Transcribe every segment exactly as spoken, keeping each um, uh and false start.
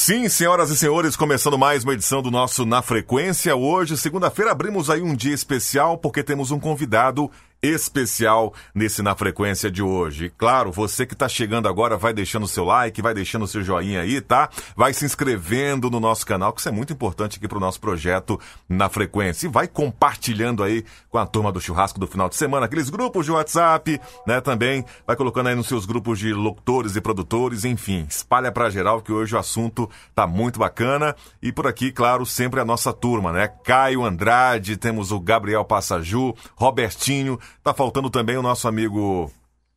Sim, senhoras e senhores, começando mais uma edição do nosso Na Frequência. Hoje, segunda-feira, abrimos aí um dia especial porque temos um convidado especial nesse Na Frequência de hoje. Claro, você que está chegando agora vai deixando o seu like, vai deixando o seu joinha aí, tá? Vai se inscrevendo no nosso canal, que isso é muito importante aqui para o nosso projeto Na Frequência. E vai compartilhando aí com a turma do churrasco do final de semana, aqueles grupos de WhatsApp, né? Também vai colocando aí nos seus grupos de locutores e produtores, enfim, espalha para geral que hoje o assunto tá muito bacana. E por aqui, claro, sempre a nossa turma, né? Caio Andrade, temos o Gabriel Passaju, Robertinho. Tá faltando também o nosso amigo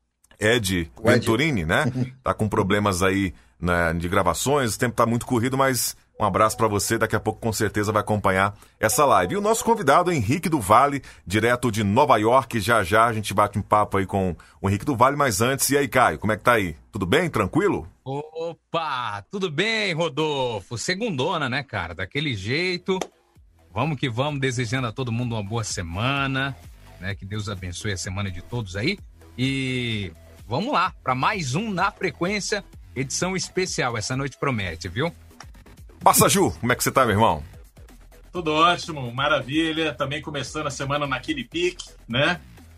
Ed Venturini, né? Tá com problemas aí, né, de gravações, o tempo tá muito corrido, mas um abraço pra você, daqui a pouco com certeza vai acompanhar essa live. E o nosso convidado, Henrique do Vale, direto de Nova York, já já a gente bate um papo aí com o Henrique do Vale, mas antes, e aí, Caio, como é que tá aí? Tudo bem? Tranquilo? Opa, tudo bem, Rodolfo? Segundona, né, cara? Daquele jeito, vamos que vamos, desejando a todo mundo uma boa semana, né? Que Deus abençoe a semana de todos aí. E vamos lá, para mais um Na Frequência, edição especial. Essa noite promete, viu? Passaju, como é que você tá, meu irmão? Tudo ótimo, maravilha. Também começando a semana naquele pique, né?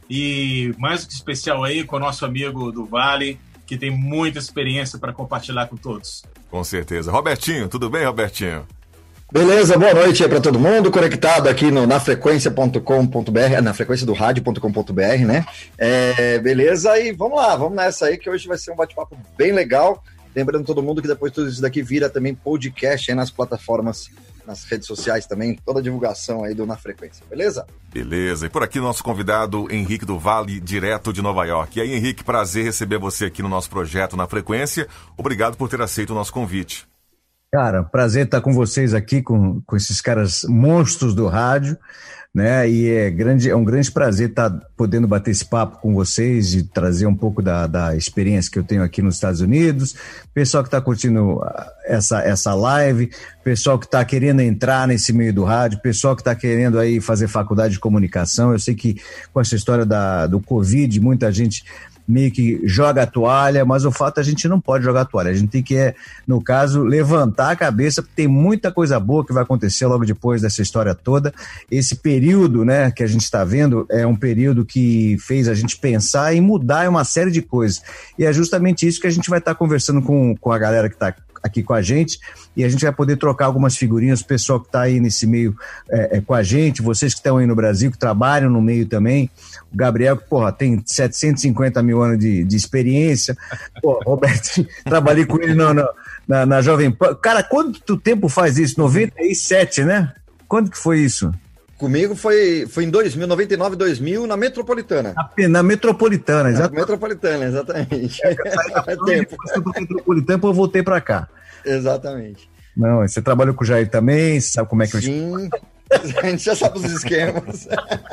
E mais do que especial aí com o nosso amigo do Vale, que tem muita experiência para compartilhar com todos. Com certeza. Robertinho, tudo bem, Robertinho? Beleza, boa noite aí para todo mundo, conectado aqui no na frequência ponto com ponto b r, na frequência do rádio ponto com ponto b r, né? É, beleza, e vamos lá, vamos nessa aí que hoje vai ser um bate-papo bem legal. Lembrando todo mundo que depois tudo isso daqui vira também podcast aí nas plataformas, nas redes sociais também, toda a divulgação aí do Na Frequência, beleza? Beleza, e por aqui nosso convidado Henrique do Vale, direto de Nova York. E aí, Henrique, prazer receber você aqui no nosso projeto Na Frequência. Obrigado por ter aceito o nosso convite. Cara, prazer estar com vocês aqui, com, com esses caras monstros do rádio, né? E é, grande, é um grande prazer estar podendo bater esse papo com vocês e trazer um pouco da, da experiência que eu tenho aqui nos Estados Unidos. Pessoal que está curtindo essa, essa live, pessoal que está querendo entrar nesse meio do rádio, pessoal que está querendo aí fazer faculdade de comunicação. Eu sei que com essa história da, do Covid, muita gente meio que joga a toalha, mas o fato é que a gente não pode jogar a toalha, a gente tem que, é, no caso, levantar a cabeça, porque tem muita coisa boa que vai acontecer logo depois dessa história toda. Esse período, né, que a gente está vendo é um período que fez a gente pensar e mudar uma série de coisas, e é justamente isso que a gente vai estar tá conversando com, com a galera que está aqui com a gente, e a gente vai poder trocar algumas figurinhas, o pessoal que está aí nesse meio é, é, com a gente, vocês que estão aí no Brasil, que trabalham no meio também, o Gabriel, que, porra, tem setecentos e cinquenta mil anos de, de experiência, pô, Roberto, trabalhei com ele no, no, na, na Jovem Pan. Cara, quanto tempo faz isso? noventa e sete, né? Quando que foi isso? Comigo foi, foi em dois mil, noventa e nove, dois mil, na Metropolitana. Na, na Metropolitana, exatamente. Na Metropolitana, exatamente. É, eu tempo. Eu Metropolitana, depois eu voltei para cá. Exatamente. Não, você trabalhou com o Jair também, você sabe como é que... Sim, a gente já sabe os esquemas.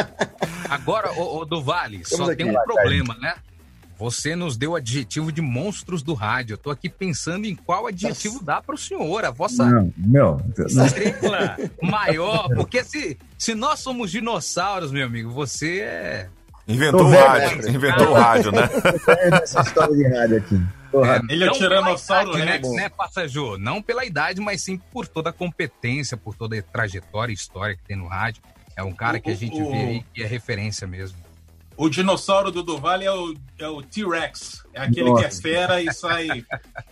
Agora, ô, ô do Vale, Estamos só aqui. tem um problema, né? Você nos deu o adjetivo de monstros do rádio. Eu tô aqui pensando em qual adjetivo Nossa. dá para o senhor, a vossa não, meu, tripla maior, porque se, se nós somos dinossauros, meu amigo, você é... Inventou o rádio, inventou o rádio, né? Essa história de rádio aqui. É, Ele é o tiranossauro, né, Rex. né, Passaju? Não pela idade, mas sim por toda a competência, por toda a trajetória e história que tem no rádio. É um cara que a gente vê aí que é referência mesmo. O dinossauro do Duval é o, é o T-Rex. É aquele Nossa. que é fera e sai...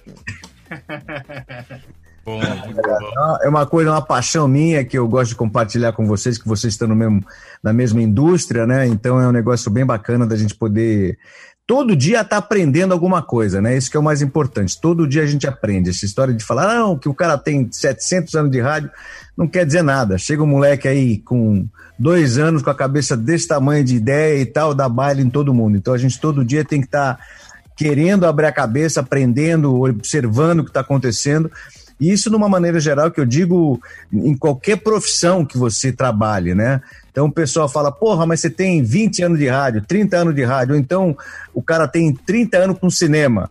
Bom, muito bom. É uma coisa, uma paixão minha que eu gosto de compartilhar com vocês, que vocês estão no mesmo, na mesma indústria, né? Então é um negócio bem bacana da gente poder... Todo dia tá aprendendo alguma coisa, né? Isso que é o mais importante. Todo dia a gente aprende. Essa história de falar, não, que o cara tem setecentos anos de rádio, não quer dizer nada. Chega um moleque aí com dois anos, com a cabeça desse tamanho de ideia e tal, dá baile em todo mundo. Então a gente todo dia tem que estar tá querendo abrir a cabeça, aprendendo, observando o que está acontecendo. E isso, de uma maneira geral, que eu digo em qualquer profissão que você trabalhe, né? Então o pessoal fala, porra, mas você tem vinte anos de rádio, trinta anos de rádio, ou então o cara tem trinta anos com cinema.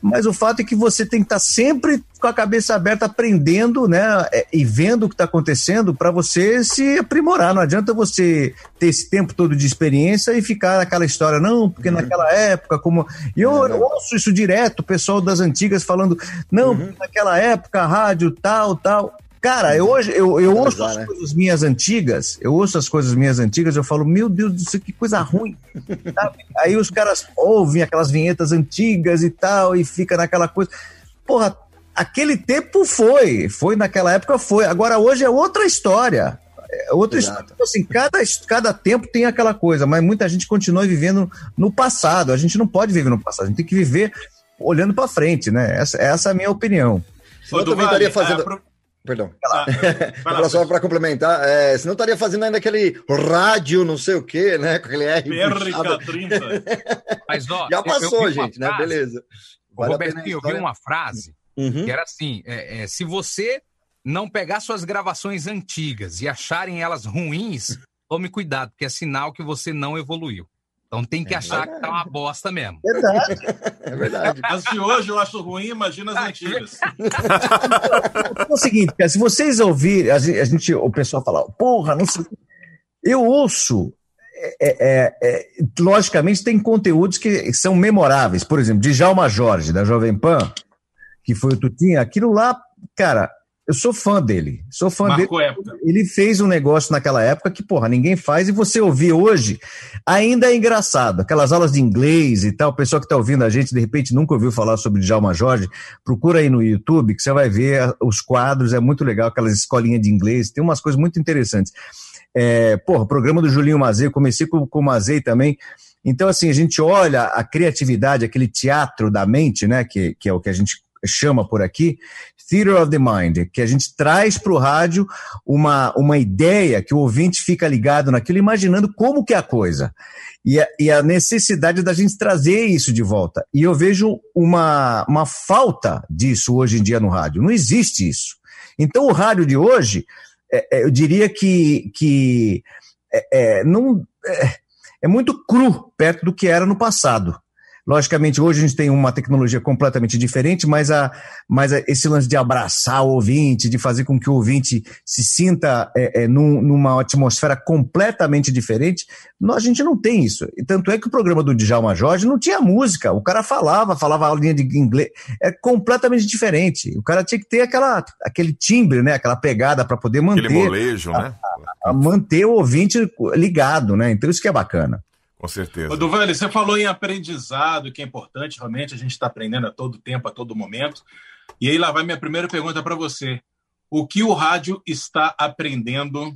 mas o fato é que você tem que estar sempre com a cabeça aberta, aprendendo, né, e vendo o que está acontecendo para você se aprimorar. Não adianta você ter esse tempo todo de experiência e ficar naquela história, não, porque uhum. naquela época, como... E eu, uhum. eu ouço isso direto, o pessoal das antigas falando, não, uhum. naquela época, a rádio tal, tal... Cara, eu hoje eu, eu ouço as coisas minhas antigas, eu ouço as coisas minhas antigas, eu falo, meu Deus do céu, que coisa ruim. Aí os caras ouvem aquelas vinhetas antigas e tal, e fica naquela coisa. Porra, aquele tempo foi, foi naquela época foi. Agora hoje é outra história. É outra Exato. história. Assim, cada, cada tempo tem aquela coisa, mas muita gente continua vivendo no passado. A gente não pode viver no passado, a gente tem que viver olhando para frente, né? Essa, essa é a minha opinião. Eu também estaria fazendo... É, pro... Perdão. Ah, lá, só para complementar, é, senão estaria fazendo ainda aquele rádio não sei o que, né? Com aquele R. trinta. Mas, ó, já passou, eu, eu gente, frase, né? Beleza. Vale Robertinho, eu vi uma frase uhum. que era assim: é, é, se você não pegar suas gravações antigas e acharem elas ruins, tome cuidado, porque é sinal que você não evoluiu. Então tem que é achar verdade. que tá uma bosta mesmo. Verdade. É verdade. As de hoje eu acho ruim, imagina as antigas. É o seguinte, cara, se vocês ouvirem, a gente, o pessoal fala, porra, não sei. Eu ouço, é, é, é, logicamente tem conteúdos que são memoráveis. Por exemplo, Djalma Jorge, da Jovem Pan, que foi o Tutinha, aquilo lá, cara... Eu sou fã dele, sou fã Marcou dele. Época. Ele fez um negócio naquela época que, porra, ninguém faz, e você ouvir hoje ainda é engraçado. Aquelas aulas de inglês e tal, o pessoal que está ouvindo a gente, de repente, nunca ouviu falar sobre Djalma Jorge, procura aí no YouTube que você vai ver os quadros, é muito legal, aquelas escolinhas de inglês, tem umas coisas muito interessantes. É, porra, o programa do Julinho Mazei, eu comecei com, com o Mazei também. Então, assim, a gente olha a criatividade, aquele teatro da mente, né, que, que é o que a gente chama por aqui, Theater of the Mind, que a gente traz para o rádio uma, uma ideia que o ouvinte fica ligado naquilo, imaginando como que é a coisa. E a, e a necessidade da gente trazer isso de volta. E eu vejo uma, uma falta disso hoje em dia no rádio. Não existe isso. Então o rádio de hoje, é, é, eu diria que, que é, é, não, é, é muito cru perto do que era no passado. Logicamente, hoje a gente tem uma tecnologia completamente diferente, mas, a, mas a, esse lance de abraçar o ouvinte, de fazer com que o ouvinte se sinta é, é, num, numa atmosfera completamente diferente, nós, a gente não tem isso. E tanto é que o programa do Djalma Jorge não tinha música, o cara falava, falava a linha de inglês, é completamente diferente. O cara tinha que ter aquela, aquele timbre, né, aquela pegada para poder manter... Aquele molejo, a, né? A, a manter o ouvinte ligado, né? Então isso que é bacana. Com certeza. Ô, Duvali, você falou em aprendizado, que é importante, realmente, a gente está aprendendo a todo tempo, a todo momento. E aí lá vai minha primeira pergunta para você. O que o rádio está aprendendo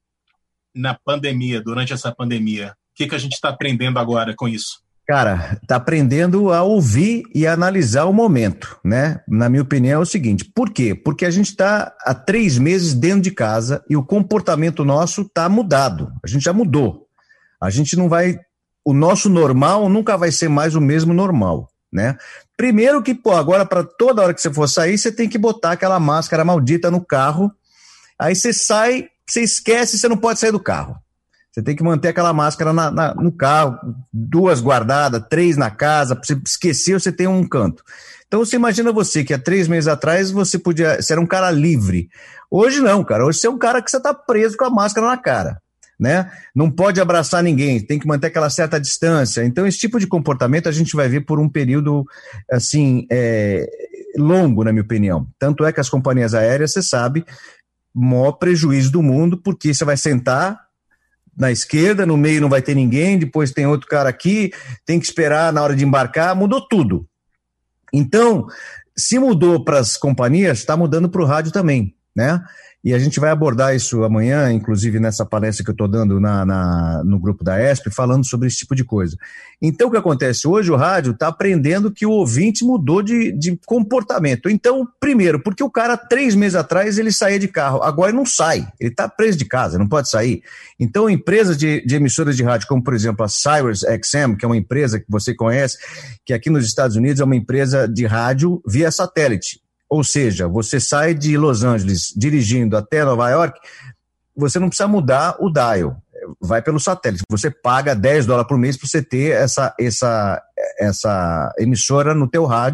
na pandemia, durante essa pandemia? O que, que a gente está aprendendo agora com isso? Cara, tá aprendendo a ouvir e a analisar o momento, né? Na minha opinião é o seguinte, por quê? Porque a gente está há três meses dentro de casa e o comportamento nosso está mudado, a gente já mudou. A gente não vai... O nosso normal nunca vai ser mais o mesmo normal, né? Primeiro que, pô, agora para toda hora que você for sair, você tem que botar aquela máscara maldita no carro, aí você sai, você esquece, você não pode sair do carro. Você tem que manter aquela máscara na, na, no carro, duas guardadas, três na casa, pra você esquecer, você tem um canto. Então você imagina você que há três meses atrás você podia, você era um cara livre. Hoje não, cara, hoje você é um cara que você tá preso com a máscara na cara. Né? Não pode abraçar ninguém, tem que manter aquela certa distância. Então esse tipo de comportamento a gente vai ver por um período assim, é, longo, na minha opinião. Tanto é que as companhias aéreas, você sabe, maior prejuízo do mundo, porque você vai sentar na esquerda, no meio não vai ter ninguém, depois tem outro cara aqui, tem que esperar na hora de embarcar, mudou tudo. Então, se mudou para as companhias, está mudando para o rádio também, né? E a gente vai abordar isso amanhã, inclusive nessa palestra que eu estou dando na, na, no grupo da E S P, falando sobre esse tipo de coisa. Então, o que acontece hoje, o rádio está aprendendo que o ouvinte mudou de, de comportamento. Então, primeiro, porque o cara, três meses atrás, ele saía de carro, agora ele não sai, ele está preso de casa, não pode sair. Então, empresas de, de emissoras de rádio, como, por exemplo, a Sirius X M, que é uma empresa que você conhece, que aqui nos Estados Unidos é uma empresa de rádio via satélite. Ou seja, você sai de Los Angeles dirigindo até Nova York, você não precisa mudar o dial, vai pelo satélite. Você paga dez dólares por mês para você ter essa, essa, essa emissora no teu rádio,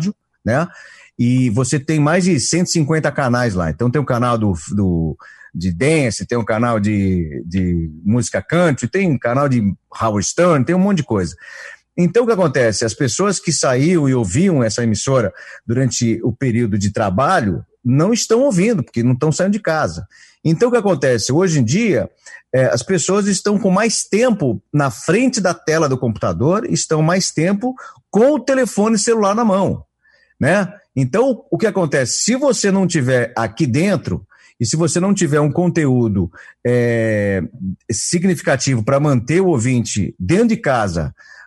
né? E você tem mais de cento e cinquenta canais lá. Então tem um canal do, do, de dance, tem um canal de, de música country, tem um canal de Howard Stern, tem um monte de coisa. Então o que acontece? As pessoas que saíam e ouviam essa emissora durante o período de trabalho não estão ouvindo, porque não estão saindo de casa. Então o que acontece? Hoje em dia, é, as pessoas estão com mais tempo na frente da tela do computador, estão mais tempo com o telefone celular na mão, né? Então, o que acontece? Se você não tiver aqui dentro, e se você não tiver um conteúdo é, significativo para manter o ouvinte dentro de casa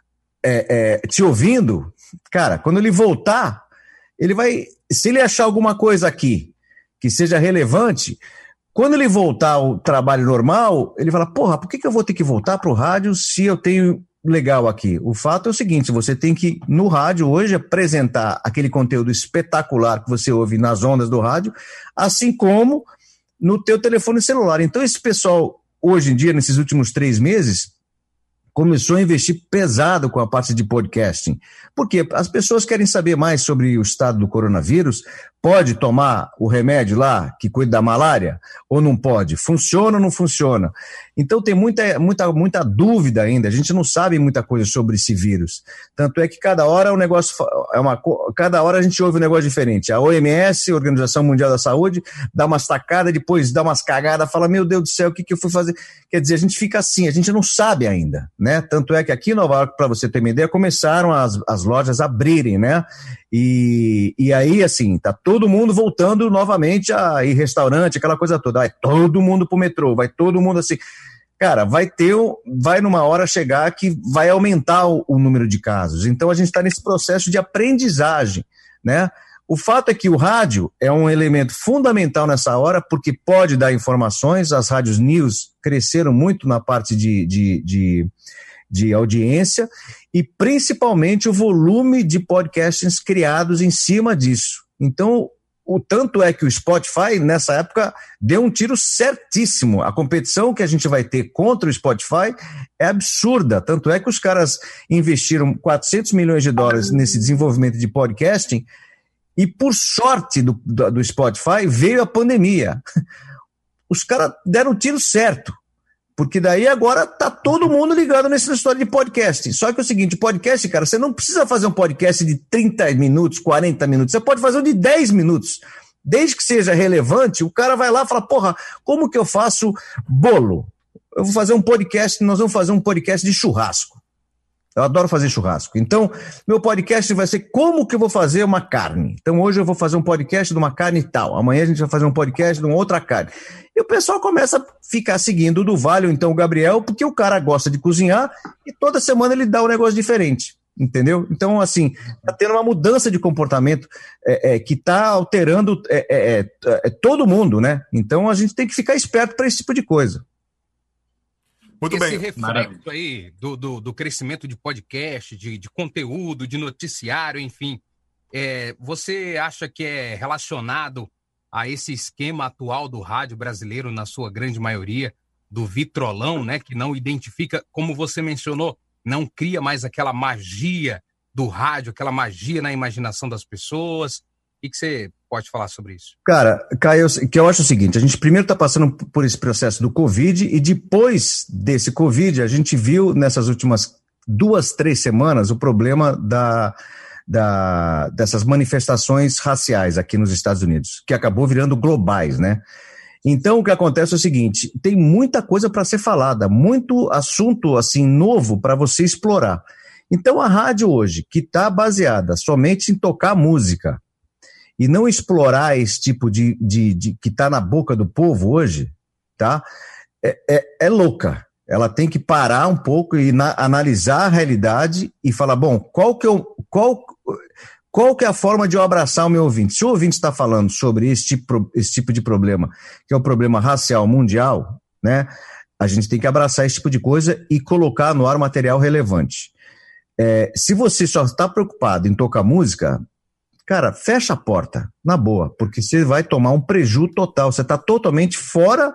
é, é, te ouvindo, cara, quando ele voltar, ele vai, se ele achar alguma coisa aqui que seja relevante, quando ele voltar ao trabalho normal, ele fala, porra, por que, que eu vou ter que voltar para o rádio se eu tenho legal aqui? O fato é o seguinte, você tem que, no rádio hoje, apresentar aquele conteúdo espetacular que você ouve nas ondas do rádio, assim como no teu telefone celular. Então esse pessoal, hoje em dia, nesses últimos três meses, começou a investir pesado com a parte de podcasting. Porque as pessoas querem saber mais sobre o estado do coronavírus. Pode tomar o remédio lá que cuida da malária ou não pode? Funciona ou não funciona? Então tem muita, muita, muita dúvida ainda. A gente não sabe muita coisa sobre esse vírus. Tanto é que cada hora o negócio é uma, cada hora a gente ouve um negócio diferente. A O M S, Organização Mundial da Saúde, dá umas tacadas, depois dá umas cagadas, fala, meu Deus do céu, o que, que eu fui fazer? Quer dizer, a gente fica assim, a gente não sabe ainda, né? Tanto é que aqui em Nova York, para você ter uma ideia, começaram as, as lojas a abrirem, né? E, e aí, assim, tá todo mundo voltando novamente a ir restaurante, aquela coisa toda. Vai todo mundo pro metrô, vai todo mundo assim. Cara, vai ter, vai numa hora chegar que vai aumentar o, o número de casos. Então a gente está nesse processo de aprendizagem, né? O fato é que o rádio é um elemento fundamental nessa hora, porque pode dar informações. As rádios news cresceram muito na parte de, de, de, de audiência e principalmente o volume de podcasts criados em cima disso. Então, o tanto é que o Spotify, nessa época, deu um tiro certíssimo. A competição que a gente vai ter contra o Spotify é absurda. Tanto é que os caras investiram quatrocentos milhões de dólares nesse desenvolvimento de podcasting e, por sorte do, do, do Spotify, veio a pandemia. Os caras deram o tiro certo. Porque daí agora tá todo mundo ligado nessa história de podcast. Só que é o seguinte, podcast, cara, você não precisa fazer um podcast de trinta minutos, quarenta minutos. Você pode fazer um de dez minutos. Desde que seja relevante, o cara vai lá e fala, porra, como que eu faço bolo? Eu vou fazer um podcast, nós vamos fazer um podcast de churrasco. Eu adoro fazer churrasco. Então, meu podcast vai ser como que eu vou fazer uma carne. Então, hoje eu vou fazer um podcast de uma carne tal. Amanhã a gente vai fazer um podcast de uma outra carne. E o pessoal começa a ficar seguindo o do Vale ou então o Gabriel, porque o cara gosta de cozinhar e toda semana ele dá um negócio diferente. Entendeu? Então, assim, tá tendo uma mudança de comportamento é, é, que tá alterando é, é, é, é, todo mundo, né? Então, a gente tem que ficar esperto para esse tipo de coisa. Muito Esse bem. reflexo Maravilha. aí do, do, do crescimento de podcast, de, de conteúdo, de noticiário, enfim, é, você acha que é relacionado a esse esquema atual do rádio brasileiro, na sua grande maioria, do vitrolão, né, que não identifica, como você mencionou, não cria mais aquela magia do rádio, aquela magia na imaginação das pessoas? O que você pode falar sobre isso? Cara, Caio, que eu acho o seguinte, a gente primeiro está passando por esse processo do Covid e depois desse Covid a gente viu nessas últimas duas, três semanas o problema da, da, dessas manifestações raciais aqui nos Estados Unidos, que acabou virando globais, né? Então o que acontece é o seguinte, tem muita coisa para ser falada, muito assunto assim novo para você explorar. Então a rádio hoje, que está baseada somente em tocar música, e não explorar esse tipo de, de, de que está na boca do povo hoje, tá? É, é, é louca. Ela tem que parar um pouco e na, analisar a realidade e falar, bom, qual que, eu, qual, qual que é a forma de eu abraçar o meu ouvinte? Se o ouvinte está falando sobre esse tipo, esse tipo de problema, que é o problema racial mundial, né? A gente tem que abraçar esse tipo de coisa e colocar no ar material relevante. É, se você só está preocupado em tocar música, cara, fecha a porta, na boa, porque você vai tomar um prejuízo total. Você está totalmente fora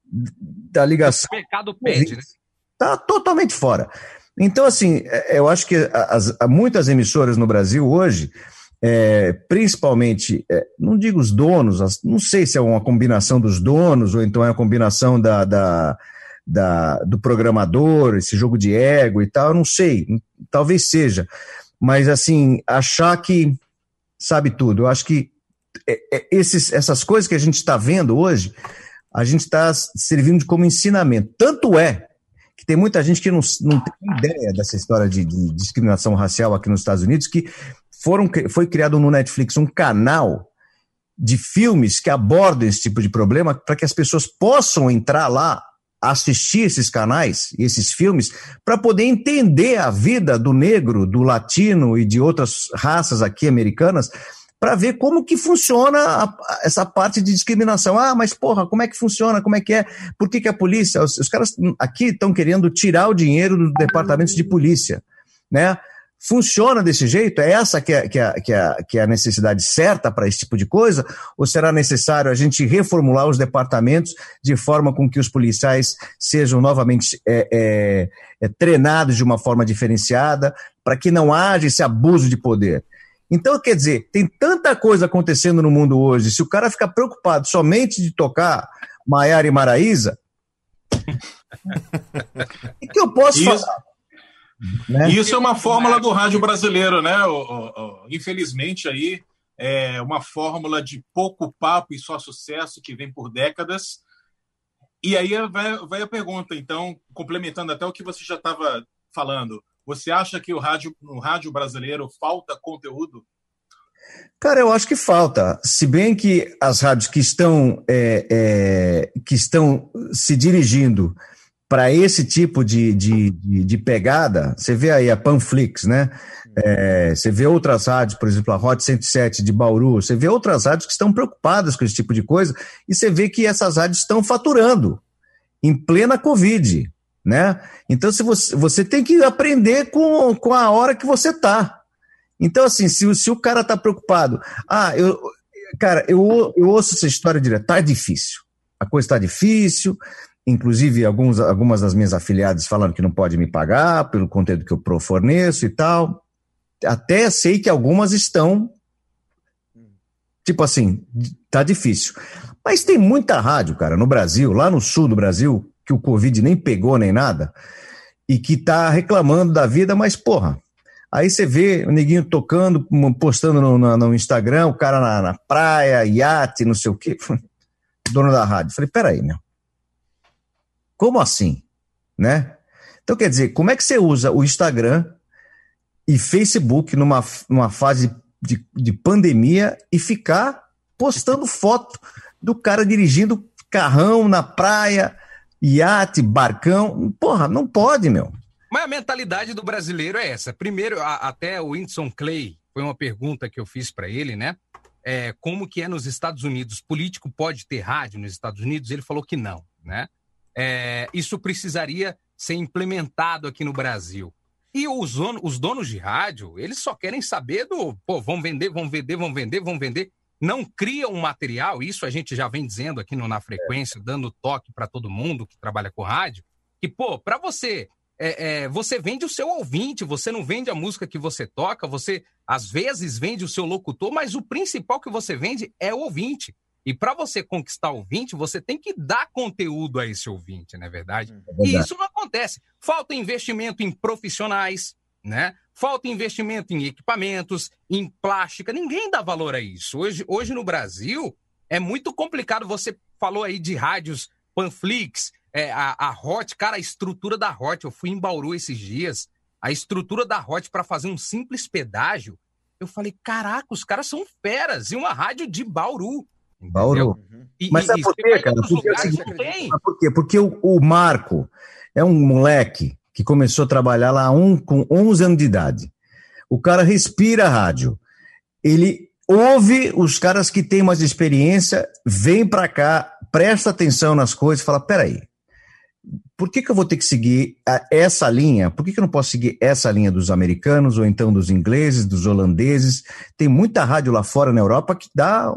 da ligação. O mercado pede, né? Está totalmente fora. Então, assim, eu acho que as, muitas emissoras no Brasil hoje, é, principalmente, é, não digo os donos, não sei se é uma combinação dos donos ou então é uma combinação da, da, da, do programador, esse jogo de ego e tal, eu não sei, talvez seja, mas assim, achar que sabe tudo, eu acho que é, é, esses, essas coisas que a gente está vendo hoje, a gente está servindo como ensinamento, tanto é que tem muita gente que não, não tem ideia dessa história de, de discriminação racial aqui nos Estados Unidos, que foram, foi criado no Netflix um canal de filmes que abordam esse tipo de problema para que as pessoas possam entrar lá, assistir esses canais e esses filmes para poder entender a vida do negro, do latino e de outras raças aqui americanas, para ver como que funciona a, essa parte de discriminação. Ah, mas porra, como é que funciona? Como é que é? Por que que a polícia... Os, os caras aqui estão querendo tirar o dinheiro dos departamentos de polícia, né? Funciona desse jeito? É essa que é, que é, que é, que é a necessidade certa para esse tipo de coisa? Ou será necessário a gente reformular os departamentos de forma com que os policiais sejam novamente é, é, é, treinados de uma forma diferenciada, para que não haja esse abuso de poder? Então, quer dizer, tem tanta coisa acontecendo no mundo hoje, se o cara ficar preocupado somente de tocar Maiara e Maraísa, o que eu posso Isso. falar? Né? Isso é uma fórmula do rádio brasileiro, né? O, o, o, infelizmente, aí é uma fórmula de pouco papo e só sucesso que vem por décadas. E aí vai, vai a pergunta, então, complementando até o que você já estava falando. Você acha que o rádio, no rádio brasileiro falta conteúdo? Cara, eu acho que falta. Se bem que as rádios que estão, é, é, que estão se dirigindo para esse tipo de, de, de, de pegada, você vê aí a Panflix, né? É, você vê outras rádios, por exemplo, a Hot cento e sete de Bauru, você vê outras rádios que estão preocupadas com esse tipo de coisa e você vê que essas rádios estão faturando em plena Covid, né? Então, se você, você tem que aprender com, com a hora que você tá. Então, assim, se, se o cara tá preocupado, ah, eu, cara, eu, eu ouço essa história direto, tá difícil, a coisa tá difícil, inclusive alguns, algumas das minhas afiliadas falando que não pode me pagar pelo conteúdo que eu forneço e tal, até sei que algumas estão, tipo assim, tá difícil. Mas tem muita rádio, cara, no Brasil, lá no sul do Brasil, que o Covid nem pegou nem nada, e que tá reclamando da vida, mas porra, aí você vê o neguinho tocando, postando no, no, no Instagram, o cara na, na praia, iate, não sei o quê, dono da rádio. Falei, peraí, meu, como assim, né? Então, quer dizer, como é que você usa o Instagram e Facebook numa, numa fase de, de pandemia e ficar postando foto do cara dirigindo carrão na praia, iate, barcão? Porra, não pode, meu. Mas a mentalidade do brasileiro é essa. Primeiro, a, até o Whindersson Clay, foi uma pergunta que eu fiz para ele, né? É, como que é nos Estados Unidos? Político pode ter rádio nos Estados Unidos? Ele falou que não, né? É, isso precisaria ser implementado aqui no Brasil. E os, os donos de rádio, eles só querem saber do... Pô, vão vender, vão vender, vão vender, vão vender. Não criam um material, isso a gente já vem dizendo aqui no Na Frequência, dando toque para todo mundo que trabalha com rádio, que, pô, para você... É, é, você vende o seu ouvinte, você não vende a música que você toca, você às vezes vende o seu locutor, mas o principal que você vende é o ouvinte. E para você conquistar o ouvinte, você tem que dar conteúdo a esse ouvinte, não é verdade? É verdade. E isso não acontece. Falta investimento em profissionais, né? Falta investimento em equipamentos, em plástica. Ninguém dá valor a isso. Hoje, hoje no Brasil é muito complicado. Você falou aí de rádios Panflix, É, a, a Hot, cara, a estrutura da Hot, eu fui em Bauru esses dias, a estrutura da Hot para fazer um simples pedágio, eu falei, caraca, os caras são feras, e uma rádio de Bauru. Bauru. Uhum. E, Mas sabe por quê, cara? Porque, é seguinte, por quê? Porque o, o Marco é um moleque que começou a trabalhar lá um, com onze anos de idade. O cara respira rádio. Ele ouve os caras que têm mais experiência, vem para cá, presta atenção nas coisas e fala, peraí, por que que eu vou ter que seguir a, essa linha? Por que que eu não posso seguir essa linha dos americanos ou então dos ingleses, dos holandeses? Tem muita rádio lá fora na Europa que dá um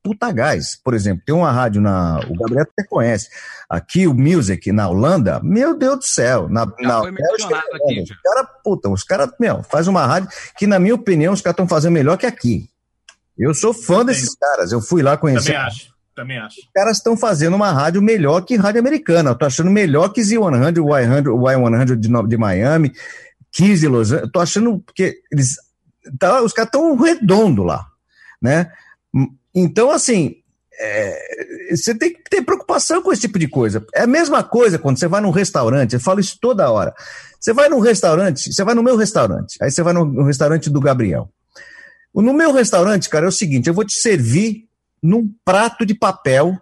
puta gás. Por exemplo, tem uma rádio na... O Gabriel até conhece. Aqui, o Music, na Holanda, meu Deus do céu. Na, Já na, foi mencionado aqui, os caras, puta, os caras, meu, faz uma rádio que, na minha opinião, os caras estão fazendo melhor que aqui. Eu sou fã desses Sim. caras. Eu fui lá conhecer. Também acho, também acho. Os caras estão fazendo uma rádio melhor que rádio americana. Eu tô achando melhor que Z cem, Y cem de, de Miami, Kiss de Los Angeles. Eu tô achando porque eles... Tá, os caras estão redondo lá, né? Então, assim, é, você tem que ter preocupação com esse tipo de coisa. É a mesma coisa quando você vai num restaurante, eu falo isso toda hora. Você vai num restaurante, você vai no meu restaurante, aí você vai no, no restaurante do Gabriel. No meu restaurante, cara, é o seguinte, eu vou te servir num prato de papel,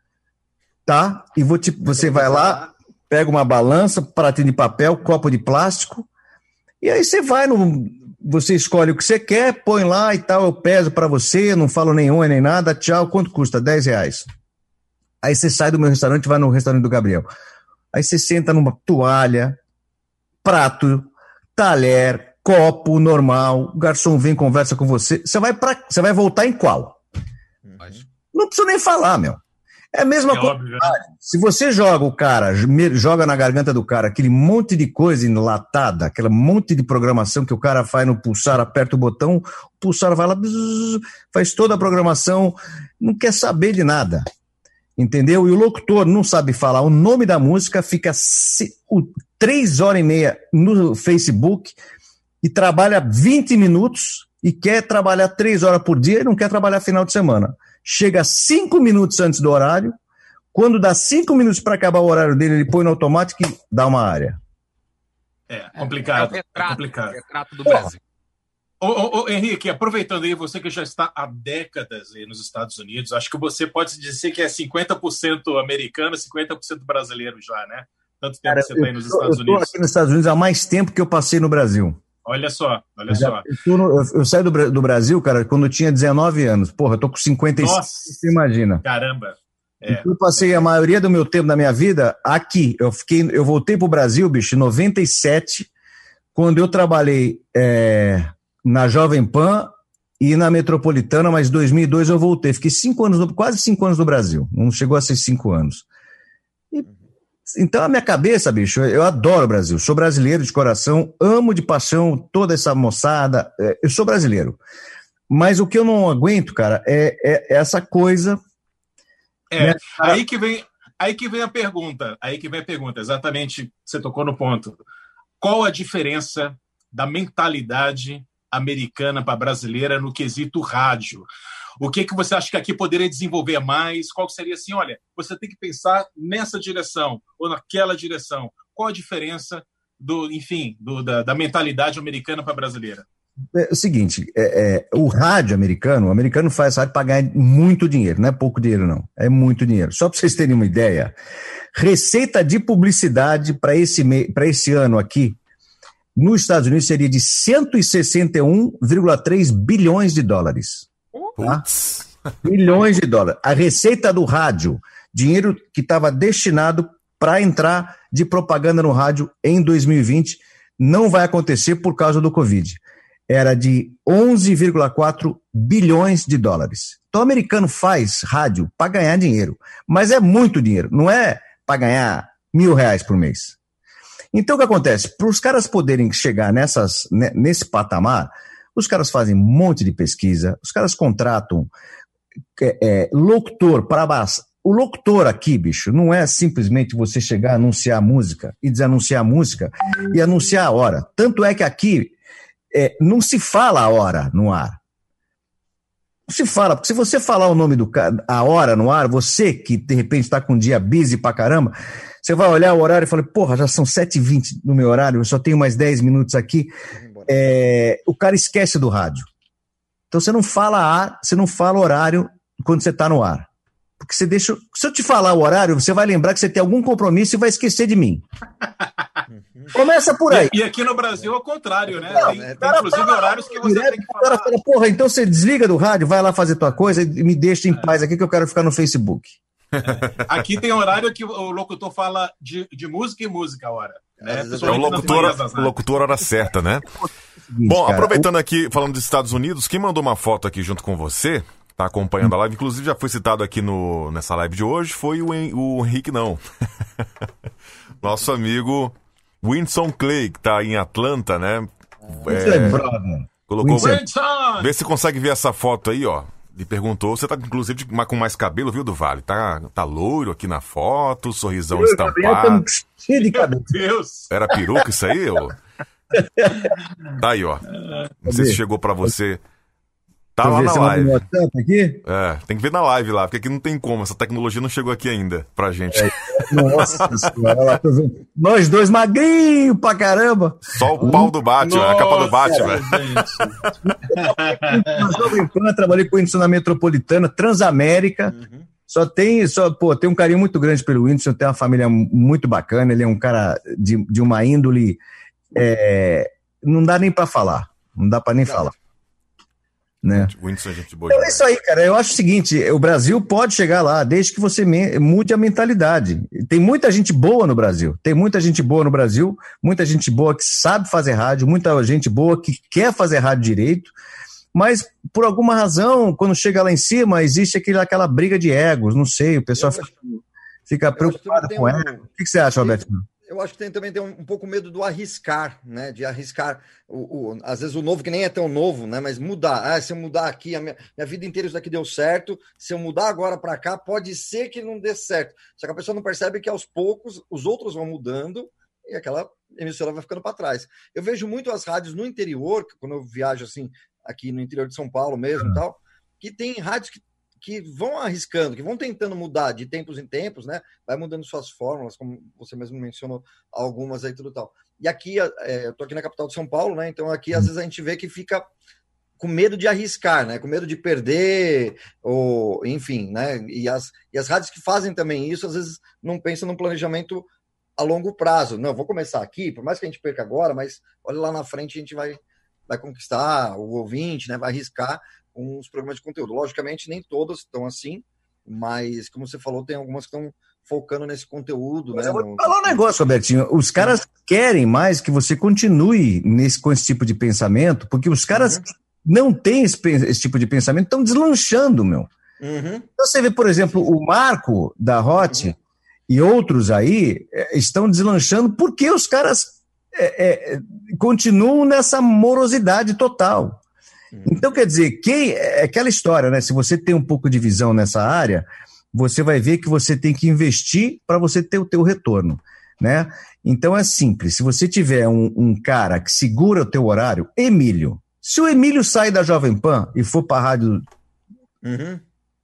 tá? E vou te, você vai lá, pega uma balança, pratinho de papel, copo de plástico, e aí você vai no... Você escolhe o que você quer, põe lá e tal, eu peso pra você, não falo nenhum nem nada, tchau, quanto custa? dez reais. Aí você sai do meu restaurante e vai no restaurante do Gabriel. Aí você senta numa toalha, prato, talher, copo normal, o garçom vem, conversa com você, você vai, pra, você vai voltar em qual? Não precisa nem falar, meu. É a mesma é coisa. Óbvio, né? Se você joga o cara, joga na garganta do cara aquele monte de coisa enlatada, aquele monte de programação que o cara faz no pulsar, aperta o botão, o pulsar vai lá, bzz, faz toda a programação, não quer saber de nada. Entendeu? E o locutor não sabe falar o nome da música, fica se, o, três horas e meia no Facebook e trabalha vinte minutos e quer trabalhar três horas por dia e não quer trabalhar final de semana. Chega cinco minutos antes do horário, quando dá cinco minutos para acabar o horário dele, ele põe no automático e dá uma área. É, complicado. É o retrato, é complicado. O retrato do Brasil. Ô, ô, ô, Henrique, aproveitando aí, você que já está há décadas aí nos Estados Unidos, acho que você pode dizer que é cinquenta por cento americano, cinquenta por cento brasileiro já, né? Tanto tempo Cara, que você está aí nos tô, Estados Unidos. Eu estou aqui nos Estados Unidos há mais tempo que eu passei no Brasil. Olha só, olha já, só. Eu, no, eu, eu saí do, do Brasil, cara, quando eu tinha dezenove anos. Porra, eu tô com cinquenta e cinco, Nossa, você imagina. Caramba. É. Eu passei a maioria do meu tempo da minha vida aqui. Eu, fiquei, eu voltei pro Brasil, bicho, em noventa e sete, quando eu trabalhei é, na Jovem Pan e na Metropolitana, mas em dois mil e dois eu voltei. Fiquei cinco anos, no, quase cinco anos no Brasil. Não chegou a ser cinco anos. E, então, a minha cabeça, bicho, eu adoro o Brasil. Sou brasileiro de coração, amo de paixão toda essa moçada. Eu sou brasileiro. Mas o que eu não aguento, cara, é, é essa coisa... É, né? aí, que vem, aí que vem a pergunta. Aí que vem a pergunta. Exatamente, você tocou no ponto. Qual a diferença da mentalidade americana para a brasileira no quesito rádio? O que, que você acha que aqui poderia desenvolver mais? Qual seria assim, olha, você tem que pensar nessa direção ou naquela direção. Qual a diferença do, enfim, do, da, da mentalidade americana para a brasileira? É o seguinte, é, é, o rádio americano, o americano faz rádio para ganhar muito dinheiro, não é pouco dinheiro não, é muito dinheiro. Só para vocês terem uma ideia, receita de publicidade para esse, para esse ano aqui, nos Estados Unidos seria de cento e sessenta e um vírgula três bilhões de dólares. Tá? Bilhões de dólares. A receita do rádio, dinheiro que estava destinado para entrar de propaganda no rádio em dois mil e vinte, não vai acontecer por causa do Covid. Era de onze vírgula quatro bilhões de dólares. Então o americano faz rádio para ganhar dinheiro, mas é muito dinheiro, não é para ganhar mil reais por mês. Então o que acontece? Para os caras poderem chegar nessas, nesse patamar, os caras fazem um monte de pesquisa, os caras contratam é, é, locutor para baixo. O locutor aqui, bicho, não é simplesmente você chegar a anunciar música e desanunciar música e anunciar a hora. Tanto é que aqui é, não se fala a hora no ar. Não se fala, porque se você falar o nome do cara, a hora no ar, você que de repente está com um dia busy pra caramba, você vai olhar o horário e fala, porra, já são sete e vinte no meu horário, eu só tenho mais dez minutos aqui. É, o cara esquece do rádio. Então você não fala ar, você não fala horário quando você está no ar. Porque você deixa. Se eu te falar o horário, você vai lembrar que você tem algum compromisso e vai esquecer de mim. Começa por aí. E, e aqui no Brasil é o contrário, né? Tem, tem, tem inclusive fala, horários que você direto, tem que falar. O cara fala, porra, então você desliga do rádio, vai lá fazer tua coisa e me deixa em é. paz aqui que eu quero ficar no Facebook. Aqui tem horário que o locutor fala de, de música e música a hora. Né? É o locutor, o locutor hora certa, né? Bom, aproveitando aqui, falando dos Estados Unidos, quem mandou uma foto aqui junto com você tá acompanhando a live. Inclusive já foi citado aqui no, nessa live de hoje, foi o, Hen- o Henrique, não. Nosso amigo Whindersson Clay, que tá em Atlanta, né? Isso é brother. Colocou... Whindersson! Vê se consegue ver essa foto aí, ó. Ele perguntou, você tá inclusive de- com mais cabelo, viu, do Vale? Tá, tá loiro aqui na foto, sorrisão estampado. Cheio de cabelo. Meu Deus! Era peruca isso aí, ô? Tá aí, ó. Não sei se chegou pra você. Tá Deixa lá eu ver na se eu mando live. no WhatsApp aqui. É, tem que ver na live lá, porque aqui não tem como. Essa tecnologia não chegou aqui ainda pra gente. Nossa senhora, olha lá, tô vendo. Nós dois magrinhos pra caramba. Só o pau do Batman, a capa do Batman. Na Jovem Pan, trabalhei com o Whindersson na Metropolitana, Transamérica. Uhum. Só tem, só, pô, tem um carinho muito grande pelo Whindersson, tem uma família muito bacana, ele é um cara de, de uma índole, é, não dá nem pra falar, não dá pra nem falar. Né? O Whindersson é gente boa Então é demais. isso aí, cara. Eu acho o seguinte: o Brasil pode chegar lá desde que você me- mude a mentalidade. Tem muita gente boa no Brasil. Tem muita gente boa no Brasil, muita gente boa que sabe fazer rádio, muita gente boa que quer fazer rádio direito, mas por alguma razão, quando chega lá em cima, existe aquele, aquela briga de egos. Não sei, o pessoal Eu fica, fica preocupado tem com um- ego. O que, que você acha, Roberto? Eu acho que tem, também tem um, um pouco medo do arriscar, né? De arriscar. O, o- às vezes o novo, que nem é tão novo, né? Mas mudar. Ah, se eu mudar aqui, a minha, minha vida inteira isso daqui deu certo. Se eu mudar agora para cá, pode ser que não dê certo. Só que a pessoa não percebe que aos poucos os outros vão mudando e aquela emissora vai ficando para trás. Eu vejo muito as rádios no interior, quando eu viajo assim, aqui no interior de São Paulo mesmo e tal, que tem rádios que que vão arriscando, que vão tentando mudar de tempos em tempos, né? Vai mudando suas fórmulas, como você mesmo mencionou algumas aí, tudo tal. E aqui, é, eu tô aqui na capital de São Paulo, né? Então aqui, às vezes, a gente vê que fica com medo de arriscar, né? Com medo de perder, ou enfim, né? E as, e as rádios que fazem também isso, às vezes, não pensam num planejamento a longo prazo. Não, vou começar aqui, por mais que a gente perca agora, mas olha lá na frente, a gente vai, vai conquistar o ouvinte, né? Vai arriscar com os programas de conteúdo. Logicamente, nem todas estão assim, mas, como você falou, tem algumas que estão focando nesse conteúdo. Mas né? eu vou No- te falar um negócio, Robertinho. Os caras querem mais que você continue nesse, com esse tipo de pensamento, porque os caras Uhum. que não têm esse, pen- esse tipo de pensamento estão deslanchando, meu. Uhum. Então você vê, por exemplo, o Marco da Hot e outros aí eh, estão deslanchando porque os caras eh, eh, continuam nessa morosidade total. Então, quer dizer, quem, é aquela história, né? Se você tem um pouco de visão nessa área, você vai ver que você tem que investir para você ter o teu retorno, né? Então é simples. Se você tiver um, um cara que segura o teu horário, Emílio. Se o Emílio sair da Jovem Pan e for para a rádio Uhum.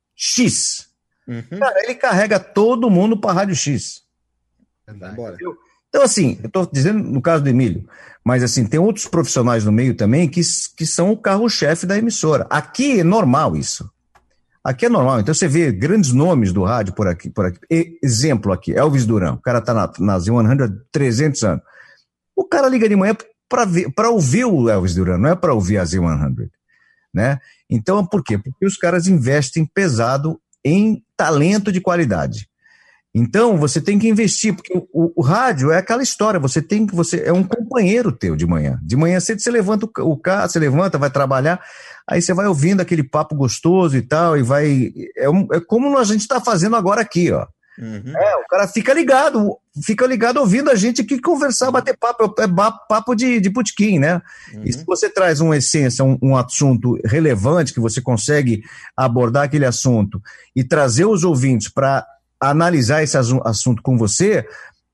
X, Uhum. cara, ele carrega todo mundo para a rádio X. Vai embora. Então, assim, eu estou dizendo no caso do Emílio, mas assim, tem outros profissionais no meio também que, que são o carro-chefe da emissora. Aqui é normal isso. Aqui é normal. Então você vê grandes nomes do rádio por aqui. Por aqui. E, exemplo aqui, Elvis Duran. O cara está na, na Z cem há trezentos anos. O cara liga de manhã para ouvir o Elvis Duran, não é para ouvir a Z cem. Né? Então, por quê? Porque os caras investem pesado em talento de qualidade. Então, você tem que investir, porque o, o, o rádio é aquela história, você tem que, você é um companheiro teu de manhã. De manhã cedo você levanta o, o carro, você levanta, vai trabalhar, aí você vai ouvindo aquele papo gostoso e tal, e vai, é, um, é como a gente está fazendo agora aqui, ó. Uhum. É, o cara fica ligado, fica ligado ouvindo a gente aqui conversar, bater papo, é papo de, de putiquim, né? Uhum. E se você traz uma essência, um, um assunto relevante, que você consegue abordar aquele assunto e trazer os ouvintes para analisar esse assunto com você,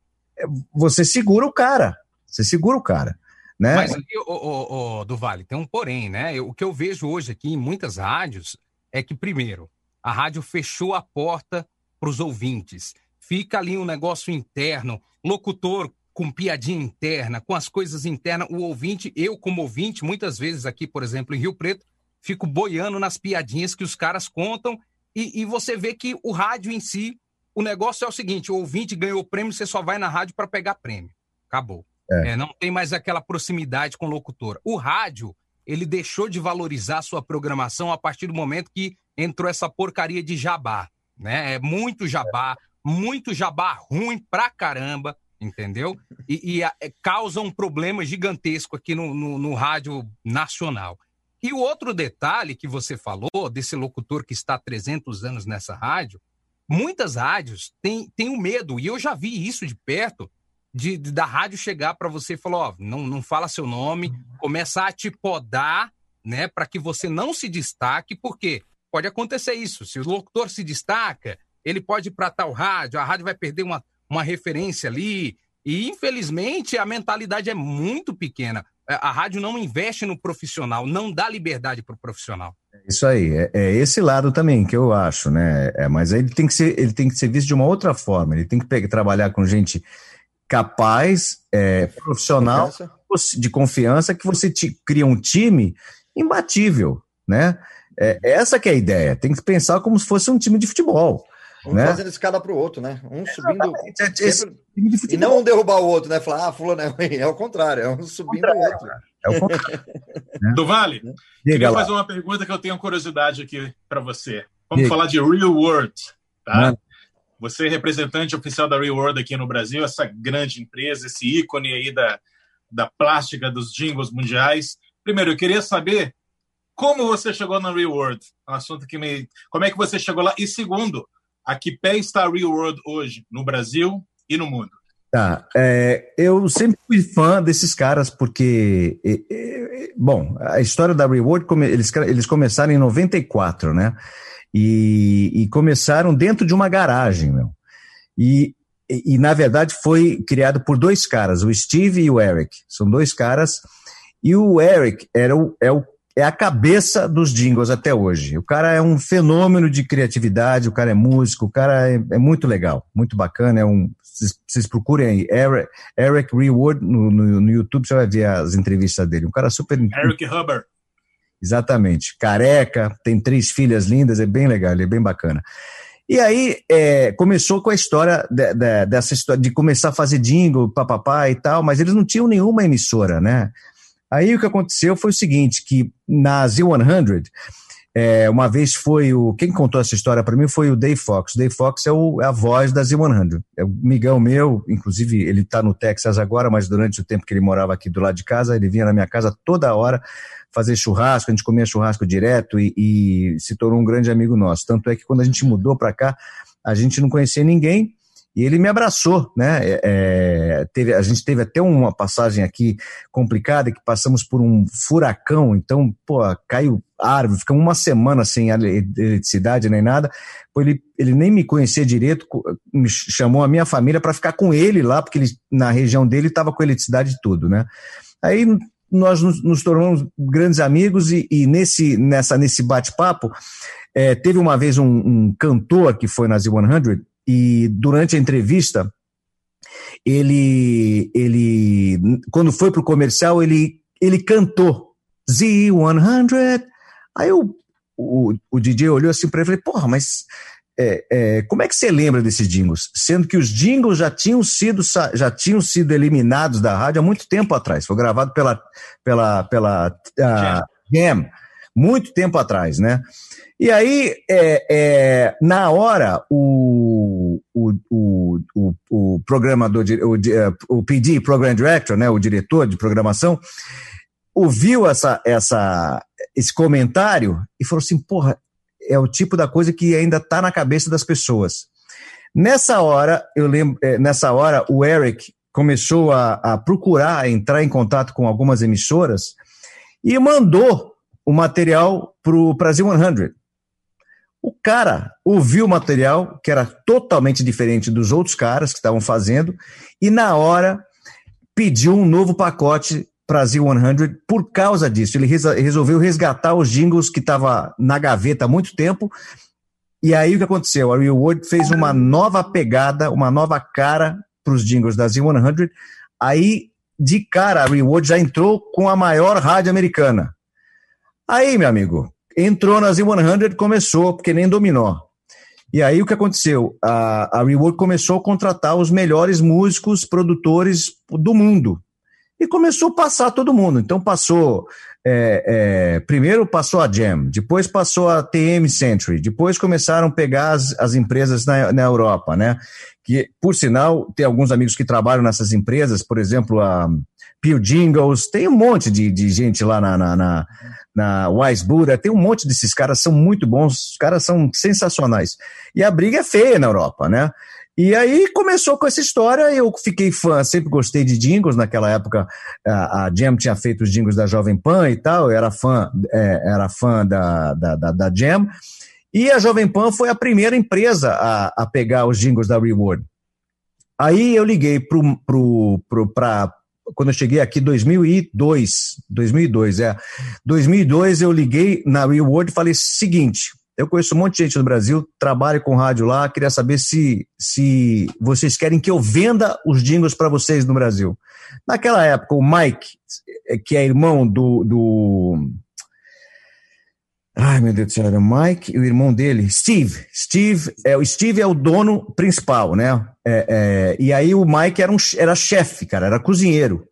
você segura o cara. Você segura o cara. Né? Mas, o, o, o, do Vale, tem um porém, né? Eu, o que eu vejo hoje aqui em muitas rádios é que, primeiro, a rádio fechou a porta para os ouvintes. Fica ali um negócio interno, locutor com piadinha interna, com as coisas internas. O ouvinte, eu como ouvinte, muitas vezes aqui, por exemplo, em Rio Preto, fico boiando nas piadinhas que os caras contam e, e você vê que o rádio em si, o negócio é o seguinte, o ouvinte ganhou o prêmio, você só vai na rádio para pegar prêmio. Acabou. É. É, não tem mais aquela proximidade com o locutor. O rádio, ele deixou de valorizar a sua programação a partir do momento que entrou essa porcaria de jabá, né? É muito jabá, muito jabá ruim pra caramba, entendeu? E, e é, causa um problema gigantesco aqui no, no, no rádio nacional. E o outro detalhe que você falou, desse locutor que está há trezentos anos nessa rádio, muitas rádios têm, têm o medo, e eu já vi isso de perto, de, de da rádio chegar para você e falar, ó, não, não fala seu nome, começar a te podar, né, para que você não se destaque, porque pode acontecer isso, se o locutor se destaca, ele pode ir para tal rádio, a rádio vai perder uma, uma referência ali, e infelizmente a mentalidade é muito pequena. A rádio não investe no profissional, não dá liberdade para o profissional. Isso aí, é, é esse lado também que eu acho, né? É, mas ele tem, que ser, ele tem que ser visto de uma outra forma, ele tem que pegar, trabalhar com gente capaz, é, profissional, confiança. de confiança, que você te, cria um time imbatível, né? É, essa que é a ideia, tem que pensar como se fosse um time de futebol. Um né? fazendo escada para o outro, né? Um subindo. Esse, sempre... de e não um derrubar o outro, né? Falar, ah, fulano é ruim. É o contrário, é um subindo o outro. É o contrário. né? Do Vale, Diga queria lá. fazer uma pergunta que eu tenho curiosidade aqui para você. Vamos Diga. falar de Real World, tá? Mano. Você é representante oficial da Real World aqui no Brasil, essa grande empresa, esse ícone aí da, da plástica, dos jingles mundiais. Primeiro, eu queria saber como você chegou na Real World. É um assunto que me... Como é que você chegou lá? E segundo, a que pé está a Real World hoje, no Brasil e no mundo? Tá, é, eu sempre fui fã desses caras porque, é, é, bom, a história da Real World, eles, eles começaram em noventa e quatro, né? E, e começaram dentro de uma garagem, meu. E, e, e, na verdade, foi criado por dois caras, o Steve e o Eric. São dois caras. E o Eric era o, é, o, é a cabeça dos jingles até hoje. O cara é um fenômeno de criatividade, o cara é músico, o cara é, é muito legal, muito bacana. É um, vocês, vocês procurem aí, Eric, Eric Real World no, no, no YouTube, você vai ver as entrevistas dele. Um cara super... Eric Hubbard. Exatamente. Careca, tem três filhas lindas, é bem legal, ele é bem bacana. E aí, é, começou com a história de, de, dessa história de começar a fazer jingle, papapá e tal, mas eles não tinham nenhuma emissora, né? Aí o que aconteceu foi o seguinte, que na Z cem, é, uma vez foi o... Quem contou essa história para mim foi o Dave Fox. O Dave Fox é, o, é a voz da Z cem. É um amigão meu, inclusive ele está no Texas agora, mas durante o tempo que ele morava aqui do lado de casa, ele vinha na minha casa toda hora fazer churrasco, a gente comia churrasco direto e, e se tornou um grande amigo nosso. Tanto é que quando a gente mudou para cá, a gente não conhecia ninguém e ele me abraçou, né? É, teve, a gente teve até uma passagem aqui complicada, que passamos por um furacão, então, pô, caiu árvore, ficamos uma semana sem eletricidade nem nada. Pô, ele, ele nem me conhecia direito, me chamou a minha família para ficar com ele lá, porque ele, na região dele estava com eletricidade e tudo, né? Aí nós nos, nos tornamos grandes amigos e, e nesse, nessa, nesse bate-papo, é, teve uma vez um, um cantor que foi na Z cem e durante a entrevista, ele, ele quando foi pro comercial, ele, ele cantou Z cem. Aí o, o, o D J olhou assim para ele e falei, porra, mas é, é, como é que você lembra desses jingles? Sendo que os jingles já tinham sido, já tinham sido eliminados da rádio há muito tempo atrás. Foi gravado pela, pela, pela uh, Jam, muito tempo atrás, né? E aí, é, é, na hora, o, o, o, o, o programador, o, o P D, Program Director, né, o diretor de programação, ouviu essa, essa, esse comentário e falou assim, porra, é o tipo da coisa que ainda está na cabeça das pessoas. Nessa hora, eu lembro, nessa hora, o Eric começou a, a procurar, a entrar em contato com algumas emissoras e mandou o material para a Z cem. O cara ouviu o material, que era totalmente diferente dos outros caras que estavam fazendo, e na hora pediu um novo pacote para a Z cem por causa disso. Ele resolveu resgatar os jingles que estavam na gaveta há muito tempo, e aí o que aconteceu? A Real World fez uma nova pegada, uma nova cara para os jingles da Z cem, aí de cara a Real World já entrou com a maior rádio americana. Aí, meu amigo, entrou na Z cem, começou, porque nem dominó. E aí o que aconteceu? A, a Real World começou a contratar os melhores músicos, produtores do mundo. E começou a passar todo mundo. Então passou, é, é, primeiro passou a Jam, depois passou a T M Century, depois começaram a pegar as, as empresas na, na Europa, né? Que que, por sinal, tem alguns amigos que trabalham nessas empresas, por exemplo, a Peel Jingles, tem um monte de, de gente lá na, na, na, na Wise Buddha, tem um monte desses caras, são muito bons, os caras são sensacionais. E a briga é feia na Europa, né? E aí começou com essa história, eu fiquei fã, sempre gostei de jingles, naquela época a, a Jam tinha feito os jingles da Jovem Pan e tal, eu era fã, é, era fã da, da, da, da Jam, e a Jovem Pan foi a primeira empresa a, a pegar os jingles da Reward. Aí eu liguei pro, pro, pro, pra, quando eu cheguei aqui em dois mil e dois, dois mil e dois, é, dois mil e dois eu liguei na Reward e falei seguinte, eu conheço um monte de gente no Brasil, trabalho com rádio lá, queria saber se, se vocês querem que eu venda os jingles para vocês no Brasil. Naquela época, o Mike, que é irmão do... do... Ai, meu Deus do céu, era o Mike e o irmão dele, Steve. Steve é, o Steve é o dono principal, né? É, é, e aí o Mike era, um, era chefe, cara, era cozinheiro.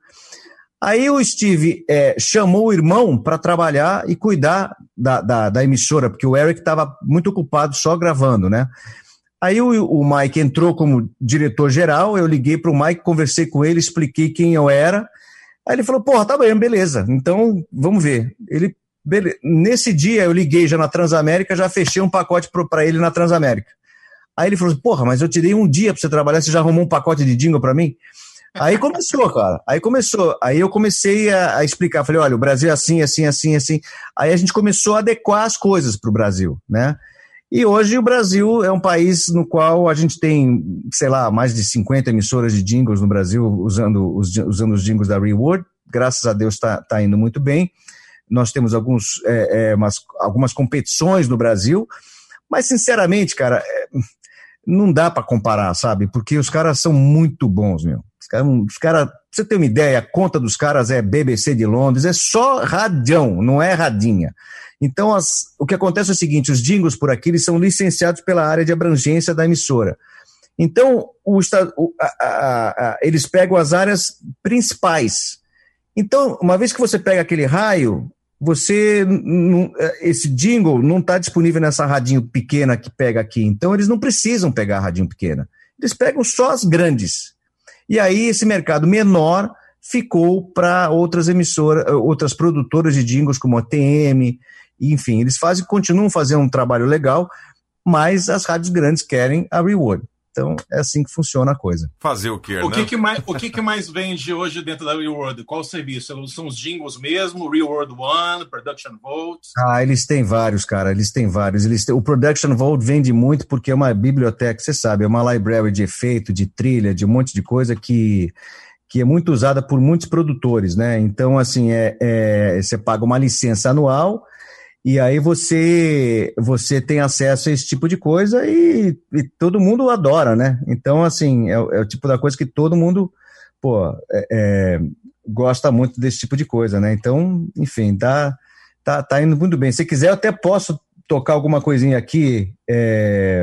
Aí o Steve é, chamou o irmão para trabalhar e cuidar da, da, da emissora, porque o Eric estava muito ocupado só gravando, né? Aí o, o Mike entrou como diretor-geral, eu liguei para o Mike, conversei com ele, expliquei quem eu era. Aí ele falou, porra, tá bem, beleza, então vamos ver. Ele, beleza. Nesse dia eu liguei já na Transamérica, já fechei um pacote para ele na Transamérica. Aí ele falou, porra, mas eu te dei um dia para você trabalhar, você já arrumou um pacote de jingle para mim? Aí começou, cara, aí começou, aí eu comecei a, a explicar, falei, olha, o Brasil é assim, assim, assim, assim, aí a gente começou a adequar as coisas para o Brasil, né, e hoje o Brasil é um país no qual a gente tem, sei lá, mais de cinquenta emissoras de jingles no Brasil usando os, usando os jingles da Reward, graças a Deus está tá indo muito bem, nós temos alguns, é, é, umas, algumas competições no Brasil, mas sinceramente, cara, é, não dá para comparar, sabe, porque os caras são muito bons, meu. Os caras, pra você ter uma ideia, a conta dos caras é B B C de Londres, é só radião, não é radinha. Então, as, o que acontece é o seguinte, os jingles por aqui, eles são licenciados pela área de abrangência da emissora. Então, o, o, a, a, a, eles pegam as áreas principais. Então, uma vez que você pega aquele raio, você, não, esse jingle não está disponível nessa radinho pequena que pega aqui. Então, eles não precisam pegar a radinho pequena. Eles pegam só as grandes. E aí esse mercado menor ficou para outras emissoras, outras produtoras de jingles como a T M, enfim, eles fazem, continuam fazendo um trabalho legal, mas as rádios grandes querem a Reward. Então é assim que funciona a coisa. Fazer o quê, o né? Que que mais, o que, que mais vende hoje dentro da Reward? Qual o serviço? São os jingles mesmo? Reward One, Production Vault? Ah, eles têm vários, cara, eles têm vários. Eles têm, o Production Vault vende muito porque é uma biblioteca, você sabe, é uma library de efeito, de trilha, de um monte de coisa que, que é muito usada por muitos produtores, né? Então, assim, é, é, você paga uma licença anual e aí você, você tem acesso a esse tipo de coisa e, e todo mundo adora, né? Então, assim, é, é o tipo da coisa que todo mundo, pô, é, é, gosta muito desse tipo de coisa, né? Então, enfim, tá, tá, tá indo muito bem. Se quiser, eu até posso tocar alguma coisinha aqui é,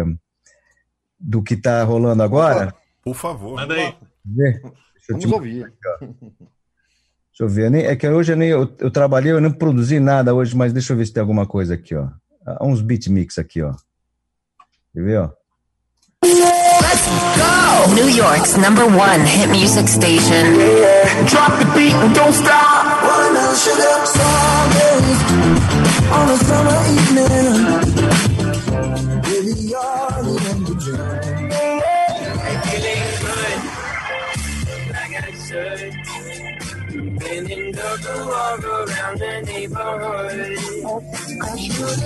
do que tá rolando agora. Por favor. Manda aí. Deixa eu Vamos te... ouvir. Deixa eu ver, é que hoje eu, nem, eu, eu trabalhei, eu não produzi nada hoje, mas deixa eu ver se tem alguma coisa aqui, ó. Há uns beat mix aqui, ó. Quer ver, ó? Let's go! New York's number one hit music station. Yeah. Drop the beat and don't stop. Watermelon sugar strawberries on a summer evening. Baby, you're in the dream. I'm feeling good, like I should. Feeling good to walk around the neighborhood. I should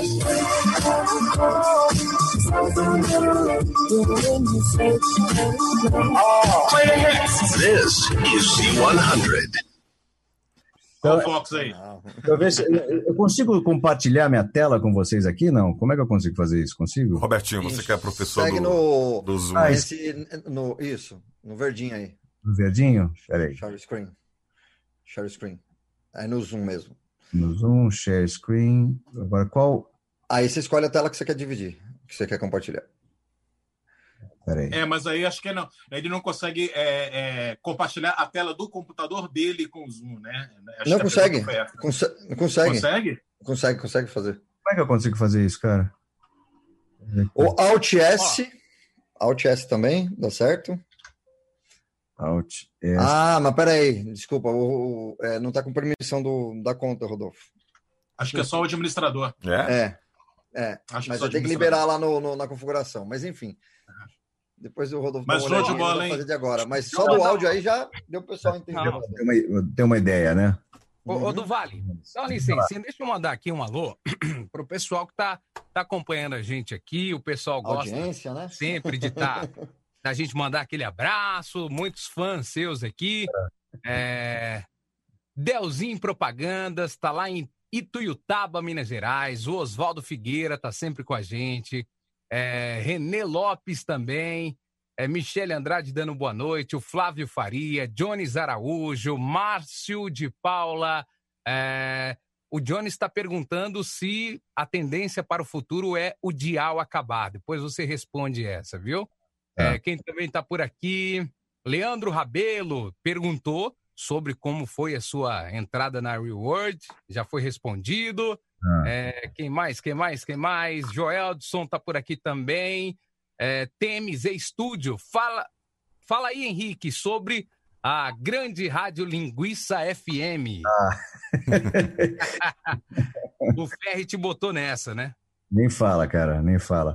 Play the hits. This is Z one hundred. Qual o Fox aí? Eu, ver se, eu consigo compartilhar minha tela com vocês aqui? Não? Como é que eu consigo fazer isso? Consigo? Robertinho, você que é professor Segue do, no, do Zoom. Ah, esse, no, isso, no verdinho aí. No verdinho? Peraí. Share screen. Share screen. É no Zoom mesmo. No Zoom, share screen. Agora qual... Aí você escolhe a tela que você quer dividir, que você quer compartilhar. Peraí. É, mas aí acho que não. Ele não consegue é, é, compartilhar a tela do computador dele com o Zoom, né? Acho Não que consegue. Conse consegue. Consegue? Consegue, consegue fazer. Como é que eu consigo fazer isso, cara? O Alt S, Alt S também, dá certo? Alt S. Ah, mas peraí, desculpa, o, o, é, não tá com permissão do, da conta, Rodolfo. Acho que é só o administrador. É? É, é. Acho que Mas só você tem que administrador. liberar lá no, no- na configuração. Mas enfim. Depois o Rodolfo Mas dá uma show de olhadinha, bola, eu vou hein? fazer de agora. Mas só do áudio aí já deu pro pessoal entender. Não. Tem uma, tem uma ideia, né? Ô, ô do Vale, dá uma licencinha, deixa eu mandar aqui um alô pro pessoal que tá, tá acompanhando a gente aqui. O pessoal gosta Audiência, né? sempre de tá, da gente mandar aquele abraço. Muitos fãs seus aqui. É... Delzinho Propagandas, tá lá em Ituiutaba, Minas Gerais. O Oswaldo Figueira tá sempre com a gente. É... Renê Lopes também. É, Michele Andrade dando boa noite, o Flávio Faria, Jones Araújo, Márcio de Paula. É, o Jones está perguntando se a tendência para o futuro é o dial acabar. Depois você responde essa, viu? É, É. quem também está por aqui, Leandro Rabelo, perguntou sobre como foi a sua entrada na Reward. Já foi respondido. Ah. É, quem mais, quem mais, quem mais? Joeldson está por aqui também. É, T M Z Estúdio, fala, fala aí, Henrique, sobre a grande rádio Linguiça F M. Ah. O Ferri te botou nessa, né? Nem fala, cara, nem fala.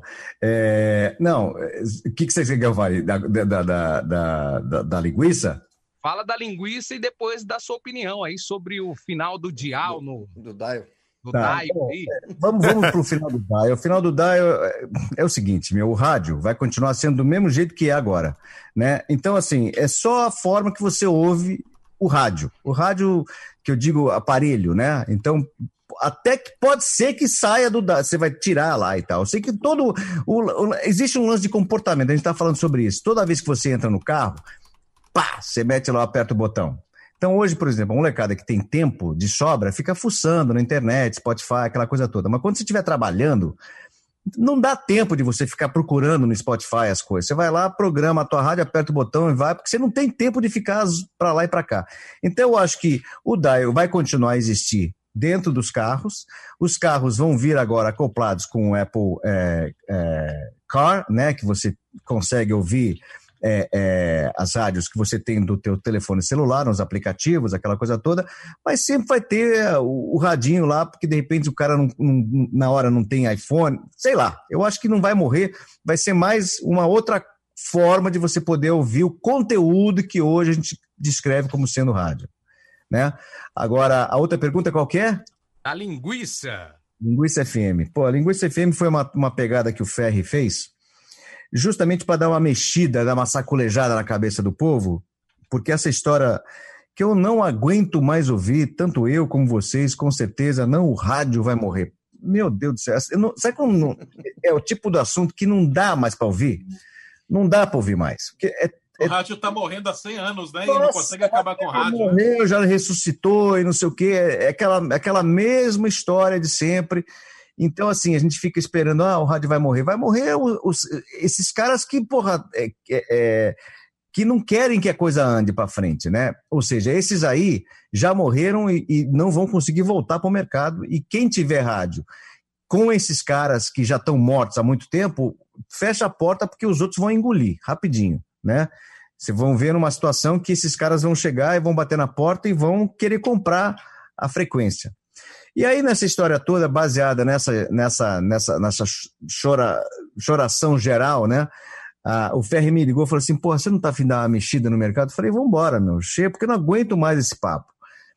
É, não, o que, que você quer que eu fale? Da, da, da, da, da, da linguiça? Fala da linguiça e depois da sua opinião aí sobre o final do dial no, Do Dial. no Tá, Daio bom, aí. Vamos, vamos para o final do Dial. O final do Dial é, é o seguinte, meu, o rádio vai continuar sendo do mesmo jeito que é agora, né? Então, assim, é só a forma que você ouve o rádio. O rádio, que eu digo aparelho, né? Então, até que pode ser que saia do Dial, você vai tirar lá e tal. Eu sei que todo... O, o, existe um lance de comportamento, a gente está falando sobre isso. Toda vez que você entra no carro, pá, você mete lá, aperta o botão. Então hoje, por exemplo, a molecada que tem tempo de sobra fica fuçando na internet, Spotify, aquela coisa toda. Mas quando você estiver trabalhando, não dá tempo de você ficar procurando no Spotify as coisas. Você vai lá, programa a tua rádio, aperta o botão e vai, porque você não tem tempo de ficar para lá e para cá. Então eu acho que o Dial vai continuar a existir dentro dos carros. Os carros vão vir agora acoplados com o Apple é, é, Car, né, que você consegue ouvir É, é, as rádios que você tem do teu telefone celular, nos aplicativos, aquela coisa toda, mas sempre vai ter o, o radinho lá, porque de repente o cara não, não, na hora não tem iPhone, sei lá, eu acho que não vai morrer, vai ser mais uma outra forma de você poder ouvir o conteúdo que hoje a gente descreve como sendo rádio, né? Agora, a outra pergunta qual que é? A linguiça. Linguiça F M. Pô, a Linguiça F M foi uma, uma pegada que o Ferri fez, justamente para dar uma mexida, dar uma sacolejada na cabeça do povo, porque essa história que eu não aguento mais ouvir, tanto eu como vocês, com certeza, não, o rádio vai morrer. Meu Deus do céu, eu não, sabe como não, é o tipo do assunto que não dá mais para ouvir? Não dá para ouvir mais. Porque é, O é, rádio tá morrendo há cem anos, né? E Nossa, não consegue acabar com o rádio. né? morreu, já ressuscitou e não sei o quê, é aquela, aquela mesma história de sempre. Então, assim, a gente fica esperando, ah, o rádio vai morrer. Vai morrer os, os, esses caras que, porra, é, é, que não querem que a coisa ande para frente, né? Ou seja, esses aí já morreram e, e não vão conseguir voltar para o mercado. E quem tiver rádio com esses caras que já estão mortos há muito tempo, fecha a porta porque os outros vão engolir rapidinho, né? Vocês vão ver numa situação que esses caras vão chegar e vão bater na porta e vão querer comprar a frequência. E aí, nessa história toda, baseada nessa, nessa, nessa, nessa chora, choração geral, né? Ah, o Ferri me ligou e falou assim, pô, você não tá afim de dar uma mexida no mercado? Eu falei, vambora, meu, chega, porque eu não aguento mais esse papo.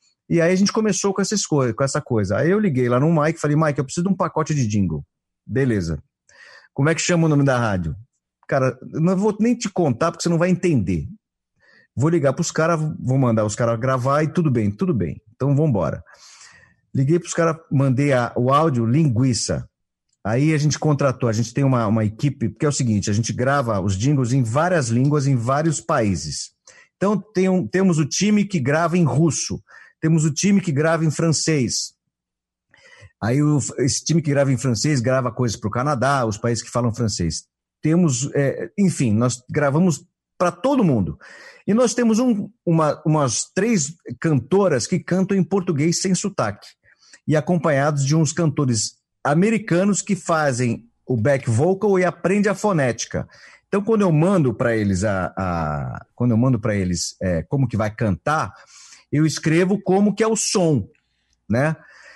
E aí a gente começou com, essas coisas, com essa coisa. Aí eu liguei lá no Mike e falei, Mike, eu preciso de um pacote de jingle. Beleza. Como é que chama o nome da rádio? Cara, eu não vou nem te contar porque você não vai entender. Vou ligar pros caras, vou mandar os caras gravar e tudo bem, tudo bem. Então vambora. Liguei para os caras, mandei a, o áudio linguiça. Aí a gente contratou, a gente tem uma, uma equipe, porque é o seguinte, a gente grava os jingles em várias línguas, em vários países. Então tem um, temos o time que grava em russo, temos o time que grava em francês. Aí o, esse time que grava em francês grava coisas para o Canadá, os países que falam francês. Temos, é, enfim, nós gravamos para todo mundo. E nós temos um, uma, umas três cantoras que cantam em português sem sotaque. E acompanhados de uns cantores americanos que fazem o back vocal e aprendem a fonética. Então, quando eu mando para eles a, a quando eu mando para eles é, como que vai cantar, eu escrevo como que é o som, né?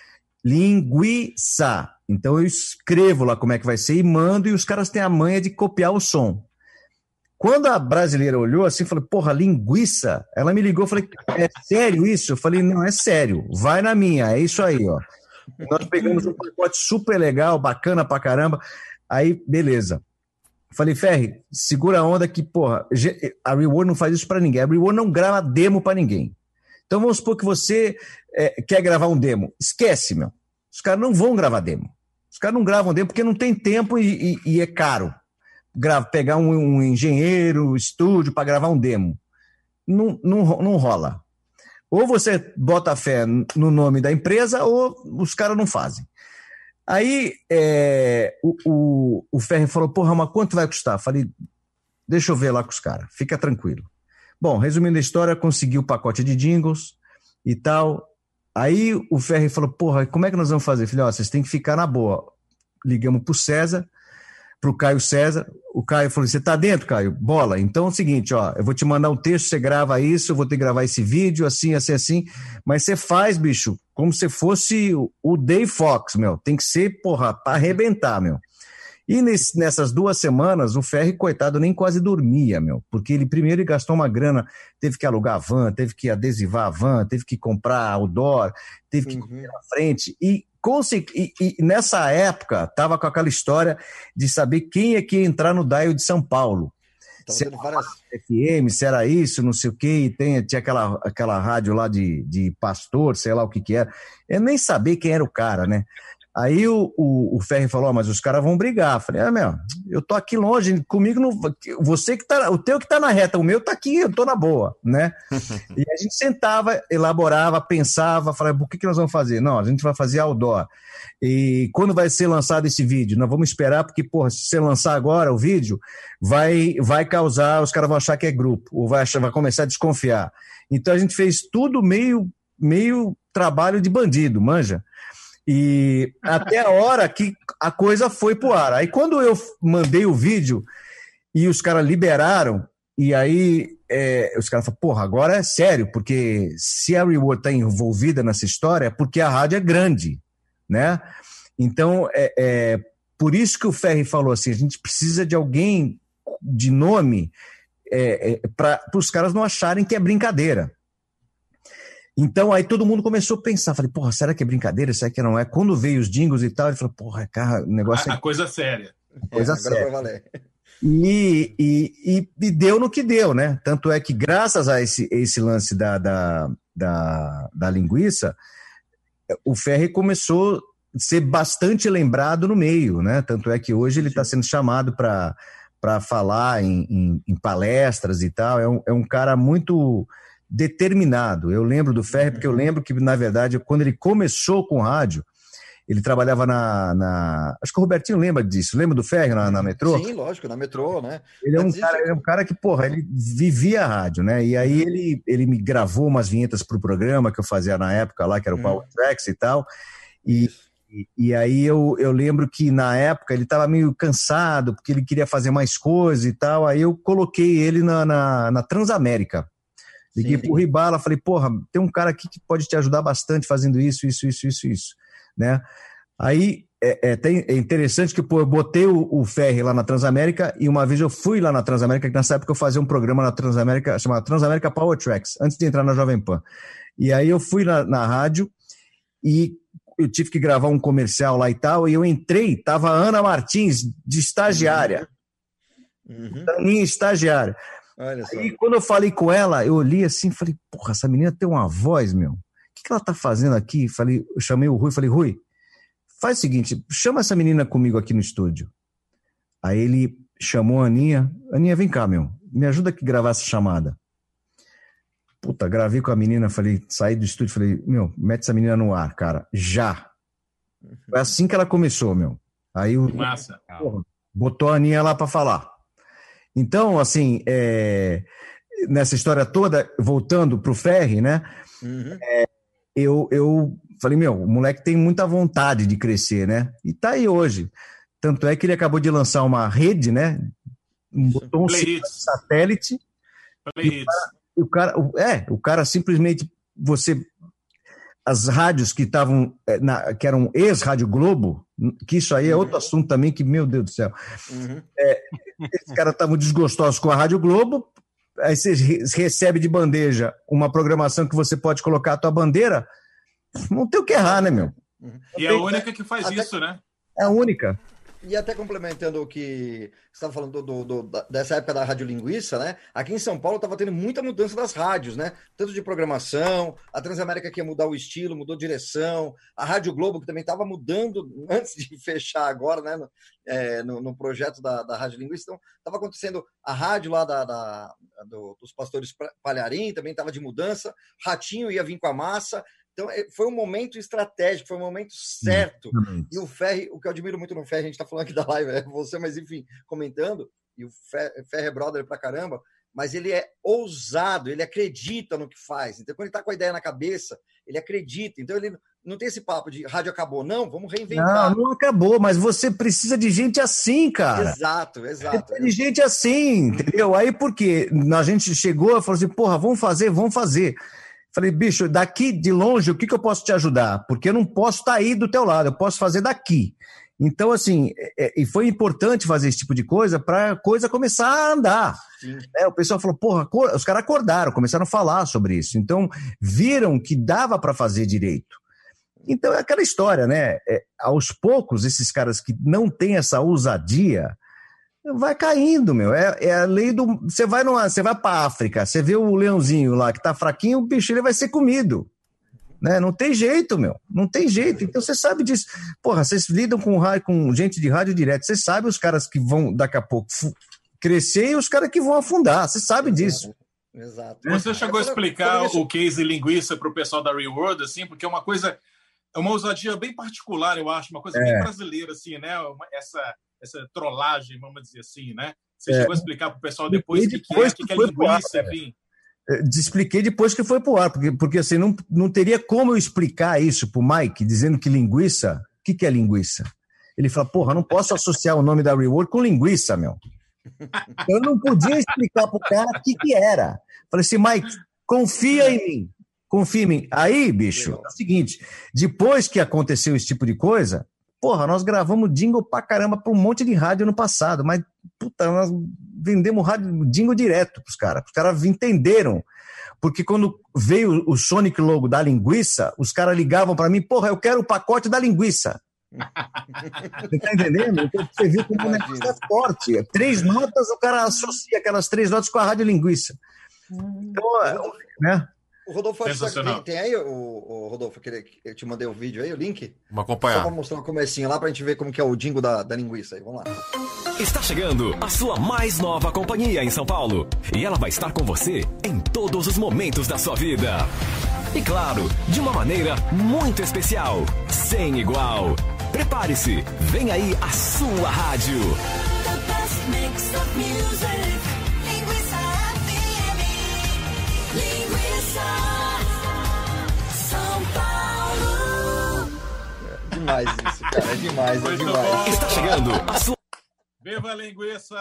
Linguiça. Então eu escrevo lá como é que vai ser e mando, e os caras têm a manha de copiar o som. Quando a brasileira olhou assim, falou, porra, linguiça? Ela me ligou, falei, é sério isso? Eu falei, não, é sério, vai na minha, é isso aí, ó. Nós pegamos um pacote super legal, bacana pra caramba, aí, beleza. Falei, Ferri, segura a onda que, porra, a Reward não faz isso pra ninguém, a Reward não grava demo pra ninguém. Então vamos supor que você é, quer gravar um demo, esquece, meu, os caras não vão gravar demo, os caras não gravam demo porque não tem tempo e, e, e é caro. Grava, pegar um, um engenheiro, estúdio para gravar um demo. Não, não, não rola. Ou você bota fé no nome da empresa, ou os caras não fazem. Aí é, o, o, o Ferri falou, porra, mas quanto vai custar? Falei, deixa eu ver lá com os caras, fica tranquilo. Bom, resumindo a história, consegui o pacote de jingles e tal. Aí o Ferri falou, porra, como é que nós vamos fazer? Falei, ó, vocês têm que ficar na boa. Ligamos pro César, pro Caio César, o Caio falou, você tá dentro, Caio? Bola. Então é o seguinte, ó, eu vou te mandar um texto, você grava isso, eu vou ter que gravar esse vídeo, assim, assim, assim, mas você faz, bicho, como se fosse o Dave Fox, meu, tem que ser, porra, pra arrebentar, meu. E nesse, nessas duas semanas, o Ferri, coitado, nem quase dormia, meu, porque ele primeiro ele gastou uma grana, teve que alugar a van, teve que adesivar a van, teve que comprar outdoor, teve que correr na frente, e E, e nessa época, estava com aquela história de saber quem é que ia entrar no dial de São Paulo. Se era várias... F M, se era isso, não sei o quê, e tem, tinha aquela, aquela rádio lá de, de pastor, sei lá o que que era. Eu nem sabia quem era o cara, né? Aí o, o, o Ferri falou, oh, mas os caras vão brigar. Eu falei, ah, meu, eu tô aqui longe, comigo não... Você que tá... O teu que tá na reta, o meu tá aqui, eu tô na boa, né? E a gente sentava, elaborava, pensava, falava, o que que nós vamos fazer? Não, a gente vai fazer outdoor. E quando vai ser lançado esse vídeo? Nós vamos esperar, porque, porra, se você lançar agora o vídeo, vai, vai causar, os caras vão achar que é grupo, ou vai, achar, vai começar a desconfiar. Então a gente fez tudo meio, meio trabalho de bandido, manja? E até a hora que a coisa foi pro ar. Aí quando eu mandei o vídeo e os caras liberaram, e aí é, os caras falaram, porra, agora é sério, porque se a Reward tá envolvida nessa história é porque a rádio é grande, né? Então, é, é por isso que o Ferri falou assim, a gente precisa de alguém de nome é, é, para os caras não acharem que é brincadeira. Então, aí todo mundo começou a pensar, falei, porra, será que é brincadeira? Será que não é? Quando veio os jingles e tal, ele falou, porra, cara, o negócio a, é... A coisa séria. Coisa é, séria. E, e, e, e deu no que deu, né? Tanto é que graças a esse, esse lance da, da, da, da linguiça, o Ferri começou a ser bastante lembrado no meio, né? Tanto é que hoje ele está sendo chamado para para falar em, em, em palestras e tal. É um, é um cara muito... determinado. Eu lembro do Ferri, porque eu lembro que, na verdade, quando ele começou com rádio, ele trabalhava na... na... Acho que o Robertinho lembra disso. Lembra do Ferri na, na metrô? Sim, lógico, na metrô, né? Ele é um, cara, ele é um cara que, porra, ele vivia a rádio, né? E aí ele, ele me gravou umas vinhetas pro programa que eu fazia na época lá, que era o Power Tracks e tal. E, e, e aí eu, eu lembro que, na época, ele estava meio cansado, porque ele queria fazer mais coisa e tal. Aí eu coloquei ele na, na, na Transamérica. Liguei pro Ribala, falei, porra, tem um cara aqui que pode te ajudar bastante fazendo isso, isso, isso, isso, isso, né? Aí é, é, tem, é interessante que, pô, eu botei o, o Ferri lá na Transamérica e uma vez eu fui lá na Transamérica, que nessa época eu fazia um programa na Transamérica, chamado Transamérica Power Tracks, antes de entrar na Jovem Pan. E aí eu fui na, na rádio e eu tive que gravar um comercial lá e tal, e eu entrei, tava a Ana Martins, de estagiária. Uhum. Daninha estagiária. Olha só. Aí quando eu falei com ela, eu olhei assim e falei, porra, essa menina tem uma voz, meu. O que, que ela tá fazendo aqui? Falei, eu chamei o Rui e falei, Rui, faz o seguinte, chama essa menina comigo aqui no estúdio. Aí ele chamou a Aninha, Aninha, vem cá, meu, me ajuda aqui a gravar essa chamada. Puta, gravei com a menina, falei, saí do estúdio, falei, meu, mete essa menina no ar, cara, já. Foi assim que ela começou, meu. Aí o Massa. Porra, botou a Aninha lá pra falar. Então, assim, é, nessa história toda, voltando pro Ferri, né, uhum. é, eu, eu falei, meu, o moleque tem muita vontade de crescer, né, e tá aí hoje. Tanto é que ele acabou de lançar uma rede, né, botou um satélite. Play e o cara, o cara, é, o cara simplesmente, você, as rádios que estavam, que eram ex-Rádio Globo, que isso aí é outro assunto também, que, meu Deus do céu, uhum. é, esses caras estavam desgostosos com a Rádio Globo, aí você recebe de bandeja uma programação que você pode colocar a tua bandeira, não tem o que errar, né, meu? Uhum. E é a única que faz Até... isso, né? É a única. E até complementando o que você estava falando do, do, do, dessa época da Rádio Linguiça, né? Aqui em São Paulo estava tendo muita mudança das rádios, né? Tanto de programação, a Transamérica que ia mudar o estilo, mudou direção, a Rádio Globo que também estava mudando antes de fechar agora, né? No, é, no, no projeto da, da Rádio Linguiça. Então, estava acontecendo a rádio lá da, da, do, dos Pastores Palharim, também estava de mudança, Ratinho ia vir com a massa. Então, foi um momento estratégico, foi um momento certo. Exatamente. E o Ferri, o que eu admiro muito no Ferri, a gente está falando aqui da live, é você, mas enfim, comentando, e o Ferri é brother pra caramba, mas ele é ousado, ele acredita no que faz. Então, quando ele está com a ideia na cabeça, ele acredita. Então, ele não tem esse papo de rádio acabou, não, vamos reinventar. Não, não acabou, mas você precisa de gente assim, cara. Exato, exato. De gente assim, entendeu? Aí, por quê? A gente chegou e falou assim, porra, vamos fazer, vamos fazer. Falei, bicho, daqui de longe, o que, que eu posso te ajudar? Porque eu não posso estar aí do teu lado, eu posso fazer daqui. Então, assim, é, e foi importante fazer esse tipo de coisa para a coisa começar a andar. É, o pessoal falou, porra, os caras acordaram, começaram a falar sobre isso. Então, viram que dava para fazer direito. Então, é aquela história, né? É, aos poucos, esses caras que não têm essa ousadia, vai caindo, meu. É, é a lei do... Você vai, numa... você vai pra África, você vê o leãozinho lá que tá fraquinho, o bicho ele vai ser comido. Né? Não tem jeito, meu. Não tem jeito. Então você sabe disso. Porra, vocês lidam com, rádio, com gente de rádio direto. Você sabe os caras que vão, daqui a pouco, crescer e os caras que vão afundar. Você sabe disso. Exato. Você chegou a explicar o case linguiça pro pessoal da Real World, assim, porque é uma coisa... É uma ousadia bem particular, eu acho. Uma coisa é. bem brasileira, assim, né? Essa... essa trollagem, vamos dizer assim, né? Você é. chegou a explicar para o pessoal depois o que, que é, que, que é linguiça, ar, enfim. Expliquei depois que foi pro ar, porque, porque assim, não, não teria como eu explicar isso pro Mike, dizendo que linguiça, o que, que é linguiça? Ele fala, porra, não posso associar o nome da Reward com linguiça, meu. Eu não podia explicar pro cara o que, que era. Falei assim, Mike, confia em mim, confia em mim. Aí, bicho, é o seguinte, depois que aconteceu esse tipo de coisa, porra, nós gravamos jingle pra caramba pra um monte de rádio no passado, mas, puta, nós vendemos rádio, jingle direto pros caras. Os caras entenderam. Porque quando veio o Sonic Logo da linguiça, os caras ligavam pra mim, porra, eu quero o pacote da linguiça. Você tá entendendo? Então você viu como o negócio é forte. Três notas, o cara associa aquelas três notas com a rádio linguiça. Então, né? O Rodolfo, tem, tem aí, o, o Rodolfo, aquele, eu te mandei o vídeo aí, o link? Vamos acompanhar. Só pra mostrar o comecinho lá, pra gente ver como que é o jingle da, da linguiça aí, vamos lá. Está chegando a sua mais nova companhia em São Paulo. E ela vai estar com você em todos os momentos da sua vida. E claro, de uma maneira muito especial, sem igual. Prepare-se, vem aí a sua rádio. The best mix of music. Linguiça F M. Linguiça São Paulo. É demais isso, cara, é demais, é demais. Está chegando a sua... Viva a linguiça!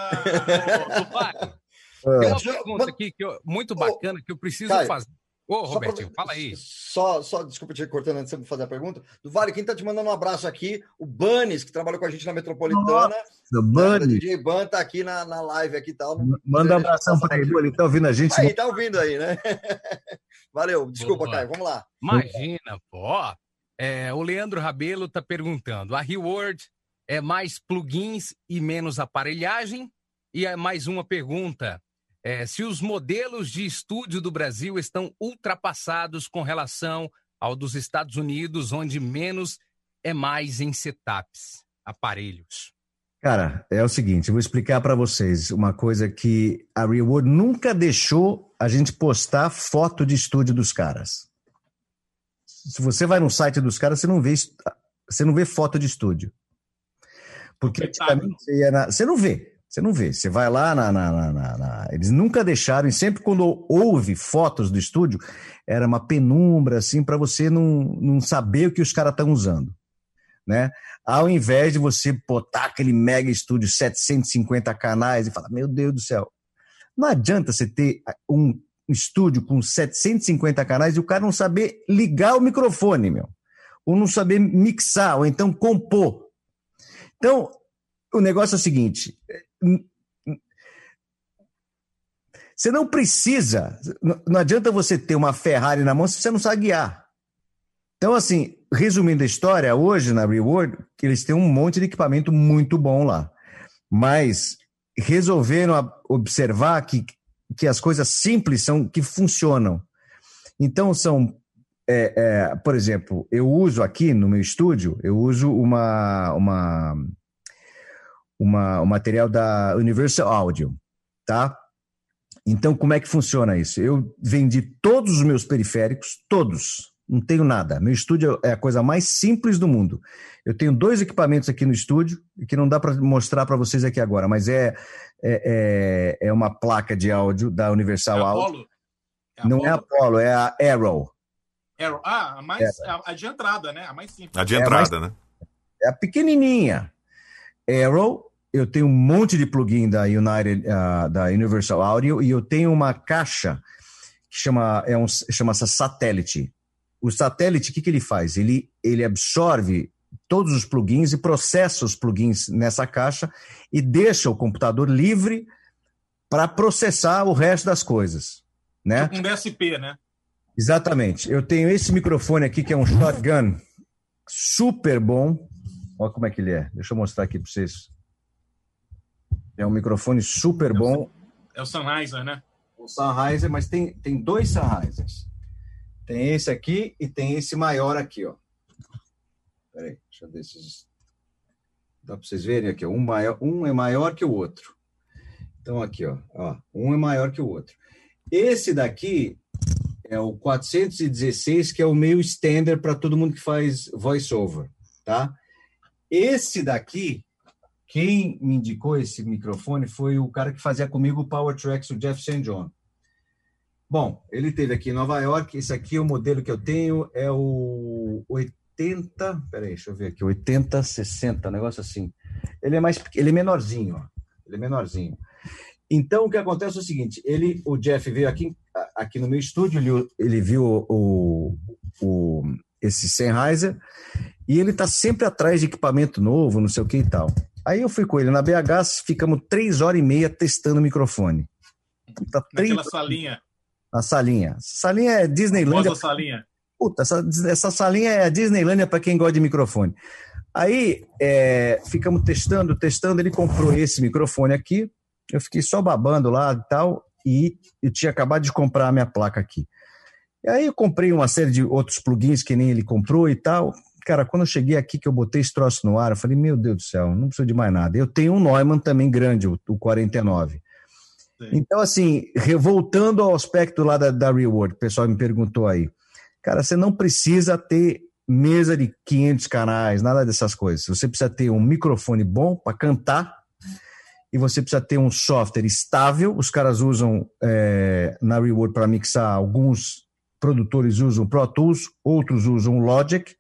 Tem uma pergunta aqui que eu, muito bacana que eu preciso Caio, fazer. Ô, Robertinho, pra... fala aí. Só, só, desculpa te cortando antes de fazer a pergunta. Do Vale, quem tá te mandando um abraço aqui? O Banes, que trabalha com a gente na Metropolitana. O Banes. O D J Ban tá aqui na, na live aqui e tal. Manda um abração pra ele, ele tá ouvindo a gente. Aí, tá ouvindo aí, né? Valeu, desculpa, Boa. Caio, vamos lá. Imagina, pô. É, o Leandro Rabelo tá perguntando, a Reward é mais plugins e menos aparelhagem? E é mais uma pergunta, é, se os modelos de estúdio do Brasil estão ultrapassados com relação ao dos Estados Unidos, onde menos é mais em setups, aparelhos. Cara, é o seguinte, eu vou explicar para vocês uma coisa que a Reward nunca deixou a gente postar foto de estúdio dos caras. Se você vai no site dos caras, você não vê, você não vê foto de estúdio. Porque antigamente você ia na... Você não vê, você não vê. Você vai lá na, na, na, na, na... Eles nunca deixaram, e sempre quando houve fotos do estúdio, era uma penumbra, assim, para você não, não saber o que os caras estão usando. né? Ao invés de você botar aquele mega estúdio, setecentos e cinquenta canais e falar, meu Deus do céu, não adianta você ter um estúdio com setecentos e cinquenta canais e o cara não saber ligar o microfone, meu. Ou não saber mixar, ou então compor. Então, o negócio é o seguinte, você não precisa, não adianta você ter uma Ferrari na mão se você não sabe guiar. Então, assim, resumindo a história, hoje na Reward, eles têm um monte de equipamento muito bom lá. Mas resolveram observar que, que as coisas simples são que funcionam. Então, são, é, é, por exemplo, eu uso aqui no meu estúdio, eu uso uma, uma, uma, um material da Universal Audio, tá? Então, como é que funciona isso? Eu vendi todos os meus periféricos, todos. Não tenho nada. Meu estúdio é a coisa mais simples do mundo. Eu tenho dois equipamentos aqui no estúdio, que não dá para mostrar para vocês aqui agora, mas é, é, é uma placa de áudio da Universal É Audio. Apollo? É Não é a Apollo, é a Arrow. Arrow. Ah, a, mais, a, a de entrada, né? A mais simples. A de É a entrada, mais- né? É a pequenininha. Arrow, eu tenho um monte de plugin da United, uh, da Universal Audio, e eu tenho uma caixa que chama, é um, chama-se satélite. O satélite, o que, que ele faz? Ele, ele absorve todos os plugins e processa os plugins nessa caixa e deixa o computador livre para processar o resto das coisas, né? Um D S P, né? Exatamente. Eu tenho esse microfone aqui, que é um shotgun super bom. Olha como é que ele é. Deixa eu mostrar aqui para vocês. É um microfone super bom. É o Sennheiser, né? O Sennheiser, mas tem, tem dois Sennheisers. Tem esse aqui e tem esse maior aqui, ó. Peraí, deixa eu ver se... Dá para vocês verem aqui, ó. Um, maior, um é maior que o outro. Então, aqui, ó, ó. Um é maior que o outro. Esse daqui é o quatrocentos e dezesseis, que é o meio standard para todo mundo que faz voice-over, tá? Esse daqui, quem me indicou esse microfone foi o cara que fazia comigo o Power Tracks, o Jeff Saint John. Bom, ele teve aqui em Nova York. Esse aqui, o modelo que eu tenho é o oitenta... Peraí, deixa eu ver aqui. oitenta, sessenta, um negócio assim. Ele é mais, ele é menorzinho, ó. Ele é menorzinho. Então, o que acontece é o seguinte. Ele, o Jeff veio aqui, aqui no meu estúdio, ele, ele viu o, o, esse Sennheiser e ele tá sempre atrás de equipamento novo, não sei o que e tal. Aí eu fui com ele na B H, ficamos três horas e meia testando o microfone. Tá três... Naquela salinha. A salinha. Salinha é Disneylândia. Famosa salinha. Puta, essa, essa salinha é a Disneylândia para quem gosta de microfone. Aí, é, ficamos testando, testando. Ele comprou esse microfone aqui. Eu fiquei só babando lá e tal. E eu tinha acabado de comprar a minha placa aqui. E aí eu comprei uma série de outros plugins que nem ele comprou e tal. Cara, quando eu cheguei aqui, que eu botei esse troço no ar, eu falei, meu Deus do céu, não preciso de mais nada. Eu tenho um Neumann também grande, o, o quarenta e nove. Então, assim, voltando ao aspecto lá da, da Reward, o pessoal me perguntou aí. Cara, você não precisa ter mesa de quinhentos canais, nada dessas coisas. Você precisa ter um microfone bom para cantar e você precisa ter um software estável. Os caras usam é, na Reward para mixar. Alguns produtores usam Pro Tools, outros usam Logic.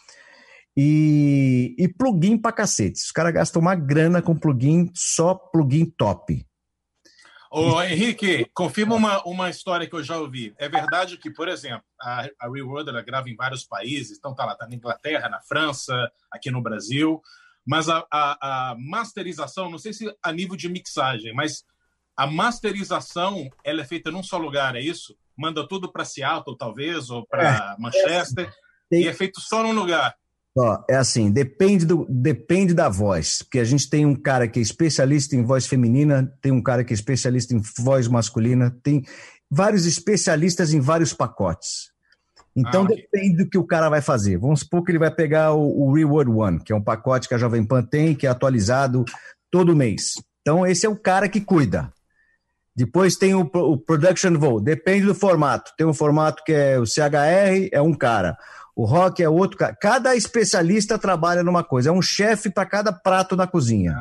E, e plugin para cacete. Os caras gastam uma grana com plugin, só plugin top. Ô, Henrique, confirma uma, uma história que eu já ouvi. É verdade que, por exemplo, a, a Reward ela grava em vários países, então tá lá, tá na Inglaterra, na França, aqui no Brasil, mas a, a, a masterização, não sei se a nível de mixagem, mas a masterização ela é feita num só lugar, é isso? Manda tudo para Seattle, talvez, ou para é, Manchester, é, e é feito só num lugar. Ó, é assim, depende, do, depende da voz, porque a gente tem um cara que é especialista em voz feminina, tem um cara que é especialista em voz masculina, tem vários especialistas em vários pacotes. Então, ah, okay. Depende do que o cara vai fazer. Vamos supor que ele vai pegar o, o Reward One, que é um pacote que a Jovem Pan tem, que é atualizado todo mês. Então, esse é o cara que cuida. Depois tem o, o Production Vault, depende do formato. Tem um formato que é o C H R, é um cara. O rock é outro cara. Cada especialista trabalha numa coisa. É um chefe para cada prato na cozinha. Ah,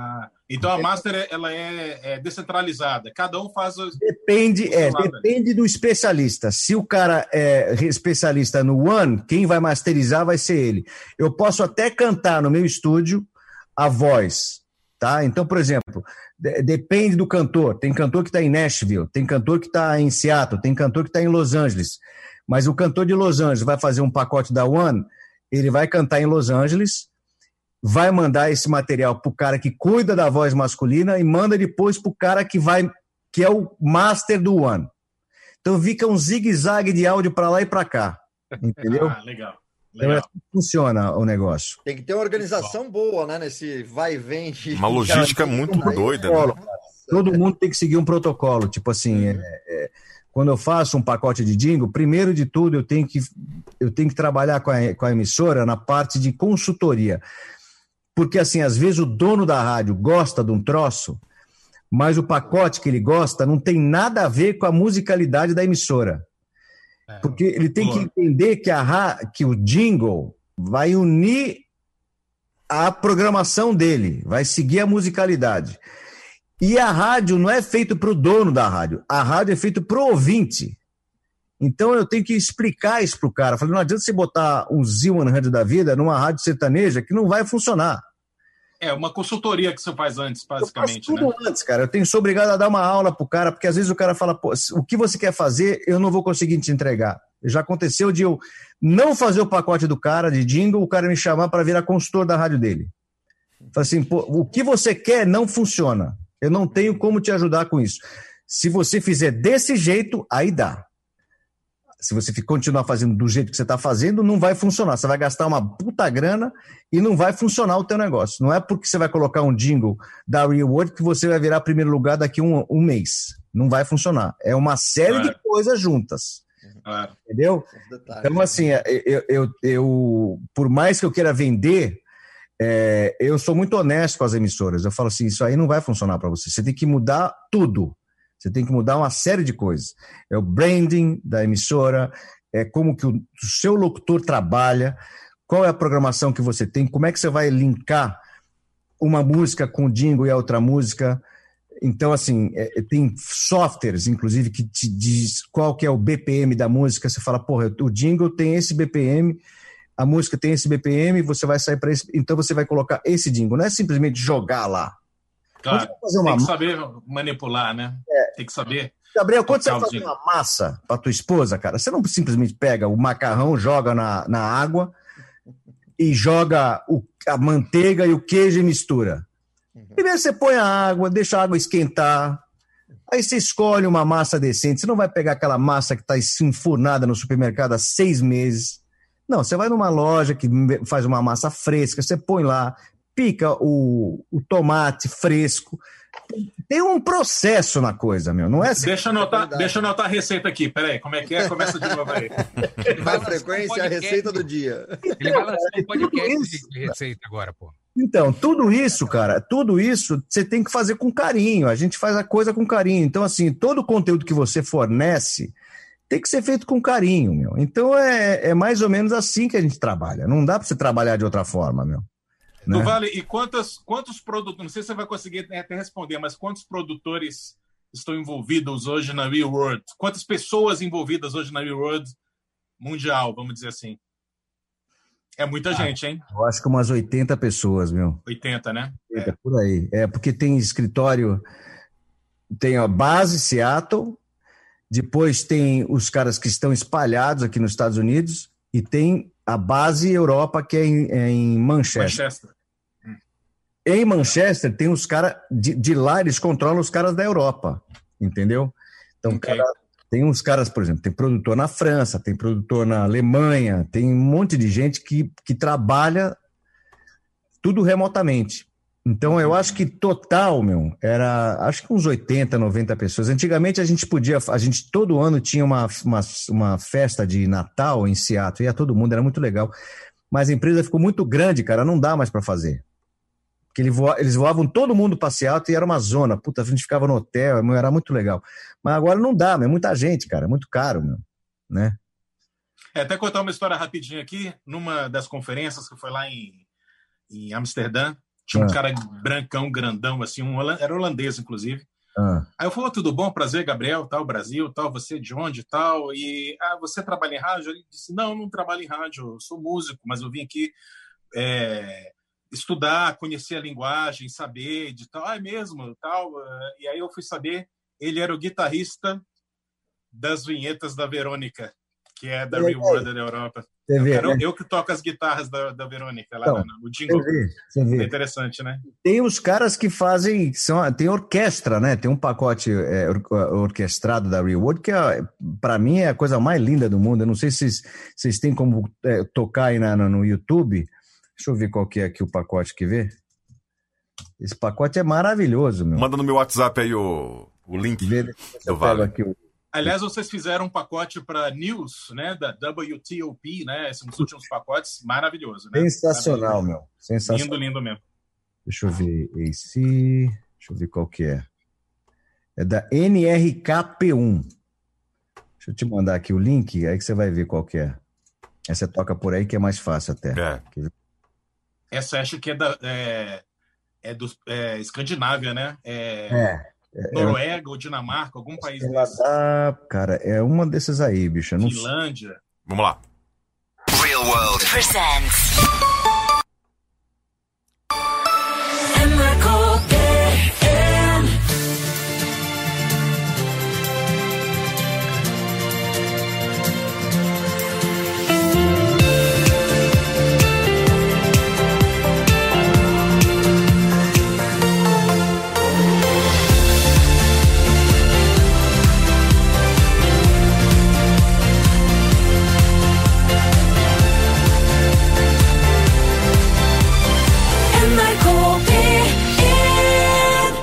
Então a master ela é, é descentralizada. Cada um faz os... Depende, é, depende do especialista. Se o cara é especialista no One, quem vai masterizar vai ser ele. Eu posso até cantar no meu estúdio a voz, tá? Então, por exemplo, de- depende do cantor. Tem cantor que está em Nashville, tem cantor que está em Seattle, tem cantor que está em Los Angeles. Mas o cantor de Los Angeles vai fazer um pacote da One, ele vai cantar em Los Angeles, vai mandar esse material pro cara que cuida da voz masculina e manda depois pro cara que vai, que é o master do One. Então fica um zigue-zague de áudio para lá e para cá, entendeu? Ah, legal. Então é assim que funciona o negócio. Tem que ter uma organização boa, né? Nesse vai e vem. De... Uma logística muito doida, né? Todo mundo tem que seguir um protocolo. Tipo assim, é, é, quando eu faço um pacote de jingle, primeiro de tudo eu tenho que, eu tenho que trabalhar com a, com a emissora na parte de consultoria. Porque, assim, às vezes o dono da rádio gosta de um troço, mas o pacote que ele gosta não tem nada a ver com a musicalidade da emissora. É. Porque ele tem Boa. que entender que, a, ra- que o jingle vai unir a programação dele, vai seguir a musicalidade. E a rádio não é feito para o dono da rádio, a rádio é feito para o ouvinte. Então eu tenho que explicar isso para o cara. Eu falei, não adianta você botar um Z cem da vida numa rádio sertaneja que não vai funcionar. É uma consultoria que você faz antes, Eu faço basicamente, tudo né? antes, cara. Eu tenho, sou obrigado a dar uma aula pro cara, porque às vezes o cara fala, pô, o que você quer fazer, eu não vou conseguir te entregar. Já aconteceu de eu não fazer o pacote do cara de jingle, o cara me chamar para virar consultor da rádio dele. Fala assim, pô, o que você quer não funciona. Eu não tenho como te ajudar com isso. Se você fizer desse jeito, aí dá. Se você fi- continuar fazendo do jeito que você está fazendo, não vai funcionar. Você vai gastar uma puta grana e não vai funcionar o teu negócio. Não é porque você vai colocar um jingle da Real World que você vai virar primeiro lugar daqui um, um mês. Não vai funcionar. É uma série Claro. de coisas juntas. Claro. Entendeu? Então, assim, eu, eu, eu, por mais que eu queira vender, é, eu sou muito honesto com as emissoras. Eu falo assim, isso aí não vai funcionar para você. Você tem que mudar tudo. Você tem que mudar uma série de coisas. É o branding da emissora, é como que o, o seu locutor trabalha, qual é a programação que você tem, como é que você vai linkar uma música com o jingle e a outra música. Então, assim, é, tem softwares, inclusive, que te diz qual que é o B P M da música. Você fala, porra, o jingle tem esse B P M, a música tem esse B P M, você vai sair para esse... Então, você vai colocar esse jingle. Não é simplesmente jogar lá. Claro. Fazer uma Tem que ma- saber manipular, né? Tem que saber. Gabriel, quando você tocar o faz jingle. uma massa para tua esposa, cara, você não simplesmente pega o macarrão, joga na, na água e joga o, a manteiga e o queijo e mistura. Primeiro você põe a água, deixa a água esquentar, aí você escolhe uma massa decente. Você não vai pegar aquela massa que está enfurnada no supermercado há seis meses. Não, você vai numa loja que faz uma massa fresca, você põe lá, pica o, o tomate fresco. Tem um processo na coisa, meu. Não é assim. Deixa eu anotar, deixa eu anotar a receita aqui. Peraí, como é que é? Começa de novo aí. Na frequência, a receita do dia. Ele vai lançar um podcast de, de receita agora, pô. Então, tudo isso, cara, tudo isso você tem que fazer com carinho. A gente faz a coisa com carinho. Então, assim, todo o conteúdo que você fornece tem que ser feito com carinho, meu. Então, é, é mais ou menos assim que a gente trabalha. Não dá para você trabalhar de outra forma, meu. Do Né? Vale, e quantos, quantos produtores, não sei se você vai conseguir até responder, mas quantos produtores estão envolvidos hoje na Real World? Quantas pessoas envolvidas hoje na Real World mundial, vamos dizer assim? É muita gente, hein? Eu acho que umas oitenta pessoas, meu. oitenta, né? É por aí. É porque tem escritório, tem a base Seattle, depois tem os caras que estão espalhados aqui nos Estados Unidos e tem a base Europa, que é em, é em Manchester. Manchester. Em Manchester tem os caras, de, de lá eles controlam os caras da Europa, entendeu? Então, Ok. cara, tem uns caras, por exemplo, tem produtor na França, tem produtor na Alemanha, tem um monte de gente que, que trabalha tudo remotamente. Então, eu acho que total, meu, era, acho que uns oitenta, noventa pessoas. Antigamente, a gente podia, a gente todo ano tinha uma, uma, uma festa de Natal em Seattle, ia todo mundo, era muito legal. Mas a empresa ficou muito grande, cara, não dá mais para fazer. Porque ele voa, eles voavam todo mundo para Seattle e era uma zona. Puta, a gente ficava no hotel, meu, era muito legal. Mas agora não dá, meu, é muita gente, cara, é muito caro, meu, né? É, até contar uma história rapidinho aqui. Numa das conferências que foi lá em, em Amsterdã, Tinha um Ah. cara brancão, grandão, assim, um holan- era holandês, inclusive. Ah, Aí eu falei, tudo bom? Prazer, Gabriel, tal, Brasil, tal, você de onde, tal? E, ah, você trabalha em rádio? Ele disse, não, não trabalho em rádio, eu sou músico, mas eu vim aqui é, estudar, conhecer a linguagem, saber de tal. Ah, é mesmo, tal. E aí eu fui saber, ele era o guitarrista das vinhetas da Verônica, que é da E aí? Real World da Europa. você Eu, vê, quero- né? eu que toco as guitarras da, da Verônica, lá Então, no, no jingle. Você vê, você É vê. interessante, né? Tem os caras que fazem, são, tem orquestra, né? Tem um pacote é, or- orquestrado da Real World que, é, para mim, é a coisa mais linda do mundo. Eu não sei se vocês, vocês têm como é, tocar aí na, no, no YouTube. Deixa eu ver qual que é aqui o pacote que vê. Esse pacote é maravilhoso, meu. Manda no meu WhatsApp aí o, o link Vê, do eu Vale. pego aqui o- Aliás, vocês fizeram um pacote para News, né, da W T O P, né, esses últimos pacotes, maravilhoso, né? Sensacional, meu. Sensacional. Lindo, lindo mesmo. Deixa eu ver. Esse. Deixa eu ver qual que é. É da N R K P um. Deixa eu te mandar aqui o link, aí que você vai ver qual que é. Essa toca por aí que é mais fácil até. É. Essa acho que é da é, é do é, Escandinávia, né? É, É. Noruega ou Dinamarca, algum país Ela desse. dá, cara, é uma desses aí, bicho. Eu não sei. Finlândia. Vamos lá. Real World presents M R K P M. M R K P M.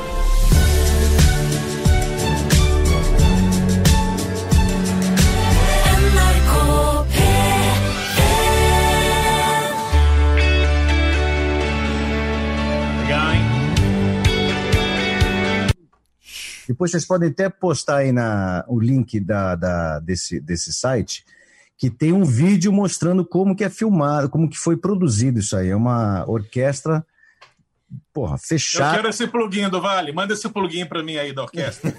M R K P M. Legal, hein? Depois vocês podem até postar aí na, o link da, da- desse, desse site, que tem um vídeo mostrando como que é filmado, como que foi produzido isso aí. É uma orquestra, porra, Eu fechada. quero esse plugin do Vale. Manda esse plugin para mim aí da orquestra.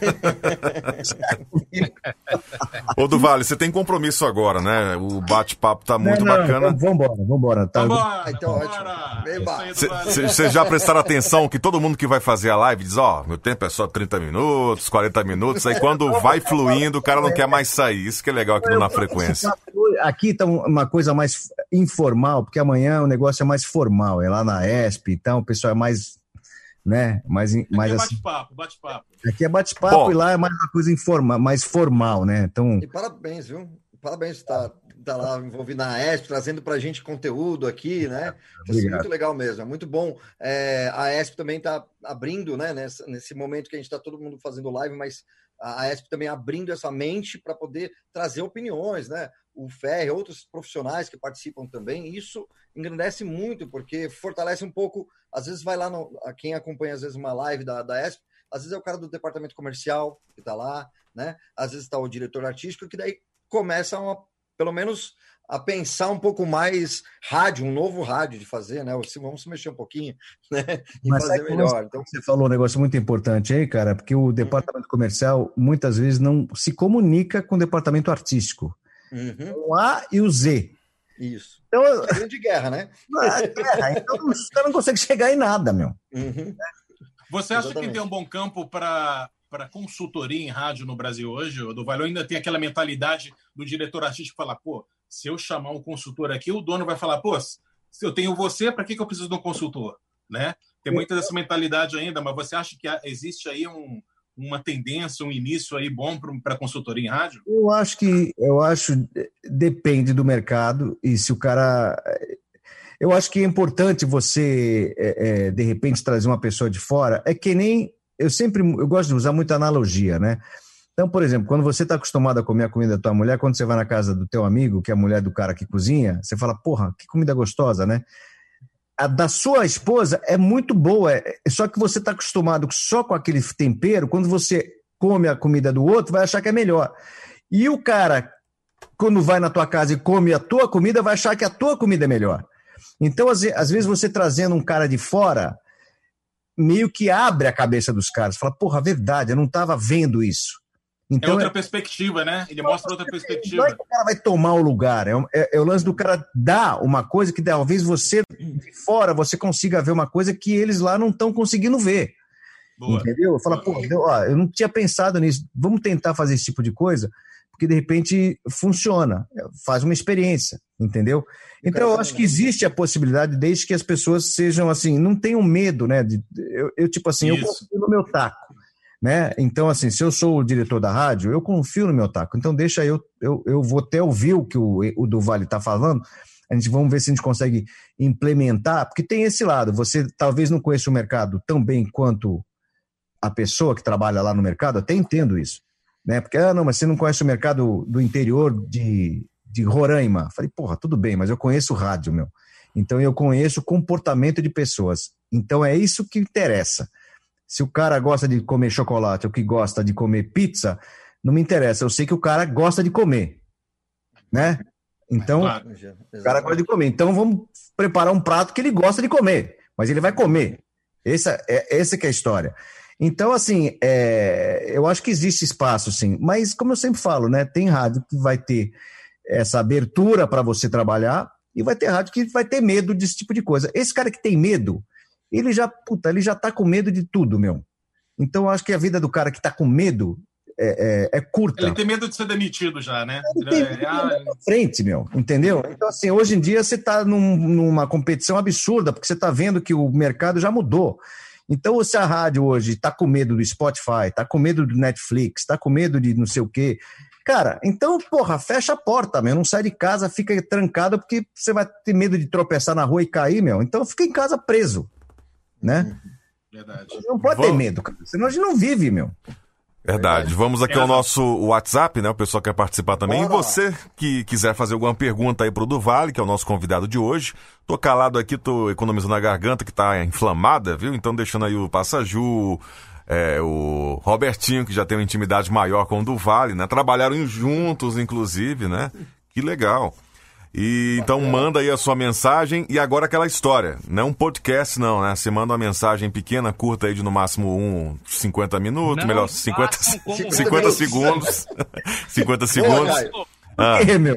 Ô, do Vale, você tem compromisso agora, né? O bate-papo tá muito Não, não, bacana. Vamos embora, vamos embora. Tá? Vambora, Então, vambora. ótimo. Vem Isso lá. aí do Vale. Vocês já prestaram atenção que todo mundo que vai fazer a live diz, ó, meu tempo é só trinta minutos, quarenta minutos, aí quando vai fluindo, o cara não quer mais sair. Isso que é legal aqui no Na Frequência. Aqui tá uma coisa mais informal, porque amanhã o negócio é mais formal, é lá na E S P, então o pessoal é mais, né, mais, mais É assim. bate-papo, bate-papo. Aqui é bate-papo Bom. e lá é mais uma coisa informa, mais formal, né? Então, E parabéns, viu? Parabéns por estar tá lá envolvido na A E S P, trazendo pra gente conteúdo aqui, né? Tá sendo Obrigado. muito legal mesmo, é muito bom. É, a A E S P também está abrindo, né? Nesse, nesse momento que a gente está todo mundo fazendo live, mas a A E S P também abrindo essa mente para poder trazer opiniões, né? O Ferre, outros profissionais que participam também, isso engrandece muito, porque fortalece um pouco, às vezes vai lá, no, a quem acompanha às vezes uma live da, da A E S P, às vezes é o cara do departamento comercial que está lá, né? Às vezes está o diretor artístico, que daí começa a, pelo menos a pensar um pouco mais rádio, um novo rádio de fazer, né? Vamos se mexer um pouquinho, né? E mas fazer sabe como melhor. Então, você falou um negócio muito importante aí, cara, porque o departamento comercial muitas vezes não se comunica com o departamento artístico. uhum, O A e o Z. isso. Então, Grande guerra, né? a guerra, então os caras não conseguem chegar em nada, meu. Uhum. Você acha Exatamente. que tem um bom campo para para consultoria em rádio no Brasil hoje? O do Valeu ainda tem aquela mentalidade do diretor artístico falar, pô, se eu chamar um consultor aqui, o dono vai falar, pô, se eu tenho você, para que, que eu preciso de um consultor? Né? Tem muita dessa mentalidade ainda, mas você acha que há- existe aí um, uma tendência, um início aí bom para consultoria em rádio? Eu acho que eu acho depende do mercado e se o cara. Eu acho que é importante você é, é, de repente trazer uma pessoa de fora. É que nem eu sempre eu gosto de usar muita analogia, né? Então, por exemplo, quando você está acostumado a comer a comida da tua mulher, quando você vai na casa do teu amigo, que é a mulher do cara que cozinha, você fala, porra, que comida gostosa, né? A da sua esposa é muito boa, é, só que você está acostumado só com aquele tempero, quando você come a comida do outro, vai achar que é melhor. E o cara, quando vai na tua casa e come a tua comida, vai achar que a tua comida é melhor. Então, às, às vezes, você trazendo um cara de fora, meio que abre a cabeça dos caras. Fala, porra, verdade, eu não estava vendo isso. Então, é outra é... perspectiva, né? Ele mostra outra perspectiva. Não é que o cara vai tomar o lugar, é, é, é o lance do cara dar uma coisa que talvez você, de fora, você consiga ver uma coisa que eles lá não estão conseguindo ver. Boa. Entendeu? Fala, pô, eu, ó, eu não tinha pensado nisso, vamos tentar fazer esse tipo de coisa, porque de repente funciona, faz uma experiência, entendeu? Então eu acho que existe a possibilidade, desde que as pessoas sejam assim, não tenham medo, né? De, eu, eu, tipo assim, Isso. eu confio no meu taco. Né? Então, assim, se eu sou o diretor da rádio, eu confio no meu taco. Então, deixa eu, eu, eu vou até ouvir o que o, o do Vale está falando. A gente vamos ver se a gente consegue implementar, porque tem esse lado. Você talvez não conheça o mercado tão bem quanto a pessoa que trabalha lá no mercado, até entendo isso. Né? Porque, ah, não, mas você não conhece o mercado do interior de, de Roraima. Falei, porra, tudo bem, mas eu conheço o rádio, meu. Então, eu conheço o comportamento de pessoas. Então, é isso que interessa. Se o cara gosta de comer chocolate ou que gosta de comer pizza, não me interessa. Eu sei que o cara gosta de comer, né? Então, claro, o cara gosta de comer. Então, vamos preparar um prato que ele gosta de comer, mas ele vai comer. Essa é, essa que é a história. Então, assim, é, eu acho que existe espaço, sim. Mas, como eu sempre falo, né? Tem rádio que vai ter essa abertura para você trabalhar e vai ter rádio que vai ter medo desse tipo de coisa. Esse cara que tem medo, ele já, puta, ele já tá com medo de tudo, meu. Então, eu acho que a vida do cara que tá com medo é, é, é curta. Ele tem medo de ser demitido já, né? Ele tem medo de ir pra frente, meu, entendeu? Então, assim, hoje em dia você tá num, numa competição absurda, porque você tá vendo que o mercado já mudou. Então, se a rádio hoje tá com medo do Spotify, tá com medo do Netflix, tá com medo de não sei o quê... Cara, então, porra, fecha a porta, meu. Não sai de casa, fica trancado, porque você vai ter medo de tropeçar na rua e cair, meu. Então, fica em casa preso. Né? Verdade. Não pode Vamos... ter medo, cara. Senão a gente não vive, meu. Verdade. Vamos aqui ao nosso WhatsApp, né? O pessoal quer participar também. Bora. E você que quiser fazer alguma pergunta aí pro Duvale, que é o nosso convidado de hoje. Tô calado aqui, tô economizando a garganta que tá inflamada, viu? Então deixando aí o Passaju, é, o Robertinho, que já tem uma intimidade maior com o Duvale, né? Trabalharam juntos, inclusive, né? Que legal. E então manda aí a sua mensagem e agora aquela história, não é um podcast não, né? Você manda uma mensagem pequena, curta aí de no máximo um, cinquenta minutos, não melhor, cinquenta, cinquenta segundos, cinquenta segundos. Ah. É, meu.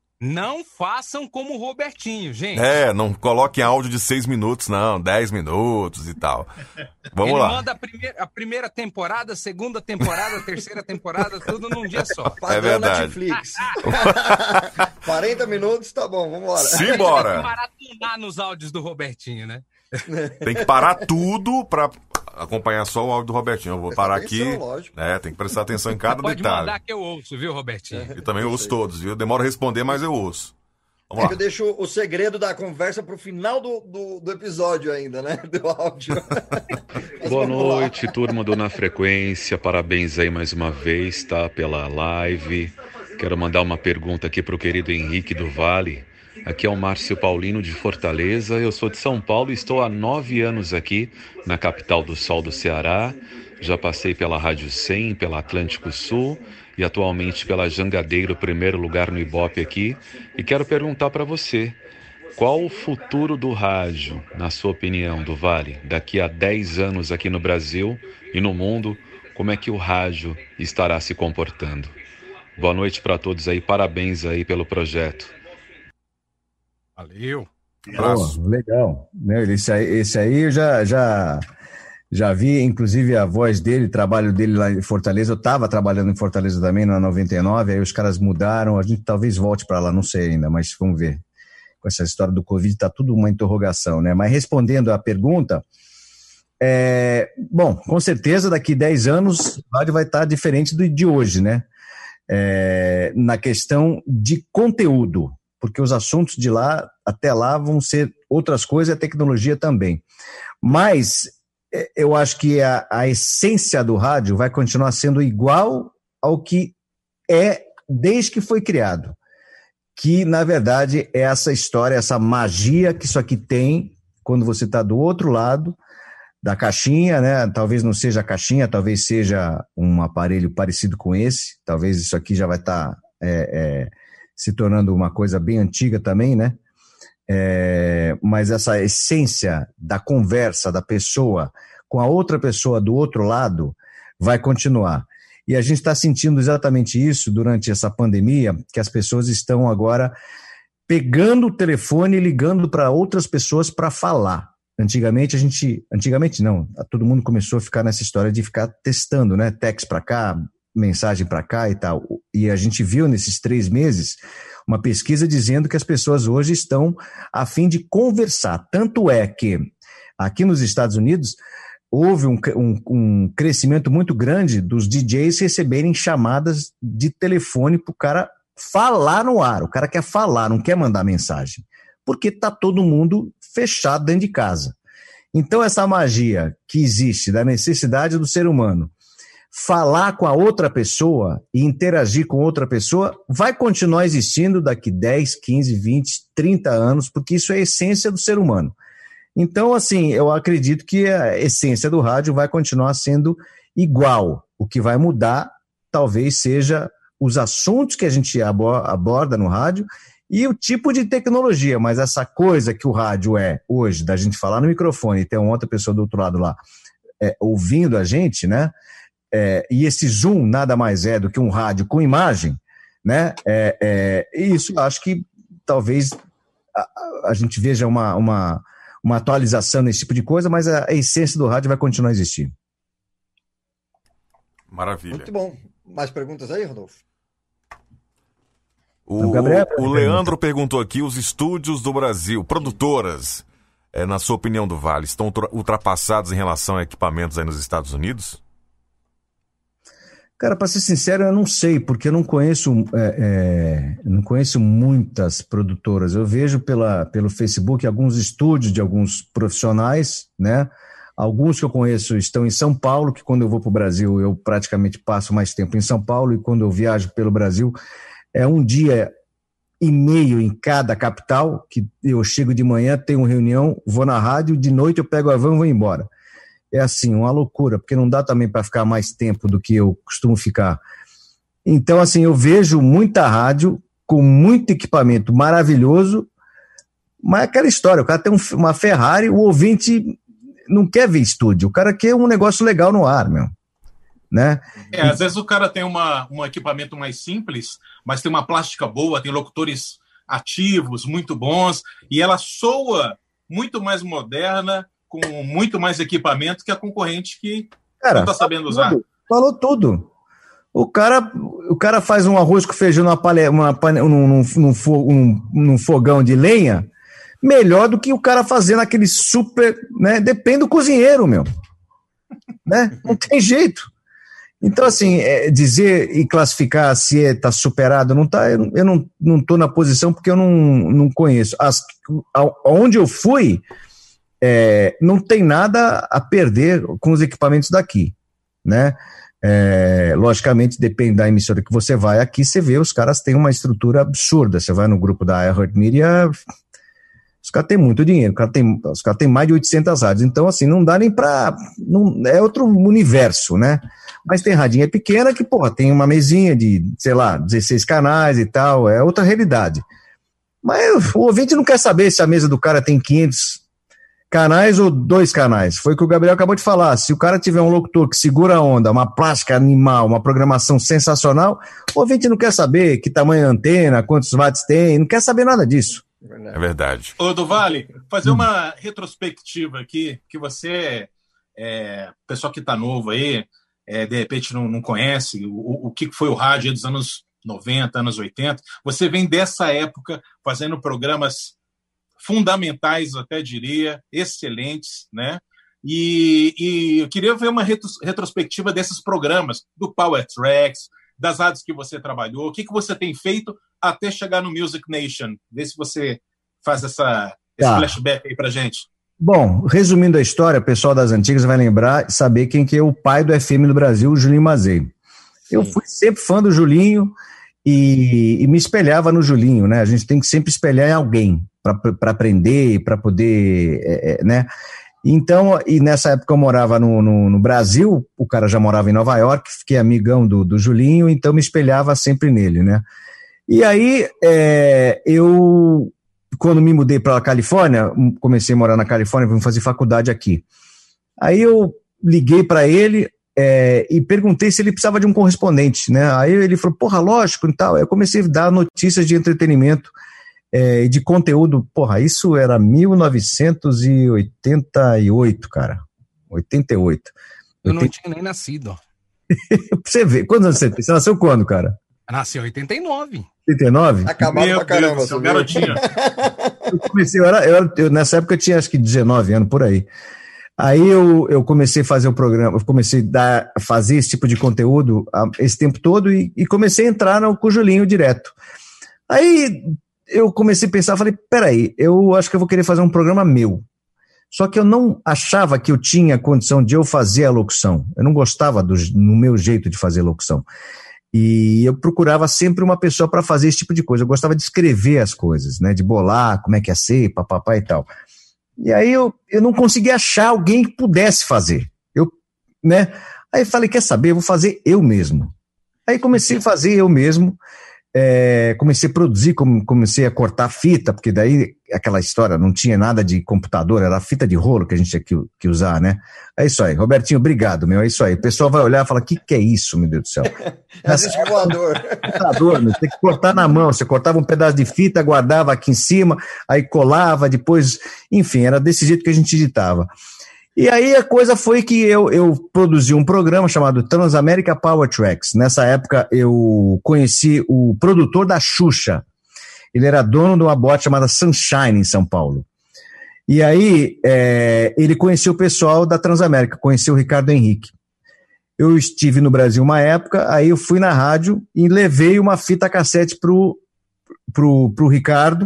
Não façam como o Robertinho, gente. É, não coloquem áudio de seis minutos, não, dez minutos e tal. Vamos Ele lá. Ele manda a primeira, a primeira temporada, a segunda temporada, a terceira temporada, tudo num dia só. É verdade. Netflix. quarenta minutos, tá bom, vamos embora. Simbora. Tem que maratonar nos áudios do Robertinho, né? Tem que parar tudo pra acompanhar só o áudio do Robertinho. Eu vou parar atenção, aqui. Lógico. É, tem que prestar atenção em cada Pode detalhe. Pode mandar que eu ouço, viu, Robertinho? Eu também ouço todos, viu? Demora a responder, mas eu ouço. Vamos é lá. que eu deixo o segredo da conversa pro final do, do, do episódio ainda, né? Do áudio. Boa noite, turma do Na Frequência. Parabéns aí mais uma vez, tá? Pela live. Quero mandar uma pergunta aqui pro querido Henrique do Vale. Aqui é o Márcio Paulino de Fortaleza. Eu sou de São Paulo e estou há nove anos aqui na capital do sol do Ceará. Já passei pela Rádio cem, pela Atlântico Sul e atualmente pela Jangadeiro, primeiro lugar no Ibope aqui. E quero perguntar para você, qual o futuro do rádio, na sua opinião, do Vale? Daqui a dez anos aqui no Brasil e no mundo, como é que o rádio estará se comportando? Boa noite para todos aí, parabéns aí pelo projeto. Valeu. Oh, legal. Esse aí, esse aí eu já, já, já vi, inclusive, a voz dele, trabalho dele lá em Fortaleza. Eu estava trabalhando em Fortaleza também, na noventa e nove, aí os caras mudaram, a gente talvez volte para lá, não sei ainda, mas vamos ver. Com essa história do Covid, está tudo uma interrogação, né? Mas respondendo à pergunta, é, bom, com certeza daqui dez anos o rádio vai estar diferente do de hoje, né? É, na questão de conteúdo, porque os assuntos de lá, até lá, vão ser outras coisas e a tecnologia também. Mas eu acho que a, a essência do rádio vai continuar sendo igual ao que é desde que foi criado. Que, na verdade, é essa história, essa magia que isso aqui tem quando você está do outro lado da caixinha, né? Talvez não seja a caixinha, talvez seja um aparelho parecido com esse, talvez isso aqui já vai estar... Tá, é, é, se tornando uma coisa bem antiga também, né? É, mas essa essência da conversa da pessoa com a outra pessoa do outro lado vai continuar. E a gente está sentindo exatamente isso durante essa pandemia, que as pessoas estão agora pegando o telefone e ligando para outras pessoas para falar. Antigamente a gente, antigamente não, todo mundo começou a ficar nessa história de ficar testando, né? Text para cá, mensagem para cá e tal. E a gente viu nesses três meses uma pesquisa dizendo que as pessoas hoje estão a fim de conversar. Tanto é que aqui nos Estados Unidos houve um, um, um crescimento muito grande dos D Js receberem chamadas de telefone para o cara falar no ar. O cara quer falar, não quer mandar mensagem. Porque está todo mundo fechado dentro de casa. Então essa magia que existe da necessidade do ser humano falar com a outra pessoa e interagir com outra pessoa vai continuar existindo daqui dez, quinze, vinte, trinta anos, porque isso é a essência do ser humano. Então, assim, eu acredito que a essência do rádio vai continuar sendo igual. O que vai mudar talvez seja os assuntos que a gente aborda no rádio e o tipo de tecnologia, mas essa coisa que o rádio é hoje, da gente falar no microfone e ter uma outra pessoa do outro lado lá é, ouvindo a gente, né? É, e esse Zoom nada mais é do que um rádio com imagem, né? É, é, e isso acho que talvez a, a gente veja uma, uma, uma atualização nesse tipo de coisa, mas a, a essência do rádio vai continuar a existir. Maravilha. Muito bom. Mais perguntas aí, Rodolfo? O, o, Gabriel, o Leandro perguntou aqui, os estúdios do Brasil, produtoras, é, na sua opinião do Vale, estão ultrapassados em relação a equipamentos aí nos Estados Unidos? Cara, para ser sincero, eu não sei, porque eu não conheço, é, é, não conheço muitas produtoras. Eu vejo pela, pelo Facebook alguns estúdios de alguns profissionais, né? Alguns que eu conheço estão em São Paulo, que quando eu vou para o Brasil, eu praticamente passo mais tempo em São Paulo, e quando eu viajo pelo Brasil, é um dia e meio em cada capital, que eu chego de manhã, tenho uma reunião, vou na rádio, de noite eu pego o avião e vou embora. É assim, uma loucura, porque não dá também para ficar mais tempo do que eu costumo ficar. Então, assim, eu vejo muita rádio com muito equipamento maravilhoso, mas é aquela história, o cara tem um, uma Ferrari, o ouvinte não quer ver estúdio, o cara quer um negócio legal no ar, meu. Né? É, às vezes o cara tem uma, um equipamento mais simples, mas tem uma plástica boa, tem locutores ativos, muito bons, e ela soa muito mais moderna, com muito mais equipamento que a concorrente que cara, não está sabendo usar. Tudo, falou tudo. O cara, o cara faz um arroz com feijão numa palha, uma, num, num, num, num, num fogão de lenha melhor do que o cara fazendo aquele super... Né? Depende do cozinheiro, meu. Né? Não tem jeito. Então, assim, é, dizer e classificar se está é, superado, não tá, eu, eu não não estou na posição porque eu não, não conheço. As, onde eu fui, é, não tem nada a perder com os equipamentos daqui, né? É, logicamente, depende da emissora que você vai. Aqui você vê, os caras têm uma estrutura absurda. Você vai no grupo da iHeartMedia, os caras têm muito dinheiro, os caras têm, os caras têm mais de oitocentas rádios. Então, assim, não dá nem para... É outro universo, né? Mas tem radinha pequena que, porra, tem uma mesinha de, sei lá, dezesseis canais e tal, é outra realidade. Mas o ouvinte não quer saber se a mesa do cara tem quinhentos canais ou dois canais. Foi o que o Gabriel acabou de falar. Se o cara tiver um locutor que segura a onda, uma plástica animal, uma programação sensacional, o ouvinte não quer saber que tamanho é a antena, quantos watts tem, não quer saber nada disso. É verdade. Ô, do Vale, fazer uma retrospectiva aqui, que você, é, pessoal que está novo aí, é, de repente não, não conhece o, o que foi o rádio dos anos noventa, anos oitenta. Você vem dessa época fazendo programas fundamentais, até diria, excelentes, né? E, e eu queria ver uma retro, retrospectiva desses programas, do Power Tracks, das rádios que você trabalhou, o que, que você tem feito até chegar no Music Nation. Vê se você faz essa, esse tá. flashback aí pra gente. Bom, resumindo a história, o pessoal das antigas vai lembrar e saber quem que é o pai do F M do Brasil, o Julinho Mazei. Eu fui sempre fã do Julinho e, e me espelhava no Julinho, né? A gente tem que sempre espelhar em alguém para aprender, para poder, é, é, né? Então, e nessa época eu morava no, no, no Brasil, o cara já morava em Nova York, fiquei amigão do, do Julinho, então me espelhava sempre nele, né? E aí, é, eu... Quando me mudei para a Califórnia, comecei a morar na Califórnia, vim fazer faculdade aqui. Aí eu liguei para ele é, e perguntei se ele precisava de um correspondente, né? Aí ele falou, porra, lógico e tal. Aí eu comecei a dar notícias de entretenimento e é, de conteúdo. Porra, isso era mil novecentos e oitenta e oito, cara. oitenta e oito. Eu não tinha nem nascido. Pra você ver, quantos anos você tem? Você nasceu quando, cara? Nasci em oitenta e nove. oitenta e nove? Acabado Meu pra caramba, Deus, seu você viu? garotinho. Eu comecei, eu era, eu era- eu, nessa época eu tinha acho que dezenove anos, por aí. Aí eu, eu comecei a fazer o programa, eu comecei a dar, a fazer esse tipo de conteúdo ah, esse tempo todo e, e comecei a entrar no, com o Julinho direto. Aí eu comecei a pensar, falei, peraí, eu acho que eu vou querer fazer um programa meu. Só que eu não achava que eu tinha condição de eu fazer a locução. Eu não gostava do no meu jeito de fazer locução. E eu procurava sempre uma pessoa para fazer esse tipo de coisa. Eu gostava de escrever as coisas, né? De bolar, como é que ia ser, papapá e tal. E aí eu, eu não conseguia achar alguém que pudesse fazer. Eu, né? Aí falei, quer saber? Eu vou fazer eu mesmo. Aí comecei a fazer eu mesmo. É, comecei a produzir, come- comecei a cortar fita, porque daí aquela história não tinha nada de computador, era fita de rolo que a gente tinha que, que usar, né? É isso aí, Robertinho, obrigado, meu, é isso aí. O pessoal vai olhar e falar, o que, que é isso, meu Deus do céu? É disco voador. Computador, meu, tem que cortar na mão, você cortava um pedaço de fita, guardava aqui em cima, aí colava, depois, enfim, era desse jeito que a gente editava. E aí a coisa foi que eu, eu produzi um programa chamado Transamérica Power Tracks. Nessa época eu conheci o produtor da Xuxa. Ele era dono de uma boate chamada Sunshine em São Paulo. E aí é, ele conheceu o pessoal da Transamérica, conheceu o Ricardo Henrique. Eu estive no Brasil uma época, aí eu fui na rádio e levei uma fita cassete pro, pro, pro Ricardo,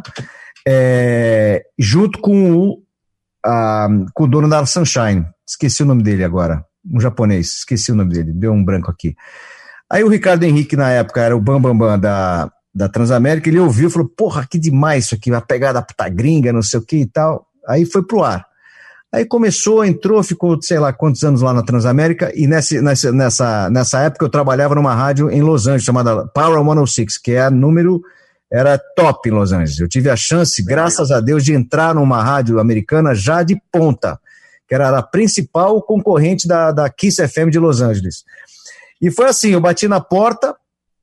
é, junto com o Ah, com o dono da Sunshine, esqueci o nome dele agora, um japonês, esqueci o nome dele, deu um branco aqui. Aí o Ricardo Henrique, na época, era o bambambam bam, bam da, da Transamérica, ele ouviu e falou, porra, que demais isso aqui, a pegada puta gringa, não sei o que e tal. Aí foi pro ar. Aí começou, entrou, ficou sei lá quantos anos lá na Transamérica, e nessa, nessa, nessa, nessa época eu trabalhava numa rádio em Los Angeles, chamada Power cento e seis, que é a número... Era top em Los Angeles. Eu tive a chance, graças a Deus, de entrar numa rádio americana já de ponta, que era a principal concorrente da, da Kiss F M de Los Angeles. E foi assim, eu bati na porta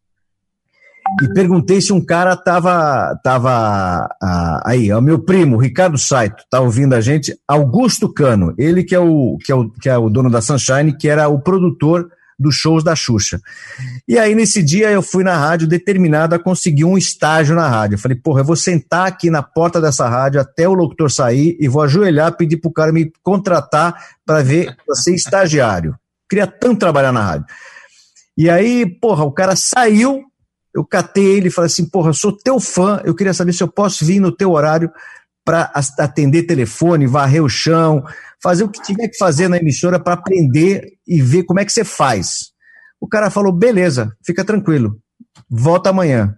e perguntei se um cara tava, tava ah, aí, é o meu primo, Ricardo Saito, tá ouvindo a gente, Augusto Cano, ele que é o, que é o, que é o dono da Sunshine, que era o produtor dos shows da Xuxa. E aí, nesse dia, eu fui na rádio determinado a conseguir um estágio na rádio. Eu falei, porra, eu vou sentar aqui na porta dessa rádio até o locutor sair e vou ajoelhar, pedir pro cara me contratar para ver, para ser estagiário. Queria tanto trabalhar na rádio. E aí, porra, o cara saiu, eu catei ele e falei assim, porra, eu sou teu fã, eu queria saber se eu posso vir no teu horário para atender telefone, varrer o chão, fazer o que tiver que fazer na emissora para aprender e ver como é que você faz. O cara falou, beleza, fica tranquilo, volta amanhã.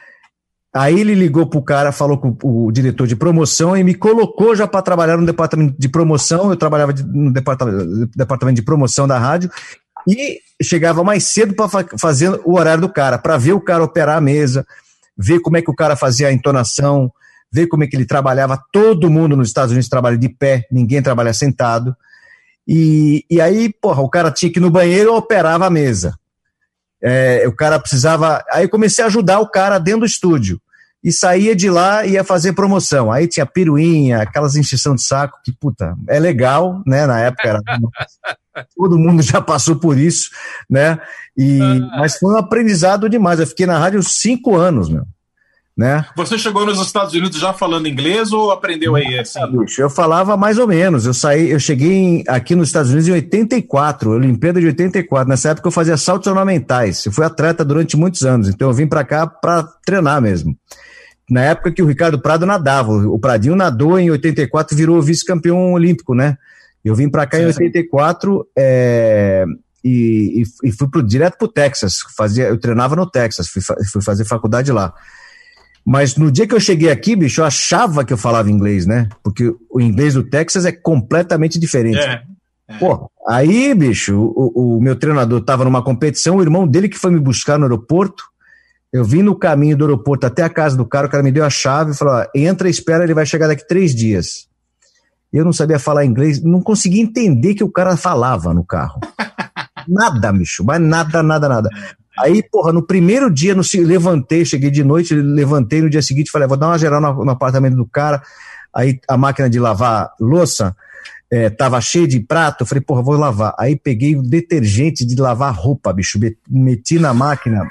Aí ele ligou pro cara, falou com o diretor de promoção e me colocou já para trabalhar no departamento de promoção. Eu trabalhava no departamento, departamento de promoção da rádio e chegava mais cedo para fazer o horário do cara, para ver o cara operar a mesa, ver como é que o cara fazia a entonação, ver como é que ele trabalhava. Todo mundo nos Estados Unidos trabalha de pé, ninguém trabalha sentado. E, e aí, porra, o cara tinha que ir no banheiro e operava a mesa. É, o cara precisava... Aí eu comecei a ajudar o cara dentro do estúdio. E saía de lá e ia fazer promoção. Aí tinha piruinha, aquelas encheção de saco, que, puta, é legal, né? Na época era... Todo mundo já passou por isso, né? E, mas foi um aprendizado demais. Eu fiquei na rádio cinco anos, meu. Né? Você chegou nos Estados Unidos já falando inglês ou aprendeu aí assim? Eu falava mais ou menos. Eu saí, eu cheguei em, aqui nos Estados Unidos em oitenta e quatro, Olimpíada de oitenta e quatro. Nessa época eu fazia saltos ornamentais. Eu fui atleta durante muitos anos, então eu vim para cá para treinar mesmo. Na época que o Ricardo Prado nadava, o Pradinho nadou em oitenta e quatro, virou vice-campeão olímpico, né? Eu vim para cá sim, em oitenta e quatro é, e, e, e fui pro, direto pro Texas. Fazia, eu treinava no Texas, fui, fui fazer faculdade lá. Mas no dia que eu cheguei aqui, bicho, eu achava que eu falava inglês, né? Porque o inglês do Texas é completamente diferente. É, é. Pô, aí, bicho, o, o meu treinador estava numa competição, o irmão dele que foi me buscar no aeroporto, eu vim no caminho do aeroporto até a casa do cara, o cara me deu a chave e falou, ó, entra e espera, ele vai chegar daqui três dias. eu não sabia falar inglês, não conseguia entender que o cara falava no carro. Nada, bicho, mas nada, nada, nada. Aí, porra, no primeiro dia, no, levantei, cheguei de noite, levantei no dia seguinte, falei, vou dar uma geral no, no apartamento do cara. Aí a máquina de lavar louça é, tava cheia de prato, eu falei, porra, vou lavar. Aí peguei o detergente de lavar roupa, bicho, meti na máquina.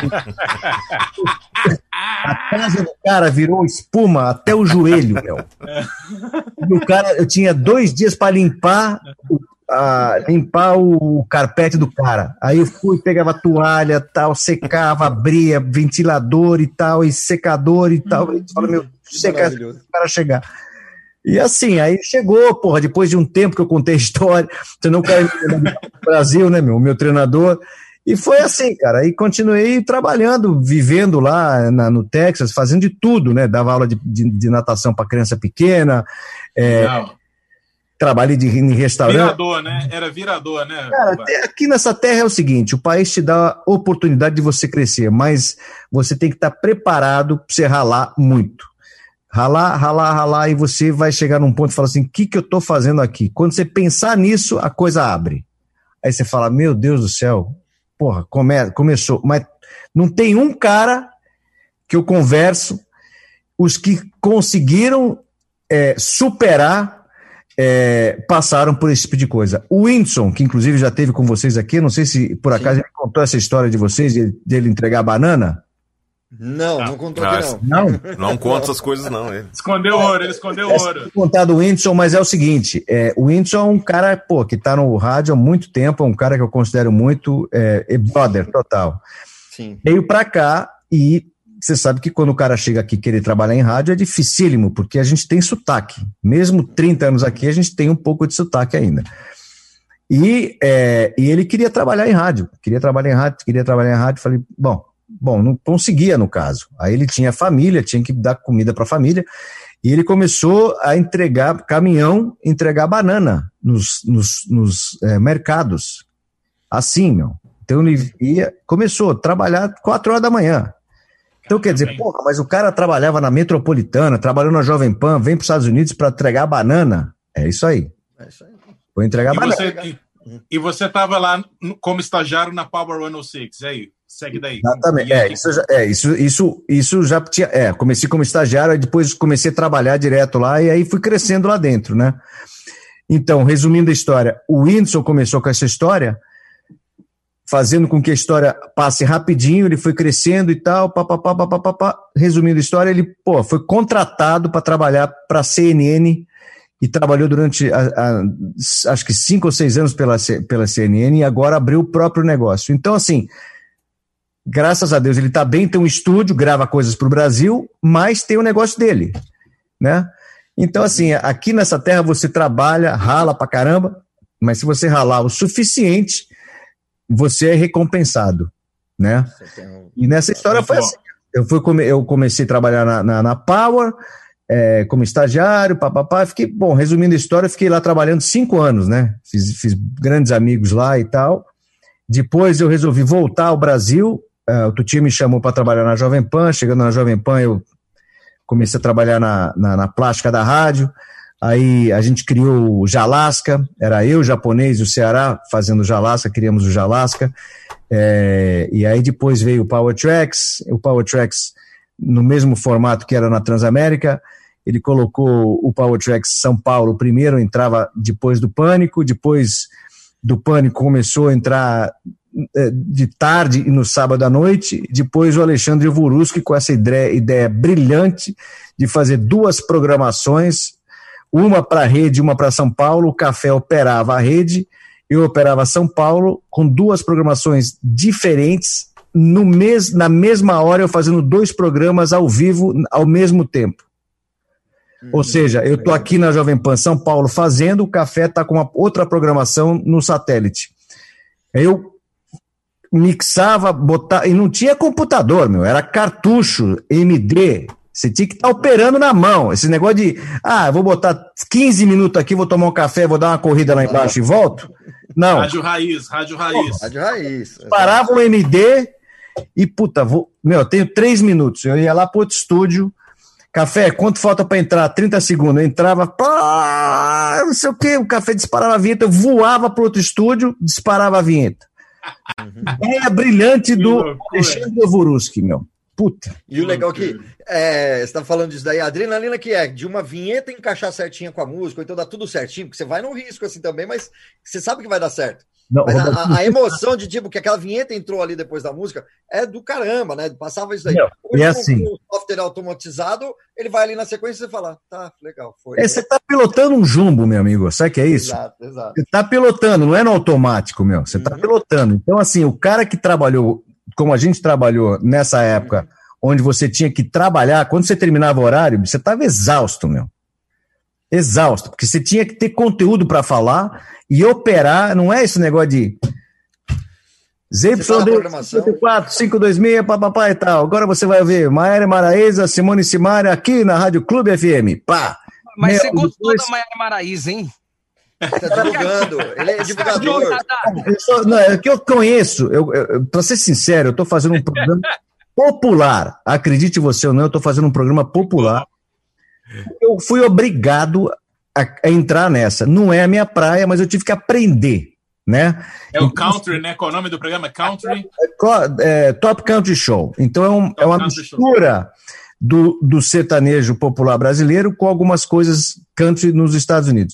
A casa do cara virou espuma até o joelho, meu. E o cara, eu tinha dois dias para limpar o A limpar o carpete do cara. Aí eu fui, pegava toalha, tal, secava, abria, ventilador e tal, e secador e tal. E fala, meu, secar o cara chegar. E assim, aí chegou, porra, depois de um tempo que eu contei a história, você não quer no Brasil, né, meu, o meu treinador. E foi assim, cara. Aí continuei trabalhando, vivendo lá na, no Texas, fazendo de tudo, né? Dava aula de, de, de natação para criança pequena. É, trabalhei de, em restaurante. Virador, né? Era virador, né? Cara, aqui nessa terra é o seguinte, o país te dá a oportunidade de você crescer, mas você tem que estar preparado para você ralar muito. Ralar, ralar, ralar, e você vai chegar num ponto e falar assim, o que, que eu estou fazendo aqui? Quando você pensar nisso, a coisa abre. Aí você fala, meu Deus do céu, porra, come, começou. Mas não tem um cara que eu converso, os que conseguiram é, superar É, passaram por esse tipo de coisa. O Whindersson, que inclusive já teve com vocês aqui, não sei se por acaso Sim. ele contou essa história de vocês, de, dele entregar banana. Não, não, não contou ah, aqui não. Não? Não conta essas coisas não. Ele. Escondeu ouro, ele escondeu Essa ouro. é contar do Whindersson, mas é o seguinte, é, o Whindersson é um cara, pô, que tá no rádio há muito tempo, é um cara que eu considero muito é, é brother total. Sim. Veio pra cá e você sabe que quando o cara chega aqui querer trabalhar em rádio é dificílimo, porque a gente tem sotaque. Mesmo trinta anos aqui, a gente tem um pouco de sotaque ainda. E, é, e ele queria trabalhar em rádio, queria trabalhar em rádio, queria trabalhar em rádio. Falei, bom, bom, não conseguia no caso. Aí ele tinha família, tinha que dar comida para a família, e ele começou a entregar, caminhão, entregar banana nos, nos, nos é, mercados. Assim, meu. Então ele ia, começou a trabalhar quatro horas da manhã. Então, quer dizer, porra, mas o cara trabalhava na Metropolitana, trabalhou na Jovem Pan, vem para os Estados Unidos para entregar banana. É isso aí. É isso aí. Vou entregar e banana. Você, e, e você estava lá como estagiário na Power cento e seis, e aí? Segue daí. Exatamente. É, isso, já, é, isso, isso, isso já tinha. É, comecei como estagiário, depois comecei a trabalhar direto lá e aí fui crescendo lá dentro, né? Então, resumindo a história, o Whindersson começou com essa história, fazendo com que a história passe rapidinho, ele foi crescendo e tal, papapá, papapá. Resumindo a história, ele pô, foi contratado para trabalhar para a C N N e trabalhou durante, a, a, acho que cinco ou seis anos pela, pela C N N e agora abriu o próprio negócio. Então, assim, graças a Deus, ele está bem, tem um estúdio, grava coisas para o Brasil, mas tem o negócio dele, né? Então, assim, aqui nessa terra você trabalha, rala pra caramba, mas se você ralar o suficiente, você é recompensado, né? E nessa história foi assim. Eu, fui come, eu comecei a trabalhar na, na, na Power, é, como estagiário, papapá. Fiquei, bom, resumindo a história, fiquei lá trabalhando cinco anos, né? Fiz, fiz grandes amigos lá e tal. Depois eu resolvi voltar ao Brasil. Uh, o Tutinha me chamou para trabalhar na Jovem Pan. Chegando na Jovem Pan, eu comecei a trabalhar na, na, na plástica da rádio. Aí a gente criou o Jalasca, era eu, o japonês e o Ceará fazendo o Jalasca, criamos o Jalasca, é, e aí depois veio o Power Tracks, o Power Tracks no mesmo formato que era na Transamérica, ele colocou o Power Tracks São Paulo primeiro, entrava depois do Pânico, depois do Pânico começou a entrar é, de tarde e no sábado à noite, depois o Alexandre Vuruski com essa ideia, ideia brilhante de fazer duas programações, uma para a rede, uma para São Paulo. O Café operava a rede, eu operava São Paulo, com duas programações diferentes, no mes, na mesma hora eu fazendo dois programas ao vivo ao mesmo tempo. Hum, Ou seja, eu estou aqui na Jovem Pan São Paulo fazendo, o Café está com uma outra programação no satélite. Eu mixava, botava, e não tinha computador, meu, era cartucho, M D. Você tinha que estar operando na mão. Esse negócio de, ah, vou botar quinze minutos aqui, vou tomar um café, vou dar uma corrida lá embaixo e volto. Não. Rádio Raiz, Rádio Raiz. Pô, Rádio Raiz. Parava o M D e, puta, vou, meu, eu tenho três minutos. Eu ia lá pro outro estúdio Café, quanto falta para entrar? trinta segundos. Eu entrava, pá, não sei o quê, o Café disparava a vinheta, eu voava para outro estúdio, disparava a vinheta. É a brilhante do Alexandre Ovuruski, meu. Puta. E o legal é que é, você tá falando disso daí, a adrenalina que é de uma vinheta encaixar certinho com a música, ou então dá tudo certinho, porque você vai no risco assim também, mas você sabe que vai dar certo. Não, mas a, a emoção de tipo que aquela vinheta entrou ali depois da música é do caramba, né? Passava isso daí. Não, Hoje, é assim. com o software automatizado, ele vai ali na sequência e você fala, tá, legal, foi. É, você tá pilotando um jumbo, meu amigo, sabe o que é isso? Exato, exato. Você tá pilotando, não é no automático, meu, você uhum. tá pilotando. Então, assim, o cara que trabalhou, como a gente trabalhou nessa época, uhum. onde você tinha que trabalhar, quando você terminava o horário, você tava exausto, meu. Exausto, porque você tinha que ter conteúdo para falar e operar, não é esse negócio de Z Y D quatro, cinco dois seis, papapá e tal. Agora você vai ver Maiara Maraíza, Simone Simaria aqui na Rádio Clube F M. Pá! Mas Meu, você gostou depois... da Maiara Maraíza, hein? Tá divulgando, ele é divulgador. Eu só, não, é que eu conheço, eu, eu, pra ser sincero, eu tô fazendo um programa popular. Acredite você ou não, eu tô fazendo um programa popular. Eu fui obrigado a, a entrar nessa. Não é a minha praia, mas eu tive que aprender, né? É o então, Country, né? Qual é o nome do programa? Country? É, é, Top Country Show. Então é, um, é uma mistura do, do sertanejo popular brasileiro com algumas coisas country nos Estados Unidos.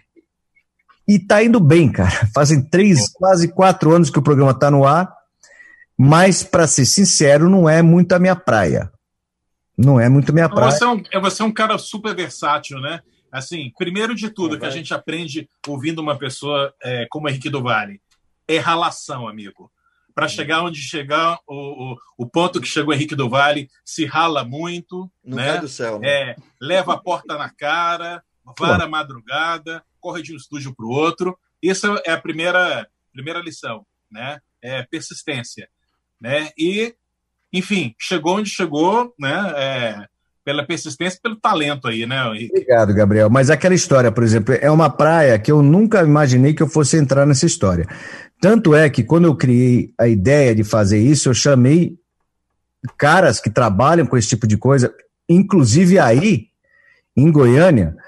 E tá indo bem, cara. Fazem três, quase quatro anos que o programa tá no ar, mas, para ser sincero, não é muito a minha praia. Não é muito minha praia. Você é, um, você é um cara super versátil, né? Assim, primeiro de tudo, é, que a gente aprende ouvindo uma pessoa é, como Henrique do Vale, é ralação, amigo. Para chegar onde chegar, o, o, o ponto que chegou Henrique do Vale, se rala muito. Não né? cai do céu, né? É, leva a porta na cara, vara a madrugada, corre de um estúdio para o outro. Essa é a primeira, primeira lição, né? É persistência. Né? E, enfim, chegou onde chegou, né? É, pela persistência, pelo talento aí, né, Henrique? Obrigado, Gabriel. Mas aquela história, por exemplo, é uma praia que eu nunca imaginei que eu fosse entrar nessa história. Tanto é que quando eu criei a ideia de fazer isso, eu chamei caras que trabalham com esse tipo de coisa, inclusive aí, em Goiânia,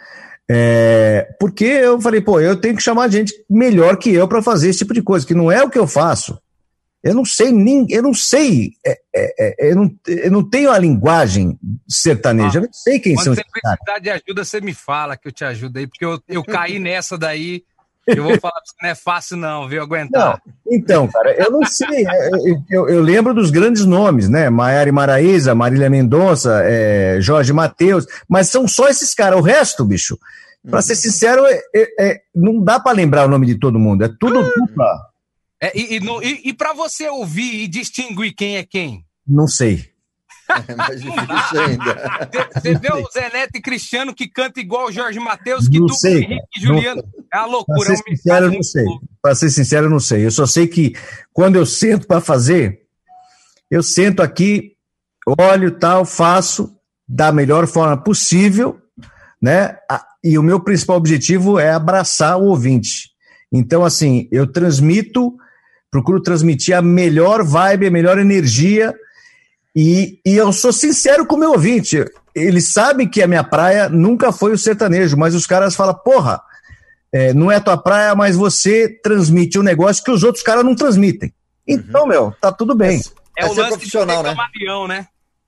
é, porque eu falei, pô, eu tenho que chamar gente melhor que eu para fazer esse tipo de coisa, que não é o que eu faço. Eu não sei nem, eu não sei, é, é, é, eu, não, eu não tenho a linguagem sertaneja, ah, eu não sei quem são esses caras. Quando você precisar de ajuda, você me fala que eu te ajudo aí, porque eu, eu caí nessa daí, eu vou falar pra você, não é fácil não, viu, aguentar. Não, então, cara, eu não sei, eu, eu, eu lembro dos grandes nomes, né, Maiara Maraíza, Marília Mendonça, é, Jorge Mateus, mas são só esses caras, o resto, bicho, pra ser sincero, é, é, não dá pra lembrar o nome de todo mundo, é tudo dupla. É, e, e, e, e para você ouvir e distinguir quem é quem? Não sei. É mais difícil ainda. Você vê o Zé Neto e Cristiano que canta igual o Jorge Mateus, que dupla Henrique e Juliano. É uma loucura. Para ser sincero, eu não sei. Para ser sincero, eu não sei. Eu só sei que quando eu sento para fazer, eu sento aqui, olho tal, faço da melhor forma possível, né? E o meu principal objetivo é abraçar o ouvinte. Então, assim, eu transmito, procuro transmitir a melhor vibe, a melhor energia, e, e eu sou sincero com o meu ouvinte. Eles sabem que a minha praia nunca foi o sertanejo, mas os caras falam, porra, é, não é a tua praia, mas você transmite um negócio que os outros caras não transmitem. Então, uhum. meu, tá tudo bem. É, é o ser lance profissional, de né? Avião, né?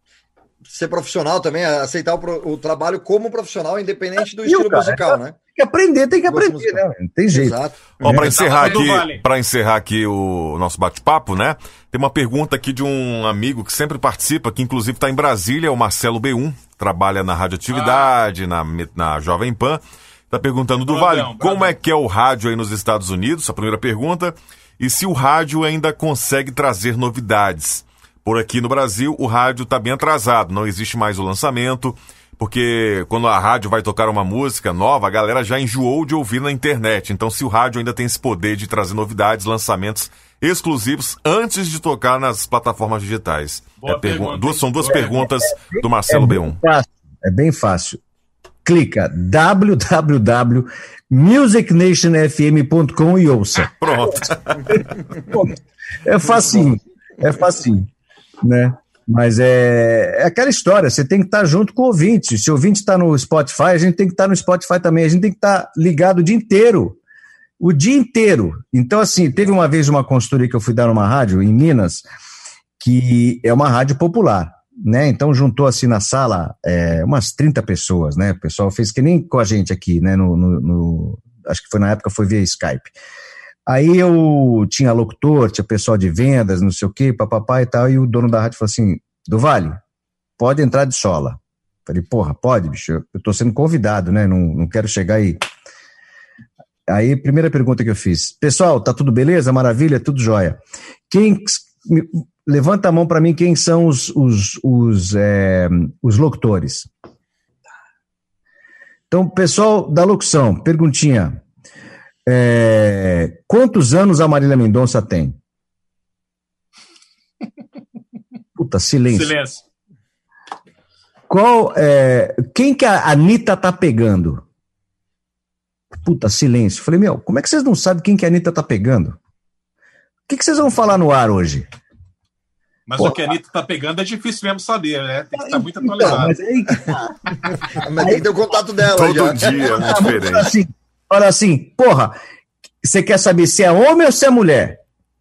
Ser profissional também, aceitar o, o trabalho como profissional, independente do estilo cara, musical, né? Tem que aprender, tem que aprender, né? Não tem jeito. Exato. Ó, para encerrar aqui, para encerrar aqui o nosso bate-papo, né? Tem uma pergunta aqui de um amigo que sempre participa, que inclusive está em Brasília, o Marcelo B um, trabalha na Radioatividade, ah. na, na Jovem Pan. Está perguntando do Vale, como é que é o rádio aí nos Estados Unidos? A primeira pergunta. E se o rádio ainda consegue trazer novidades? Por aqui no Brasil, o rádio está bem atrasado, não existe mais o lançamento, porque quando a rádio vai tocar uma música nova, a galera já enjoou de ouvir na internet. Então, se o rádio ainda tem esse poder de trazer novidades, lançamentos exclusivos antes de tocar nas plataformas digitais. É pergu- duas, são duas perguntas do Marcelo é B um. Fácil, é bem fácil. Clica w w w ponto music nation f m ponto com e ouça. Pronto. É facinho, é facinho. Né? Mas é, é aquela história, você tem que estar junto com o ouvinte. Se o ouvinte está no Spotify, a gente tem que estar no Spotify também. A gente tem que estar ligado o dia inteiro. O dia inteiro. Então, assim, teve uma vez uma consultoria que eu fui dar numa rádio em Minas, que é uma rádio popular, né? Então juntou assim na sala é, umas trinta pessoas, né? O pessoal fez que nem com a gente aqui, né? No, no, no, acho que foi na época, foi via Skype. Aí eu tinha locutor, tinha pessoal de vendas, não sei o quê, papapá e tal, e o dono da rádio falou assim, do Vale, pode entrar de sola. Falei, porra, pode, bicho, eu, eu tô sendo convidado, né, não, não quero chegar aí. Aí, primeira pergunta que eu fiz, pessoal, tá tudo beleza? Maravilha? Tudo jóia. Quem, levanta a mão para mim, quem são os, os, os, é, os locutores? Então, pessoal da locução, perguntinha, É, quantos anos a Marília Mendonça tem? Puta, silêncio. Silêncio. Qual, é, quem que a Anitta tá pegando? Puta, silêncio. Falei, meu, como é que vocês não sabem quem que a Anitta tá pegando? O que, que vocês vão falar no ar hoje? Mas Pô, o que a Anitta tá pegando é difícil mesmo saber, né? Tem que estar muito então, atualizado. mas aí, Mas tem que ter o contato dela. Todo já. dia é Fala diferente. assim, fala assim, porra, você quer saber se é homem ou se é mulher?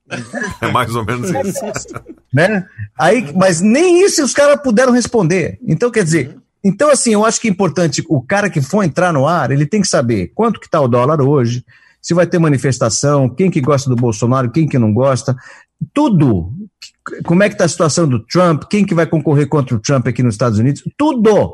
É mais ou menos isso. Né? Aí, mas nem isso os caras puderam responder. Então, quer dizer, então assim, eu acho que é importante, o cara que for entrar no ar, ele tem que saber quanto que está o dólar hoje, se vai ter manifestação, quem que gosta do Bolsonaro, quem que não gosta, tudo. Como é que está a situação do Trump, quem que vai concorrer contra o Trump aqui nos Estados Unidos, tudo.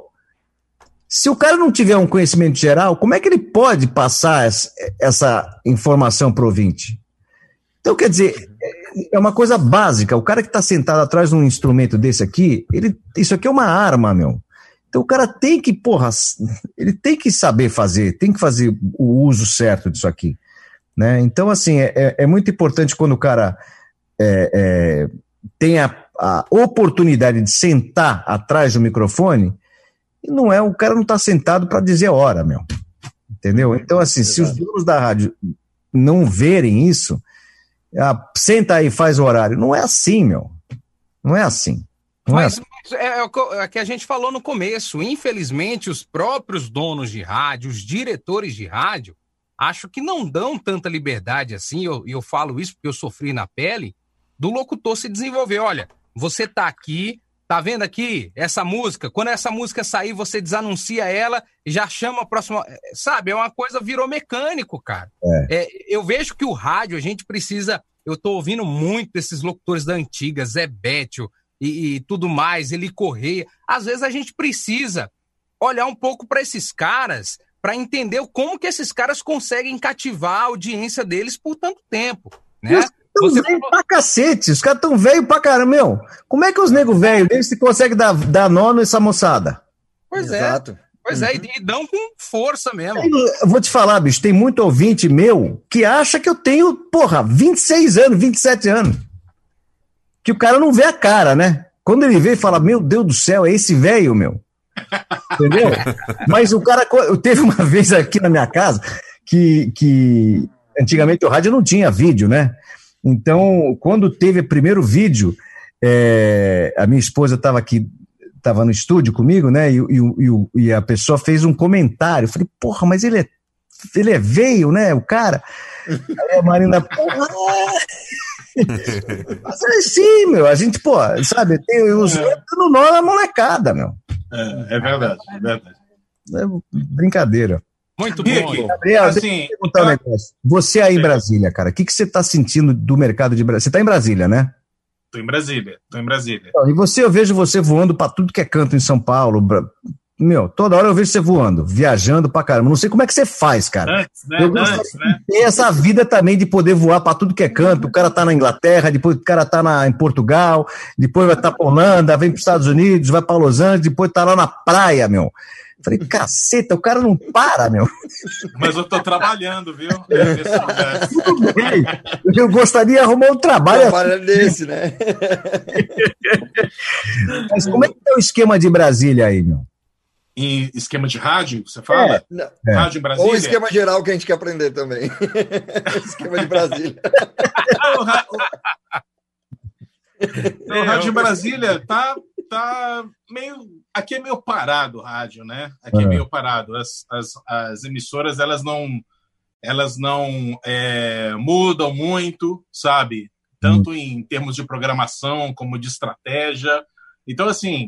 Se o cara não tiver um conhecimento geral, como é que ele pode passar essa informação para o ouvinte? Então, quer dizer, é uma coisa básica. O cara que está sentado atrás de um instrumento desse aqui, ele, isso aqui é uma arma, meu. Então o cara tem que, porra, ele tem que saber fazer, tem que fazer o uso certo disso aqui, né? Então, assim, é, é muito importante quando o cara é, é, tem a, a oportunidade de sentar atrás do microfone, e não é, o cara não está sentado para dizer hora, meu. Entendeu? Então, assim, se os donos da rádio não verem isso, ah, senta aí e faz o horário. Não é assim, meu. Não é assim. Não Mas, é assim. mas é, é o que a gente falou no começo. Infelizmente, os próprios donos de rádio, os diretores de rádio, acho que não dão tanta liberdade assim, e eu, eu falo isso porque eu sofri na pele, do locutor se desenvolver. Olha, você tá aqui, tá vendo aqui essa música? Quando essa música sair, você desanuncia ela e já chama a próxima... Sabe, é uma coisa, virou mecânico, cara. É. É, eu vejo que o rádio, a gente precisa... Eu tô ouvindo muito esses locutores da antiga, Zé Bétio e, e tudo mais, Eli Correia. Às vezes a gente precisa olhar um pouco para esses caras, para entender como que esses caras conseguem cativar a audiência deles por tanto tempo, né? Tão Você velho falou... pra cacete, os caras tão velho pra caramba, meu. Como é que os nego velho deles se conseguem dar, dar nó nessa moçada? Pois Exato. é, pois é, e dão com força mesmo. Eu vou te falar, bicho, tem muito ouvinte meu que acha que eu tenho, porra, vinte e seis anos, vinte e sete anos. Que o cara não vê a cara, né? Quando ele vê e fala, meu Deus do céu, é esse velho, meu. Entendeu? Mas o cara, teve uma vez aqui na minha casa que, que antigamente o rádio não tinha vídeo, né? Então, quando teve o primeiro vídeo, é, a minha esposa estava aqui, estava no estúdio comigo, né? E, e, e a pessoa fez um comentário. Eu falei, porra, mas ele é, ele é veio, né? O cara. Aí a Marina, porra. Mas é assim, meu. A gente, pô, sabe, tem os é. no nó na molecada, meu. É, é verdade, é verdade. É brincadeira. Muito bom. Rick, Gabriel, assim, deixa eu perguntar um negócio. Você aí em Brasília, cara, o que, que você está sentindo do mercado de Brasília? Você está em Brasília, né? Tô em Brasília, tô em Brasília. E você, eu vejo você voando para tudo que é canto em São Paulo. Meu, toda hora eu vejo você voando, viajando pra caramba. Não sei como é que você faz, cara. Antes, né? Eu gostaria Antes, né? de ter essa vida também de poder voar para tudo que é canto. O cara tá na Inglaterra, depois o cara tá na, em Portugal, depois vai estar tá pra Holanda, vem pros Estados Unidos, vai para Los Angeles, depois tá lá na praia, meu. Falei, caceta, o cara não para, meu. Mas eu tô trabalhando, viu? Tudo bem. Eu gostaria de arrumar um trabalho. Trabalho desse, né? Mas como é que é o esquema de Brasília aí, meu? Em esquema de rádio, você fala? É. Rádio em Brasília? Ou esquema geral que a gente quer aprender também. Esquema de Brasília. Então, o rádio de Brasília tá, tá meio... Aqui é meio parado o rádio, né? Aqui é, é meio parado. As, as, as emissoras, elas não, elas não é, mudam muito, sabe? Tanto hum. em termos de programação como de estratégia. Então, assim,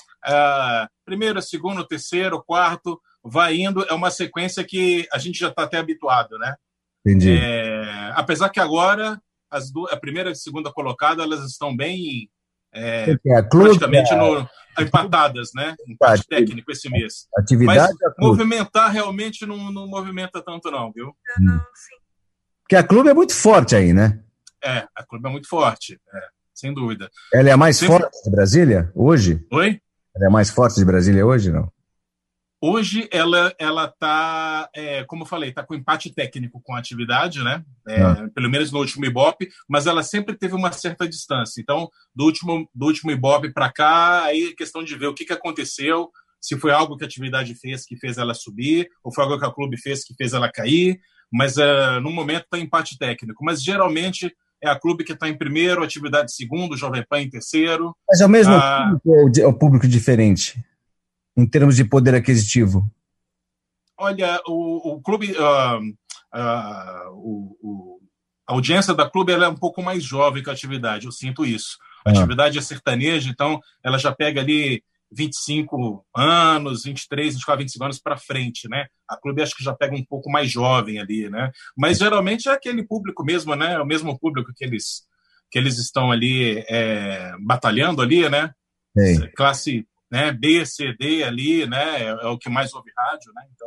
uh, primeiro, segundo, terceiro, quarto, vai indo. É uma sequência que a gente já está até habituado, né? Entendi. É, apesar que agora as duas, a primeira e a segunda colocada, elas estão bem é, é, clube, praticamente é, no, empatadas, né? Empate técnico esse mês. Atividade. Mas movimentar realmente não, não movimenta tanto não, viu? Hum. Porque a clube é muito forte aí, né? É, a clube é muito forte, é, sem dúvida. Ela é a mais Sempre... forte de Brasília hoje? Oi? Ela é a mais forte de Brasília hoje, não? Hoje ela ela está, é, como eu falei, está com empate técnico com a atividade, né? É, ah. Pelo menos no último Ibope, mas ela sempre teve uma certa distância. Então, do último, do último Ibope para cá, aí é questão de ver o que, que aconteceu, se foi algo que a atividade fez que fez ela subir, ou foi algo que a clube fez que fez ela cair, mas uh, no momento está empate técnico. Mas geralmente é a clube que está em primeiro, a atividade em segundo, o Jovem Pan em terceiro. Mas é o mesmo ah, público, ou é o público diferente? Em termos de poder aquisitivo? Olha, o, o clube, uh, uh, o, o, a audiência da clube ela é um pouco mais jovem que a atividade, eu sinto isso. A ah. atividade é sertaneja, então ela já pega ali vinte e cinco anos, vinte e três, vinte e quatro, vinte e cinco anos para frente, né? A clube acho que já pega um pouco mais jovem ali, né? Mas geralmente é aquele público mesmo, né? É o mesmo público que eles, que eles estão ali é, batalhando ali, né? Ei. Classe... Né, B, C, D ali, né, é, é o que mais ouve rádio, né, então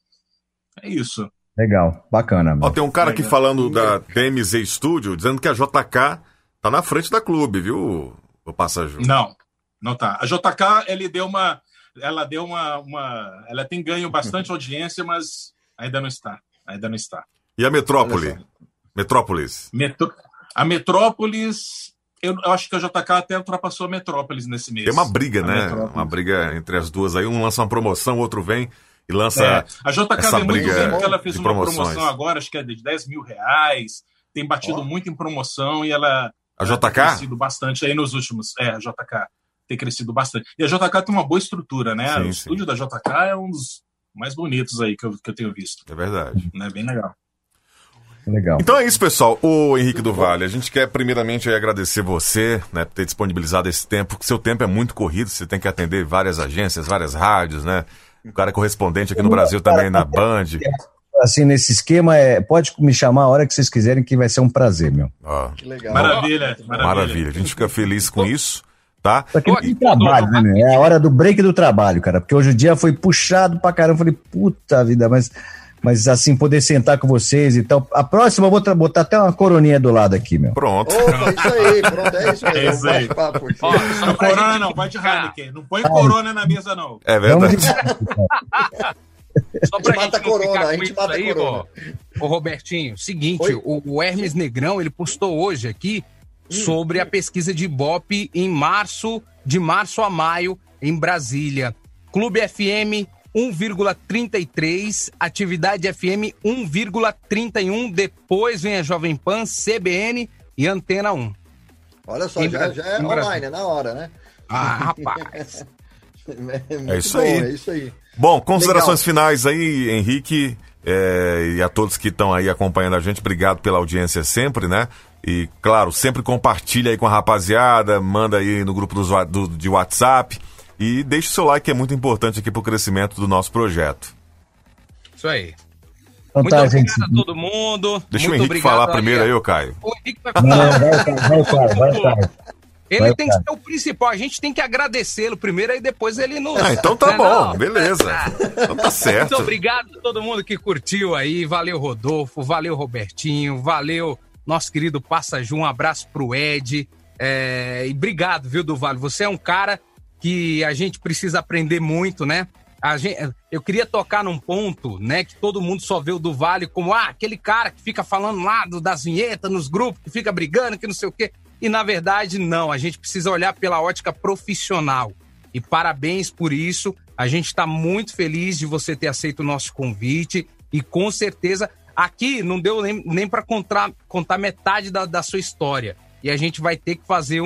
é isso. Legal, bacana. Ó, tem um cara aqui falando da T M Z Studio, dizendo que a J K tá na frente da clube, viu, o Passagem? Não, não tá. A J K, ele deu uma, ela deu uma, uma, ela tem ganho bastante audiência, mas ainda não está, ainda não está. E a Metrópole? Metrópolis? Metro... A Metrópolis... Eu acho que a J K até ultrapassou a Metrópolis nesse mês. Tem uma briga, né? Uma briga entre as duas aí. Um lança uma promoção, o outro vem e lança é. A J K essa vem muito briga bem, porque ela fez uma promoções. promoção agora, acho que é de dez mil reais. Tem batido oh. muito em promoção e ela... A J K? Tem crescido bastante aí nos últimos... É, a J K tem crescido bastante. E a J K tem uma boa estrutura, né? Sim, o sim. estúdio da J K é um dos mais bonitos aí que eu, que eu tenho visto. É verdade. É bem legal. Legal. Então é isso, pessoal. O Henrique do Vale, a gente quer primeiramente agradecer você, né, por ter disponibilizado esse tempo, porque seu tempo é muito corrido, você tem que atender várias agências, várias rádios, né? O cara é correspondente aqui no Brasil também, na Band. Assim, nesse esquema, é, pode me chamar a hora que vocês quiserem, que vai ser um prazer, meu. Ó. Que legal. Maravilha, maravilha. Maravilha. A gente fica feliz com isso, tá? Só que tem trabalho, né, meu? É a hora do break do trabalho, cara, porque hoje o dia foi puxado pra caramba, eu falei, puta vida, mas... Mas, assim, poder sentar com vocês e tal. A próxima eu vou botar até uma coroninha do lado aqui, meu. Pronto. Opa, isso aí, pronto, é isso aí. É isso aí. Papo, Ó, não corona não, vai de Heineken. Não põe corona na mesa, não. É verdade. Só pra a gente mata gente não corona, ficar a com gente isso mata aí, corona. ó, ô Robertinho, seguinte, Oi? o, o Hermes Negrão, ele postou hoje aqui hum. sobre a pesquisa de Ibope em março, de março a maio, em Brasília. Clube F M um vírgula trinta e três, Atividade F M um vírgula trinta e um, depois vem a Jovem Pan, C B N e Antena um. Olha só, já, já é online, é na hora, né? Ah, rapaz. é, é isso bom, aí. É isso aí. Bom, considerações Legal. finais aí, Henrique, é, e a todos que estão aí acompanhando a gente, obrigado pela audiência sempre, né? E, claro, sempre compartilha aí com a rapaziada, manda aí no grupo do, do, de WhatsApp. E deixe o seu like, que é muito importante aqui para o crescimento do nosso projeto. Isso aí. Então, muito tá, obrigado gente. a todo mundo. Deixa muito o Henrique obrigado falar ali, primeiro ó. aí, ô Caio. O Henrique vai Não, falar. vai, vai, vai, vai, vai. Ele Vai, tem cara. que ser o principal. A gente tem que agradecê-lo primeiro, aí depois ele nos... Ah, então tá Não é bom, não? beleza. Então tá certo. Muito obrigado a todo mundo que curtiu aí. Valeu, Rodolfo. Valeu, Robertinho. Valeu, nosso querido Passaju. Um abraço pro Ed. É... E obrigado, viu, Duval? Você é um cara que a gente precisa aprender muito, né? A gente... Eu queria tocar num ponto, né, que todo mundo só vê o Duval como ah, aquele cara que fica falando lá do, das vinhetas nos grupos, que fica brigando, que não sei o quê. E, na verdade, não. A gente precisa olhar pela ótica profissional. E parabéns por isso. A gente está muito feliz de você ter aceito o nosso convite. E, com certeza, aqui não deu nem, nem para contar, contar metade da, da sua história. E a gente vai ter que fazer um,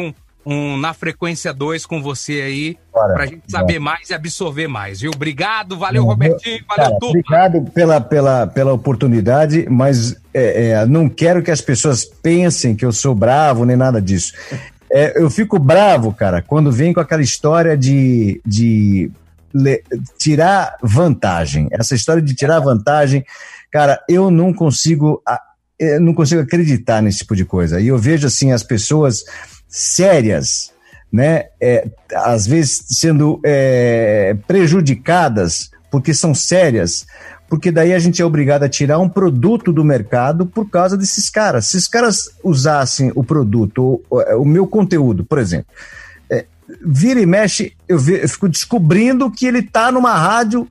um Na Frequência dois com você aí, Bora, pra gente saber bora. mais e absorver mais, viu? Obrigado, valeu, Robertinho, valeu, Cara, turma. obrigado pela, pela, pela oportunidade, mas é, é, não quero que as pessoas pensem que eu sou bravo nem nada disso. É, eu fico bravo, cara, quando vem com aquela história de, de le, tirar vantagem. Essa história de tirar vantagem, cara, eu não consigo, eu não consigo acreditar nesse tipo de coisa. E eu vejo, assim, as pessoas sérias, né, é, às vezes sendo é, prejudicadas porque são sérias, porque daí a gente é obrigado a tirar um produto do mercado por causa desses caras. Se os caras usassem o produto, o, o meu conteúdo, por exemplo, é, vira e mexe, eu, ve, eu fico descobrindo que ele tá numa rádio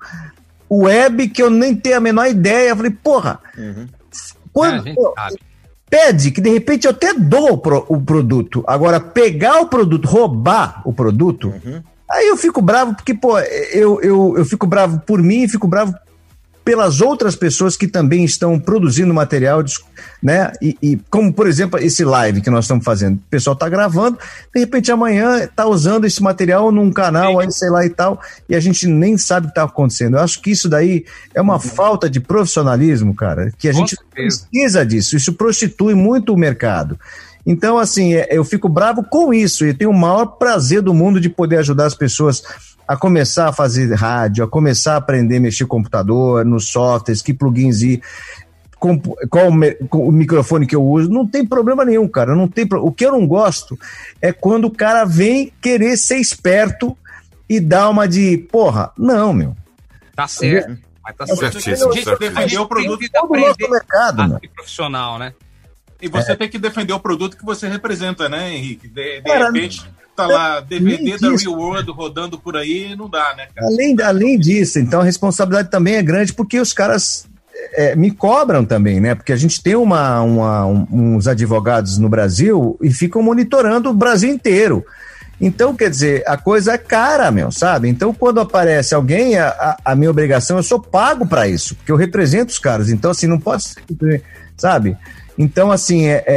web que eu nem tenho a menor ideia. Eu falei, porra, Uhum. quando, É, a gente pô, sabe. pede que de repente eu até dou o, pro, o produto. Agora, pegar o produto, roubar o produto, Uhum. aí eu fico bravo, porque, pô, eu, eu, eu fico bravo por mim e fico bravo pelas outras pessoas que também estão produzindo material, né? E, e como, por exemplo, esse live que nós estamos fazendo. O pessoal está gravando, de repente amanhã está usando esse material num canal, aí sei lá e tal, e a gente nem sabe o que está acontecendo. Eu acho que isso daí é uma falta de profissionalismo, cara, que a Com gente certeza. precisa disso. Isso prostitui muito o mercado. Então, assim, é, eu fico bravo com isso e tenho o maior prazer do mundo de poder ajudar as pessoas a começar a fazer rádio, a começar a aprender a mexer no computador, nos softwares, que plugins e com, qual o, me, o microfone que eu uso. Não tem problema nenhum, cara. Não tem, o que eu não gosto é quando o cara vem querer ser esperto e dar uma de, porra, não, meu. Tá certo. Mas tá certo. Certíssimo, A gente- certíssimo. a gente Defender o produto tem que Todo o nosso aprender mercado, a meu. ser profissional, né? E você tem que defender o produto que você representa, né, Henrique? De, de Cara, repente, tá lá D V D nem da disso. Real World rodando por aí, não dá, né, cara? Além, além disso, então a responsabilidade também é grande porque os caras é, me cobram também, né? Porque a gente tem uma, uma, um- uns advogados no Brasil e ficam monitorando o Brasil inteiro. Então, quer dizer, a coisa é cara, meu, sabe? Então, quando aparece alguém, a, a, a minha obrigação, eu sou pago para isso, porque eu represento os caras. Então, assim, não pode ser, sabe? Então, assim, é,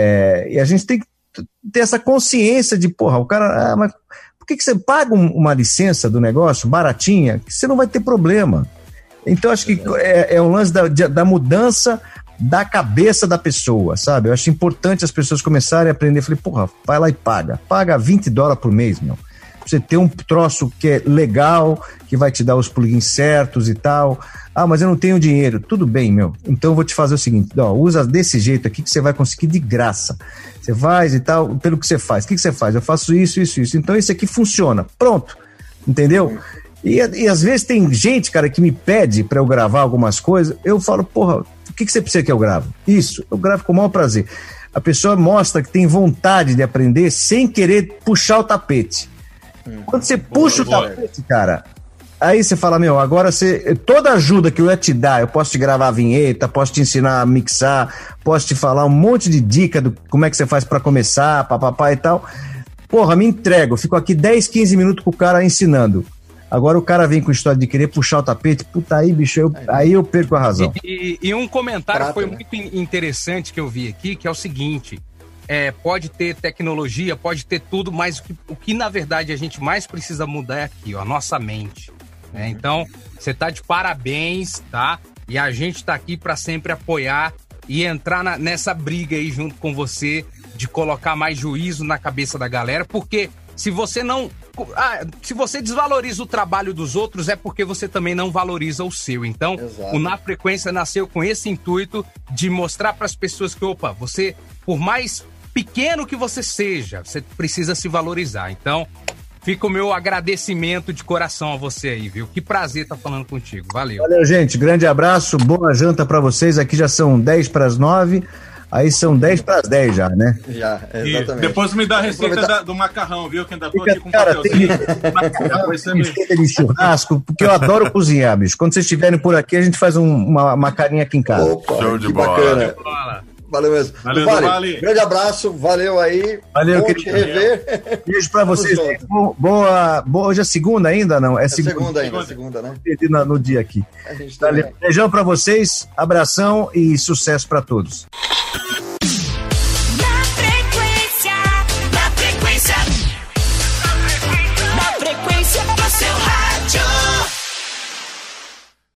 é, e a gente tem que ter essa consciência de, porra, o cara, ah, mas por que, que você paga um- uma licença do negócio baratinha, que você não vai ter problema? Então, acho que é, é um lance da, de- da mudança da cabeça da pessoa, sabe? Eu acho importante as pessoas começarem a aprender. Eu falei, porra, vai lá e paga. Paga vinte dólares por mês, meu. Pra você ter um troço que é legal, que vai te dar os plugins certos e tal. Ah, mas eu não tenho dinheiro. Tudo bem, meu. Então eu vou te fazer o seguinte, ó, usa desse jeito aqui que você vai conseguir de graça. Você faz e tal, pelo que você faz. O que, que você faz? Eu faço isso, isso, isso. Então esse aqui funciona. Pronto. Entendeu? E, e às vezes tem gente, cara, que me pede pra eu gravar algumas coisas. Eu falo, porra, o que, que você precisa que eu gravo? Isso, eu gravo com o maior prazer. A pessoa mostra que tem vontade de aprender sem querer puxar o tapete. Quando você puxa boa. o tapete, cara, aí você fala, meu, agora você, toda ajuda que eu ia te dar, eu posso te gravar a vinheta, posso te ensinar a mixar, posso te falar um monte de dica do como é que você faz pra começar, papapá e tal. Porra, me entrego, eu fico aqui dez, quinze minutos com o cara ensinando. Agora o cara vem com história de querer puxar o tapete, puta aí, bicho, eu, aí eu perco a razão. E, e- e um comentário Prato, foi né? muito in- interessante que eu vi aqui, que é o seguinte: é, pode ter tecnologia, pode ter tudo, mas o que, o que na verdade a gente mais precisa mudar é aqui, ó, a nossa mente. Né? Então, você tá de parabéns, tá? E a gente tá aqui para sempre apoiar e entrar na- nessa briga aí junto com você de colocar mais juízo na cabeça da galera, porque se você não. Ah, se você desvaloriza o trabalho dos outros, é porque você também não valoriza o seu. Então, Exato. o Na Frequência nasceu com esse intuito de mostrar para as pessoas que, opa, você, por mais pequeno que você seja, você precisa se valorizar. Então, fica o meu agradecimento de coração a você aí, viu? Que prazer estar falando contigo. Valeu. Valeu, gente, grande abraço, boa janta pra vocês. Aqui já são dez para as nove, aí são dez para as dez já, né? Já, E exatamente. depois me dá a receita Aproveitar- da- do macarrão, viu? Que ainda tô Fica, aqui com um cara, papelzinho. tem- Depois você me- Receita de churrasco, porque eu adoro cozinhar, bicho. Quando vocês estiverem por aqui, a gente faz um- uma, uma carinha aqui em casa. Opa, Show de que bola. bacana. Fala. Valeu mesmo. Valeu, Vale, Vale. grande abraço, valeu aí. Valeu, Bom te querido. rever. Beijo pra vocês. junto. Bo- Boa, boa, hoje é segunda ainda, não? É É segunda. segunda ainda, segunda, né? Perdi na- no dia aqui. A gente Valeu. também. Beijão pra vocês, abração e sucesso pra todos.